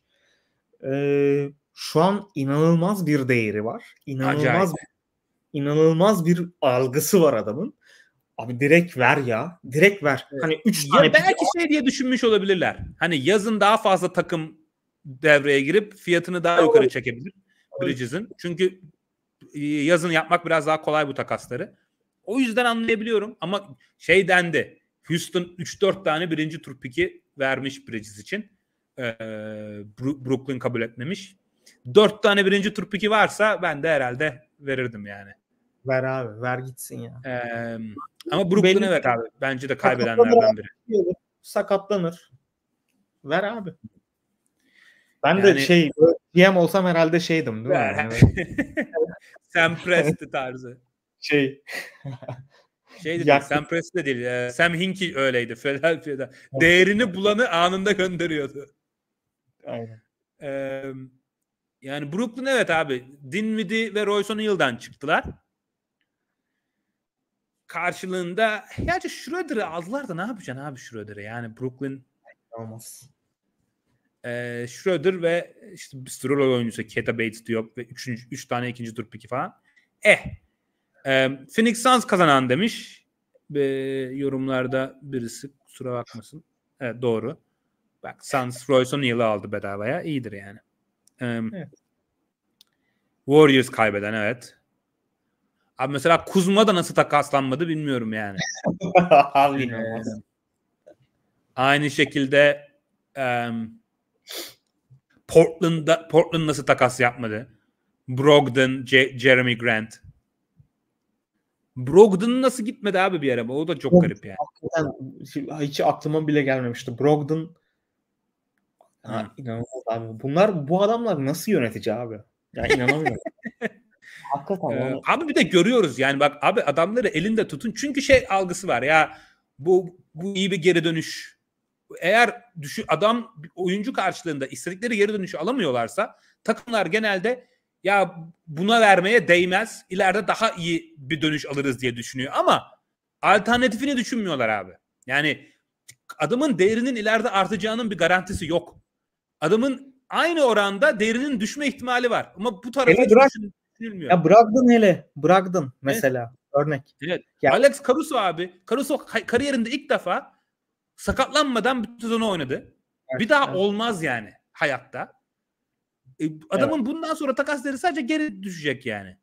Şu an inanılmaz bir değeri var. İnanılmaz bir algısı var adamın. Abi direkt ver ya. Direkt ver. Hani 3 tane belki diye düşünmüş olabilirler. Hani yazın daha fazla takım devreye girip fiyatını daha yukarı çekebilir Bridges'in. Çünkü yazın yapmak biraz daha kolay bu takasları. O yüzden anlayabiliyorum ama dendi. Houston 3-4 tane birinci tur piki vermiş Bridges için. Brooklyn kabul etmemiş. 4 tane birinci tur piki varsa ben de herhalde verirdim yani. Ver abi. Ver gitsin ya. Ama Brooklyn evet abi. Bence de kaybedenlerden biri. Sakatlanır. Ver abi. Ben de GM olsam herhalde şeydim değil mi? Yani Sam Presti tarzı. Sam Presti de değil. Sam Hinkie öyleydi Philadelphia'da. Değerini bulanı anında gönderiyordu. Aynen. Yani Brooklyn evet abi. Dinwiddie ve Royce O'Neal'dan çıktılar. Karşılığında gerçi Schroeder'ı aldılar da ne yapacaksın abi Schroeder'ı? Yani Brooklyn olmaz. Schroeder ve işte bir sürü rol oyuncusu Keta Bates Diop ve 3 tane ikinci tur piki falan. Phoenix Suns kazanan demiş. Yorumlarda birisi kusura bakmasın. Evet doğru. Bak Suns Royce O'Neal'ı aldı bedavaya. İyidir yani. Evet. Warriors kaybeden evet. Abi mesela Kuzma da nasıl takaslanmadı bilmiyorum yani. Aynı şekilde Portland nasıl takas yapmadı? Brogdon, Jeremy Grant. Brogdon nasıl gitmedi abi bir yere? O da çok garip yani. Hiç aklıma bile gelmemişti. Brogdon inanılmaz abi. Bu adamlar nasıl yönetici abi? Ya inanamıyorum. Hakikaten abi bir de görüyoruz yani bak abi adamları elinde tutun çünkü algısı var ya bu iyi bir geri dönüş. Eğer adam oyuncu karşılığında istedikleri geri dönüşü alamıyorlarsa takımlar genelde ya buna vermeye değmez ileride daha iyi bir dönüş alırız diye düşünüyor ama alternatifini düşünmüyorlar abi. Yani adamın değerinin ileride artacağının bir garantisi yok. Adamın aynı oranda değerinin düşme ihtimali var ama bu tarafı hiç düşünülmüyor. Ya Brogdon mesela örnek. Evet. Yani, Alex Caruso abi. Caruso kariyerinde ilk defa sakatlanmadan bir sezonu oynadı. Evet, bir daha olmaz yani hayatta. Adamın bundan sonra takas değeri sadece geri düşecek yani.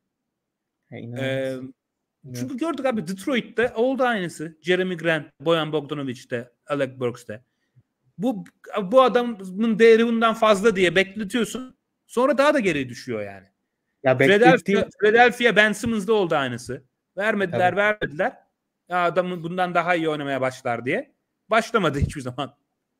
Çünkü gördük abi Detroit'te oldu aynısı. Jeremy Grant, Bojan Bogdanovic'te, Alec Burks'te. Bu adamın değeri bundan fazla diye bekletiyorsun. Sonra daha da geri düşüyor yani. Ya Philadelphia Ben Simmons'da oldu aynısı. Vermediler. Ya adamın bundan daha iyi oynamaya başlar diye. Başlamadı hiçbir zaman.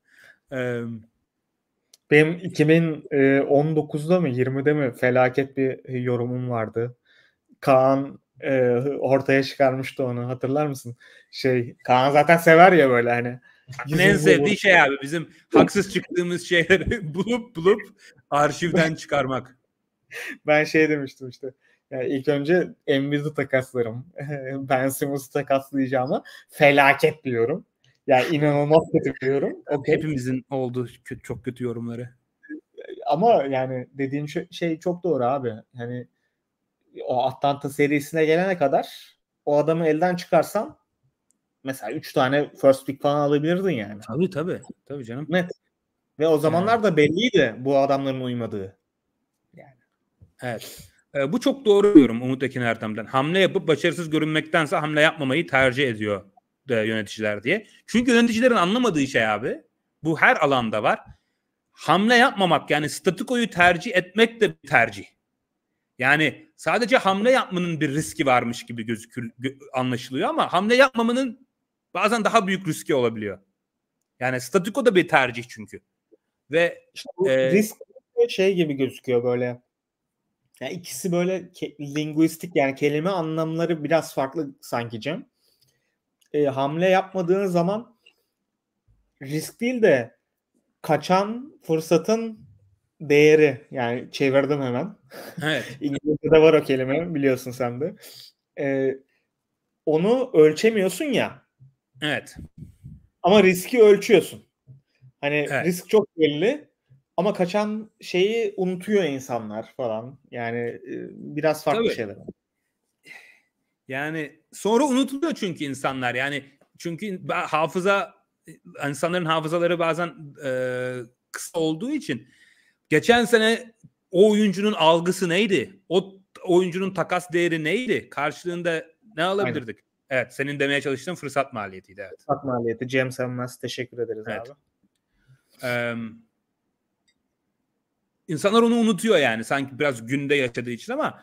Benim 2019'da mı 20'de mi felaket bir yorumum vardı. Kaan ortaya çıkarmıştı onu. Hatırlar mısın? Kaan zaten sever ya böyle hani. En sevdiği şey abi bizim haksız çıktığımız şeyleri bulup arşivden çıkarmak. Ben demiştim işte. Yani ilk önce Embiid'i takaslarım. Ben Simmons'ı takaslayacağıma felaket diyorum. Yani inanılmaz kötü diyorum. Okay. Hepimizin olduğu çok kötü yorumları. Ama yani dediğin şey çok doğru abi. Hani o Atlanta serisine gelene kadar o adamı elden çıkarsan mesela 3 tane first pick falan alabilirdin yani. Tabii canım. Net. Ve o zamanlar da belliydi bu adamların uymadığı. Yani. Evet. Bu çok doğru diyorum Umut Ekin Erdem'den. Hamle yapıp başarısız görünmektense hamle yapmamayı tercih ediyor yöneticiler diye. Çünkü yöneticilerin anlamadığı şey abi bu her alanda var. Hamle yapmamak yani statükoyu tercih etmek de bir tercih. Yani sadece hamle yapmanın bir riski varmış gibi anlaşılıyor ama hamle yapmamanın bazen daha büyük riski olabiliyor. Yani statüko da bir tercih çünkü. Ve risk gibi gözüküyor böyle. Yani ikisi böyle linguistik yani kelime anlamları biraz farklı sanki Cem. Hamle yapmadığın zaman risk değil de kaçan fırsatın değeri. Yani çevirdim hemen. Evet. İngilizce'de var o kelime biliyorsun sen de. Onu ölçemiyorsun ya. Evet. Ama riski ölçüyorsun. Hani risk çok belli ama kaçan şeyi unutuyor insanlar falan. Yani biraz farklı şeyler. Yani sonra unutuluyor çünkü insanlar. Yani çünkü insanların hafızaları bazen kısa olduğu için geçen sene o oyuncunun algısı neydi? O oyuncunun takas değeri neydi? Karşılığında ne alabilirdik? Aynen. Evet, senin demeye çalıştığın fırsat maliyetiydi. Evet. Fırsat maliyeti. Cem Sevmez. Teşekkür ederiz abi. insanlar onu unutuyor yani. Sanki biraz günde yaşadığı için ama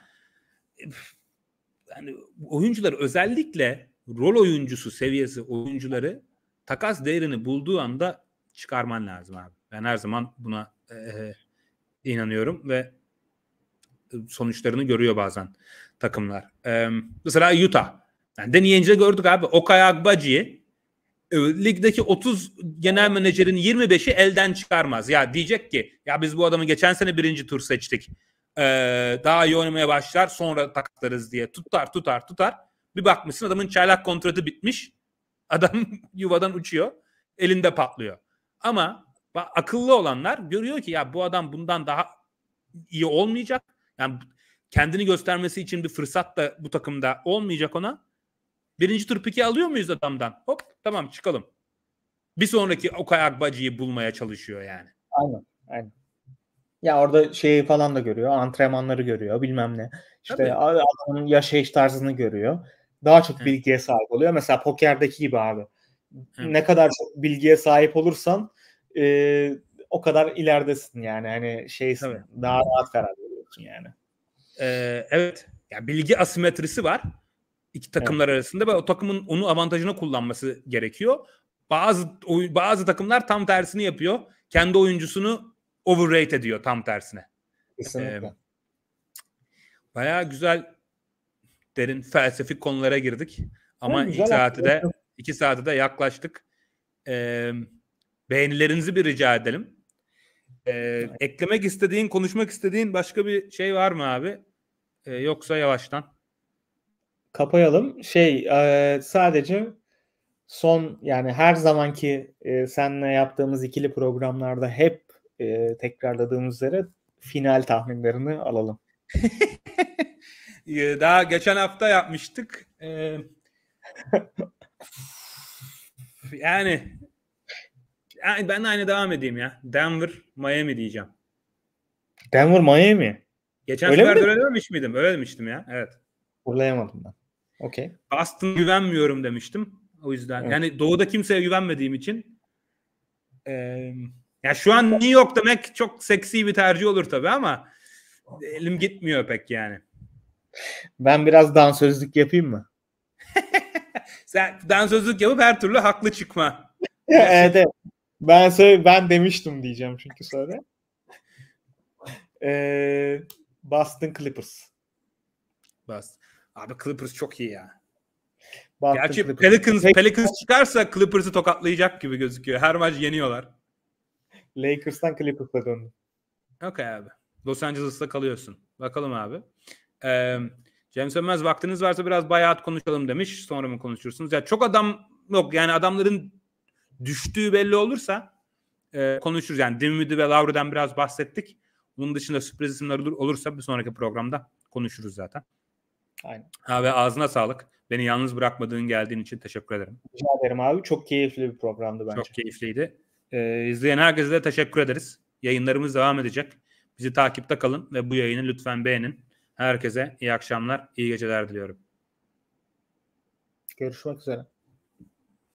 yani oyuncular özellikle rol oyuncusu seviyesi oyuncuları takas değerini bulduğu anda çıkarman lazım abi. Ben her zaman buna inanıyorum ve sonuçlarını görüyor bazen takımlar. Mesela Utah. Yani Danny Ainge'de gördük abi. Okay Agbaji'yi ligdeki 30 genel menajerin 25'i elden çıkarmaz. Ya diyecek ki ya biz bu adamı geçen sene 1. tur seçtik. Daha iyi oynamaya başlar sonra taklarız diye tutar. Bir bakmışsın adamın çaylak kontratı bitmiş. Adam yuvadan uçuyor. Elinde patlıyor. Ama akıllı olanlar görüyor ki ya bu adam bundan daha iyi olmayacak. Yani kendini göstermesi için bir fırsat da bu takımda olmayacak ona. 1. tur piki alıyor muyuz adamdan? Hop tamam çıkalım. Bir sonraki Okay Agbaji'yi bulmaya çalışıyor yani. Aynen. Ya orada şeyi falan da görüyor. Antrenmanları görüyor. Bilmem ne. İşte adamın yaşayış tarzını görüyor. Daha çok bilgiye sahip oluyor. Mesela pokerdeki gibi abi. Ne kadar çok bilgiye sahip olursan o kadar ileridesin yani. Hani şeysin. Daha rahat karar veriyorsun yani. Evet. Ya bilgi asimetrisi var. İki takımlar arasında ve o takımın onu avantajına kullanması gerekiyor. Bazı takımlar tam tersini yapıyor. Kendi oyuncusunu overrate ediyor tam tersine. Kesinlikle. Bayağı güzel derin felsefik konulara girdik. Ama güzel 2 saate de yaklaştık. Beğenilerinizi bir rica edelim. Eklemek istediğin, konuşmak istediğin başka bir şey var mı abi? Yoksa yavaştan kapayalım. Sadece son yani her zamanki seninle yaptığımız ikili programlarda hep tekrarladığımız üzere final tahminlerini alalım. Daha geçen hafta yapmıştık. Yani ben de aynı devam edeyim ya. Denver, Miami diyeceğim. Denver, Miami. Geçen sefer de öyle demiş miydim? Öyle demiştim ya. Evet. Hatırlayamadım ben. Okey. Boston'a güvenmiyorum demiştim. O yüzden. Evet. Yani doğuda kimseye güvenmediğim için ya şu an New York demek çok seksi bir tercih olur tabii ama elim gitmiyor pek yani. Ben biraz dansözlük yapayım mı? Sen dansözlük yapıp her türlü haklı çıkma. Evet. Ben demiştim diyeceğim çünkü sonra. Boston Clippers. Abi Clippers çok iyi ya. Boston Gerçi Clippers. Pelicans çıkarsa Clippers'ı tokatlayacak gibi gözüküyor. Her maç yeniyorlar. Lakers'tan Clippers'a döndüm. Okay abi. Los Angeles'ta kalıyorsun. Bakalım abi. Cem Sönmez vaktiniz varsa biraz buyout konuşalım demiş. Sonra mı konuşursunuz? Ya çok adam yok. Yani adamların düştüğü belli olursa konuşuruz. Yani Dinwiddie ve Lowry'den biraz bahsettik. Bunun dışında sürpriz isimler olursa bir sonraki programda konuşuruz zaten. Aynen. Abi ağzına sağlık. Beni yalnız bırakmadığın geldiğin için teşekkür ederim. Rica ederim abi. Çok keyifli bir programdı bence. Çok keyifliydi. İzleyen herkese de teşekkür ederiz. Yayınlarımız devam edecek. Bizi takipte kalın ve bu yayını lütfen beğenin. Herkese iyi akşamlar, iyi geceler diliyorum. Görüşmek üzere.